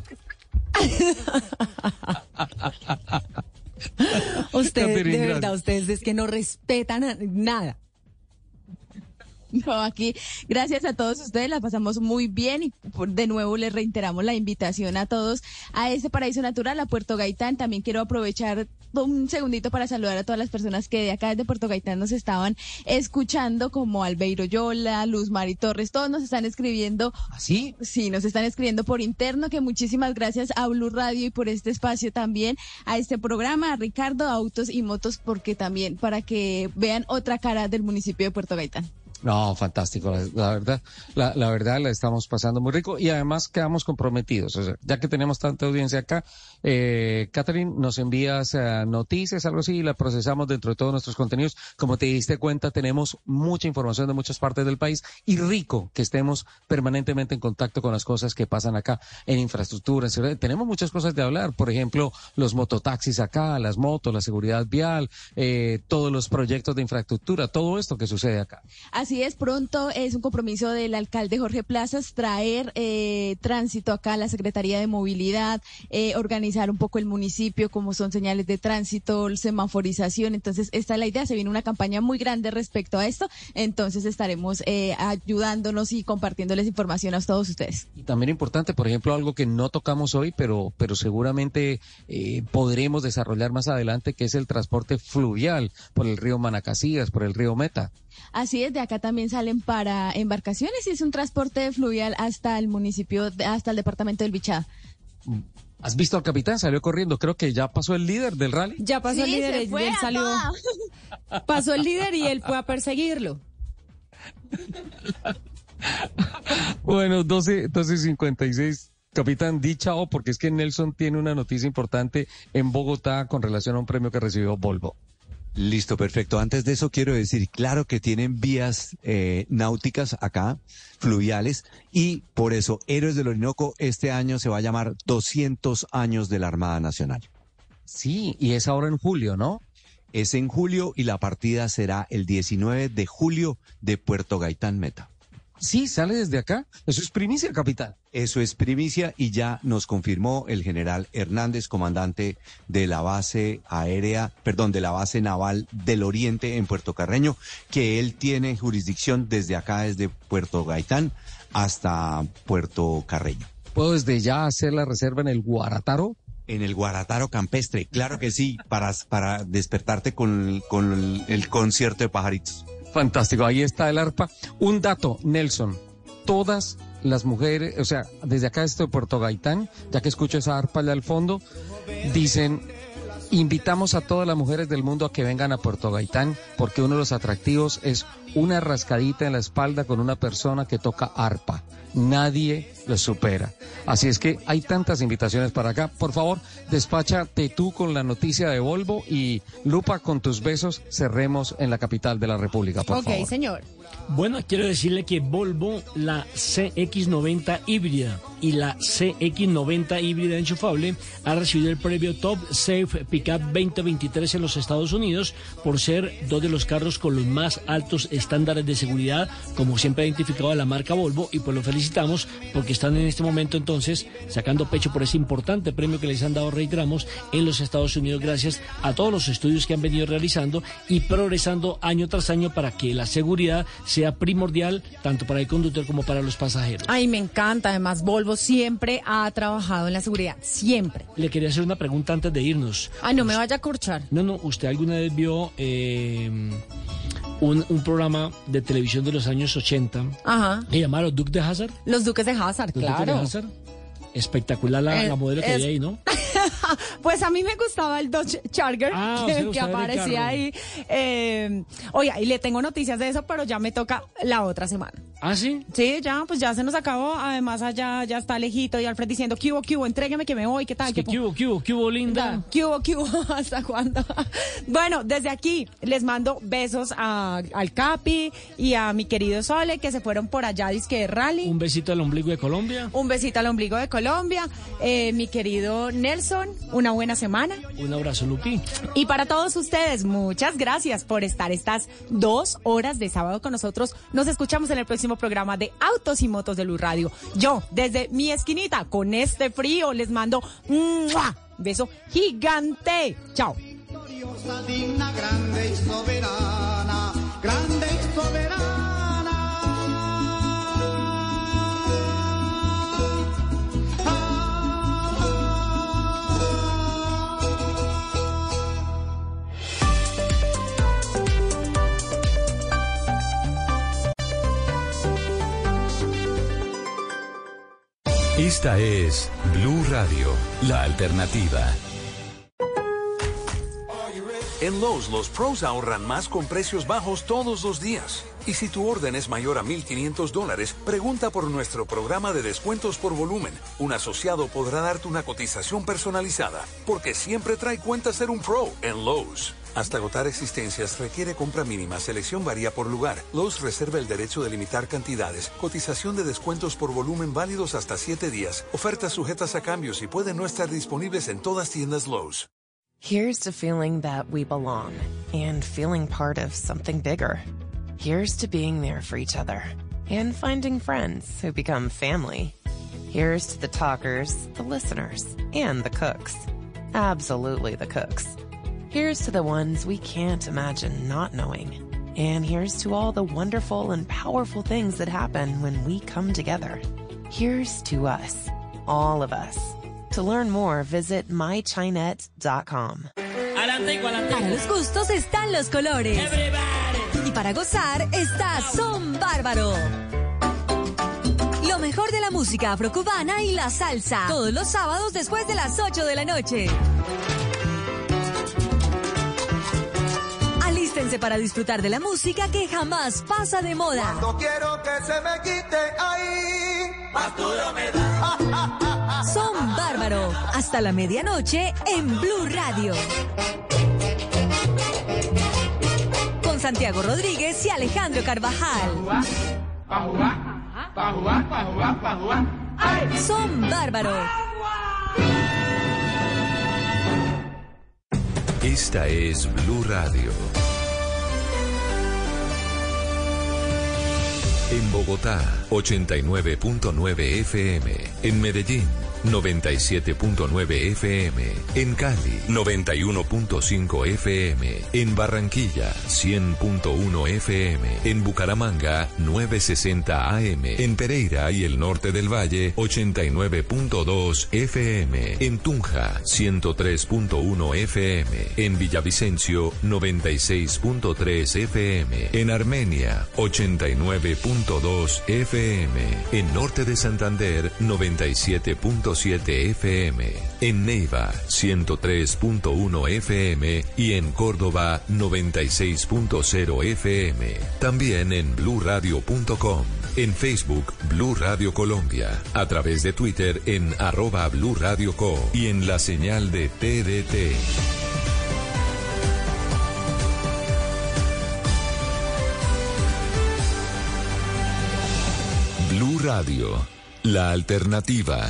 Ustedes, de verdad, ustedes es que no respetan nada. No, aquí, gracias a todos ustedes, la pasamos muy bien y de nuevo les reiteramos la invitación a todos a este paraíso natural, a Puerto Gaitán. También quiero aprovechar un segundito para saludar a todas las personas que de acá desde Puerto Gaitán nos estaban escuchando, como Albeiro Yola, Luz Mari Torres, todos nos están escribiendo. ¿Así? Sí, nos están escribiendo por interno, que muchísimas gracias a Blue Radio y por este espacio también, a este programa, a Ricardo, a Autos y Motos, porque también para que vean otra cara del municipio de Puerto Gaitán. No, fantástico, la verdad la estamos pasando muy rico y además quedamos comprometidos. O sea, ya que tenemos tanta audiencia acá, Catherine, nos envías noticias, algo así, y la procesamos dentro de todos nuestros contenidos. Como te diste cuenta, tenemos mucha información de muchas partes del país y rico que estemos permanentemente en contacto con las cosas que pasan acá en infraestructura, en seguridad. Tenemos muchas cosas de hablar, por ejemplo, los mototaxis acá, las motos, la seguridad vial, todos los proyectos de infraestructura, todo esto que sucede acá. Así es, pronto es un compromiso del alcalde Jorge Plazas traer tránsito acá a la Secretaría de Movilidad, organizar un poco el municipio, como son señales de tránsito, semaforización. Entonces, esta es la idea, se viene una campaña muy grande respecto a esto, entonces estaremos ayudándonos y compartiéndoles información a todos ustedes. Y también importante, por ejemplo, algo que no tocamos hoy, pero seguramente podremos desarrollar más adelante, que es el transporte fluvial por el río Manacasías, por el río Meta. Así es, de acá también salen para embarcaciones y es un transporte fluvial hasta el municipio, hasta el departamento del Bichada. ¿Has visto al capitán? Salió corriendo. Creo que ya pasó el líder del rally. Ya pasó el líder, él salió. Pasó el líder y él fue a perseguirlo. Bueno, 12:56. Capitán, di chao, porque es que Nelson tiene una noticia importante en Bogotá con relación a un premio que recibió Volvo. Listo, perfecto. Antes de eso quiero decir, claro que tienen vías náuticas acá, fluviales, y por eso Héroes del Orinoco este año se va a llamar 200 años de la Armada Nacional. Sí, y es ahora en julio, ¿no? Es en julio y la partida será el 19 de julio de Puerto Gaitán, Meta. Sí, sale desde acá. Eso es primicia, capitán. Eso es primicia y ya nos confirmó el general Hernández, comandante de la base de la base naval del Oriente en Puerto Carreño, que él tiene jurisdicción desde acá, desde Puerto Gaitán hasta Puerto Carreño. ¿Puedo desde ya hacer la reserva en el Guarataro? En el Guarataro campestre, claro que sí, para despertarte con el concierto de pajaritos. Fantástico, ahí está el arpa. Un dato, Nelson, todas las mujeres, o sea, desde acá de Puerto Gaitán, ya que escucho esa arpa allá al fondo, dicen, invitamos a todas las mujeres del mundo a que vengan a Puerto Gaitán, porque uno de los atractivos es una rascadita en la espalda con una persona que toca arpa. Nadie lo supera. Así es que hay tantas invitaciones para acá. Por favor, despáchate tú con la noticia de Volvo y Lupa, con tus besos, cerremos en la capital de la República, por favor. Ok, señor. Bueno, quiero decirle que Volvo, la CX90 híbrida y la CX90 híbrida enchufable ha recibido el premio Top Safe Pickup 2023 en los Estados Unidos por ser dos de los carros con los más altos estándares de seguridad, como siempre ha identificado a la marca Volvo, y pues lo felicitamos porque están en este momento entonces sacando pecho por ese importante premio que les han dado, reiteramos, en los Estados Unidos, gracias a todos los estudios que han venido realizando y progresando año tras año para que la seguridad sea primordial tanto para el conductor como para los pasajeros. Ay, me encanta. Además, Volvo siempre ha trabajado en la seguridad, siempre. Le quería hacer una pregunta antes de irnos. Ay, no me vaya a corchar. No, ¿usted alguna vez vio un programa de televisión de los años 80? Ajá. ¿Se llamaba Los Duques de Hazzard? Los Duques de Hazzard, claro. Duques de Hazzard. Espectacular la modelo que había ahí, ¿no? Pues a mí me gustaba el Dodge Charger que aparecía ahí. Oiga, y le tengo noticias de eso, pero ya me toca la otra semana. ¿Ah, sí? Sí, ya, pues ya se nos acabó. Además, allá ya está lejito y Alfred diciendo, ¿qué hubo? Entrégueme que me voy, ¿qué tal? Es que ¿qué hubo, linda? ¿Qué hubo? ¿Hasta cuándo? Bueno, desde aquí les mando besos al Capi y a mi querido Sole, que se fueron por allá, disque de rally. Un besito al ombligo de Colombia. Un besito al ombligo de Colombia. Mi querido Nelson, una buena semana. Un abrazo, Lupi. Y para todos ustedes, muchas gracias por estar estas 2 horas de sábado con nosotros. Nos escuchamos en el próximo programa de Autos y Motos de Blue Radio. Yo, desde mi esquinita, con este frío, les mando un beso gigante. Chao. Victoriosa, digna, grande y soberana, grande y soberana. Esta es Blue Radio, la alternativa. En Lowe's, los pros ahorran más con precios bajos todos los días. Y si tu orden es mayor a $1,500, pregunta por nuestro programa de descuentos por volumen. Un asociado podrá darte una cotización personalizada, porque siempre trae cuenta ser un pro en Lowe's. Hasta agotar existencias requiere compra mínima, selección varía por lugar. Lowe's reserva el derecho de limitar cantidades. Cotización de descuentos por volumen válidos hasta 7 días. Ofertas sujetas a cambios y pueden no estar disponibles en todas tiendas Lowe's. Here's to feeling that we belong and feeling part of something bigger. Here's to being there for each other and finding friends who become family. Here's to the talkers, the listeners, and the cooks. Absolutely the cooks. Here's to the ones we can't imagine not knowing. And here's to all the wonderful and powerful things that happen when we come together. Here's to us, all of us. To learn more, visit mychinet.com. Para los gustos están los colores. Y para gozar está Son Bárbaro. Lo mejor de la música afrocubana y la salsa. Todos los sábados después de las 8 de la noche. Alístense para disfrutar de la música que jamás pasa de moda. Cuando quiero que se me quite ahí, más duro me da. Son Bárbaro. Hasta la medianoche en Blue Radio. Con Santiago Rodríguez y Alejandro Carvajal. Son Bárbaro. Esta es Blue Radio. En Bogotá, 89.9 FM. En Medellín, 97.9 FM. En Cali, 91.5 FM. En Barranquilla, 100.1 FM. En Bucaramanga, 960 AM. En Pereira y el norte del Valle, 89.2 FM. En Tunja, 103.1 FM. En Villavicencio, 96.3 FM. En Armenia, 89.2 FM. En norte de Santander, 97.7 FM, en Neiva 103.1 FM y en Córdoba 96.0 FM. También en bluradio.com, en Facebook Blue Radio Colombia, a través de Twitter en @BlueRadioCo y en la señal de TDT. Blue Radio, la alternativa.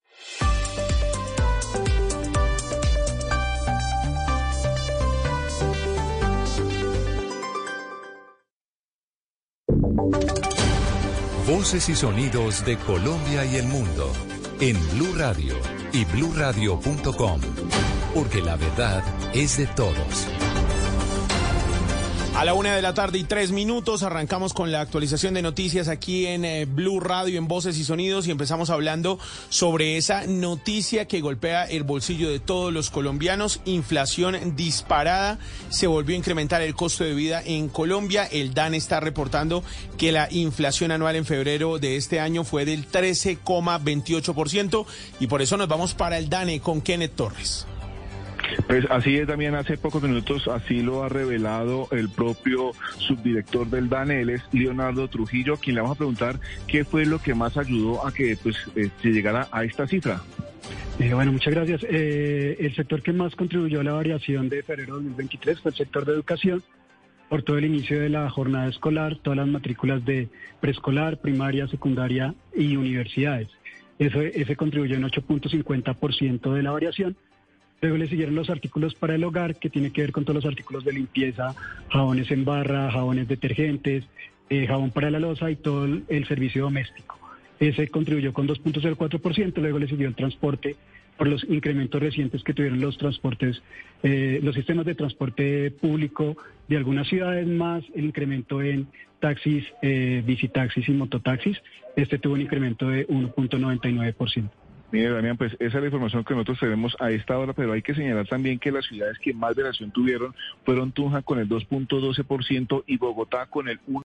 Voces y sonidos de Colombia y el mundo en Blue Radio y bluradio.com, porque la verdad es de todos. A la 1:03 arrancamos con la actualización de noticias aquí en Blue Radio, en Voces y Sonidos, y empezamos hablando sobre esa noticia que golpea el bolsillo de todos los colombianos. Inflación disparada, se volvió a incrementar el costo de vida en Colombia. El DANE está reportando que la inflación anual en febrero de este año fue del 13,28%, y por eso nos vamos para el DANE con Kenneth Torres. Pues así es, Damián, hace pocos minutos así lo ha revelado el propio subdirector del DANE, él es Leonardo Trujillo, a quien le vamos a preguntar qué fue lo que más ayudó a que se llegara a esta cifra. Bueno, muchas gracias. El sector que más contribuyó a la variación de febrero de 2023 fue el sector de educación, por todo el inicio de la jornada escolar, todas las matrículas de preescolar, primaria, secundaria y universidades. Ese contribuyó en 8.50% de la variación. Luego le siguieron los artículos para el hogar, que tiene que ver con todos los artículos de limpieza, jabones en barra, jabones detergentes, jabón para la loza y todo el servicio doméstico. Ese contribuyó con 2.04%, luego le siguió el transporte por los incrementos recientes que tuvieron los transportes, los sistemas de transporte público de algunas ciudades, más el incremento en taxis, bicitaxis y mototaxis. Este tuvo un incremento de 1.99%. Mire, Damián, pues esa es la información que nosotros tenemos a esta hora, pero hay que señalar también que las ciudades que más variación tuvieron fueron Tunja con el 2.12% y Bogotá con el 1%.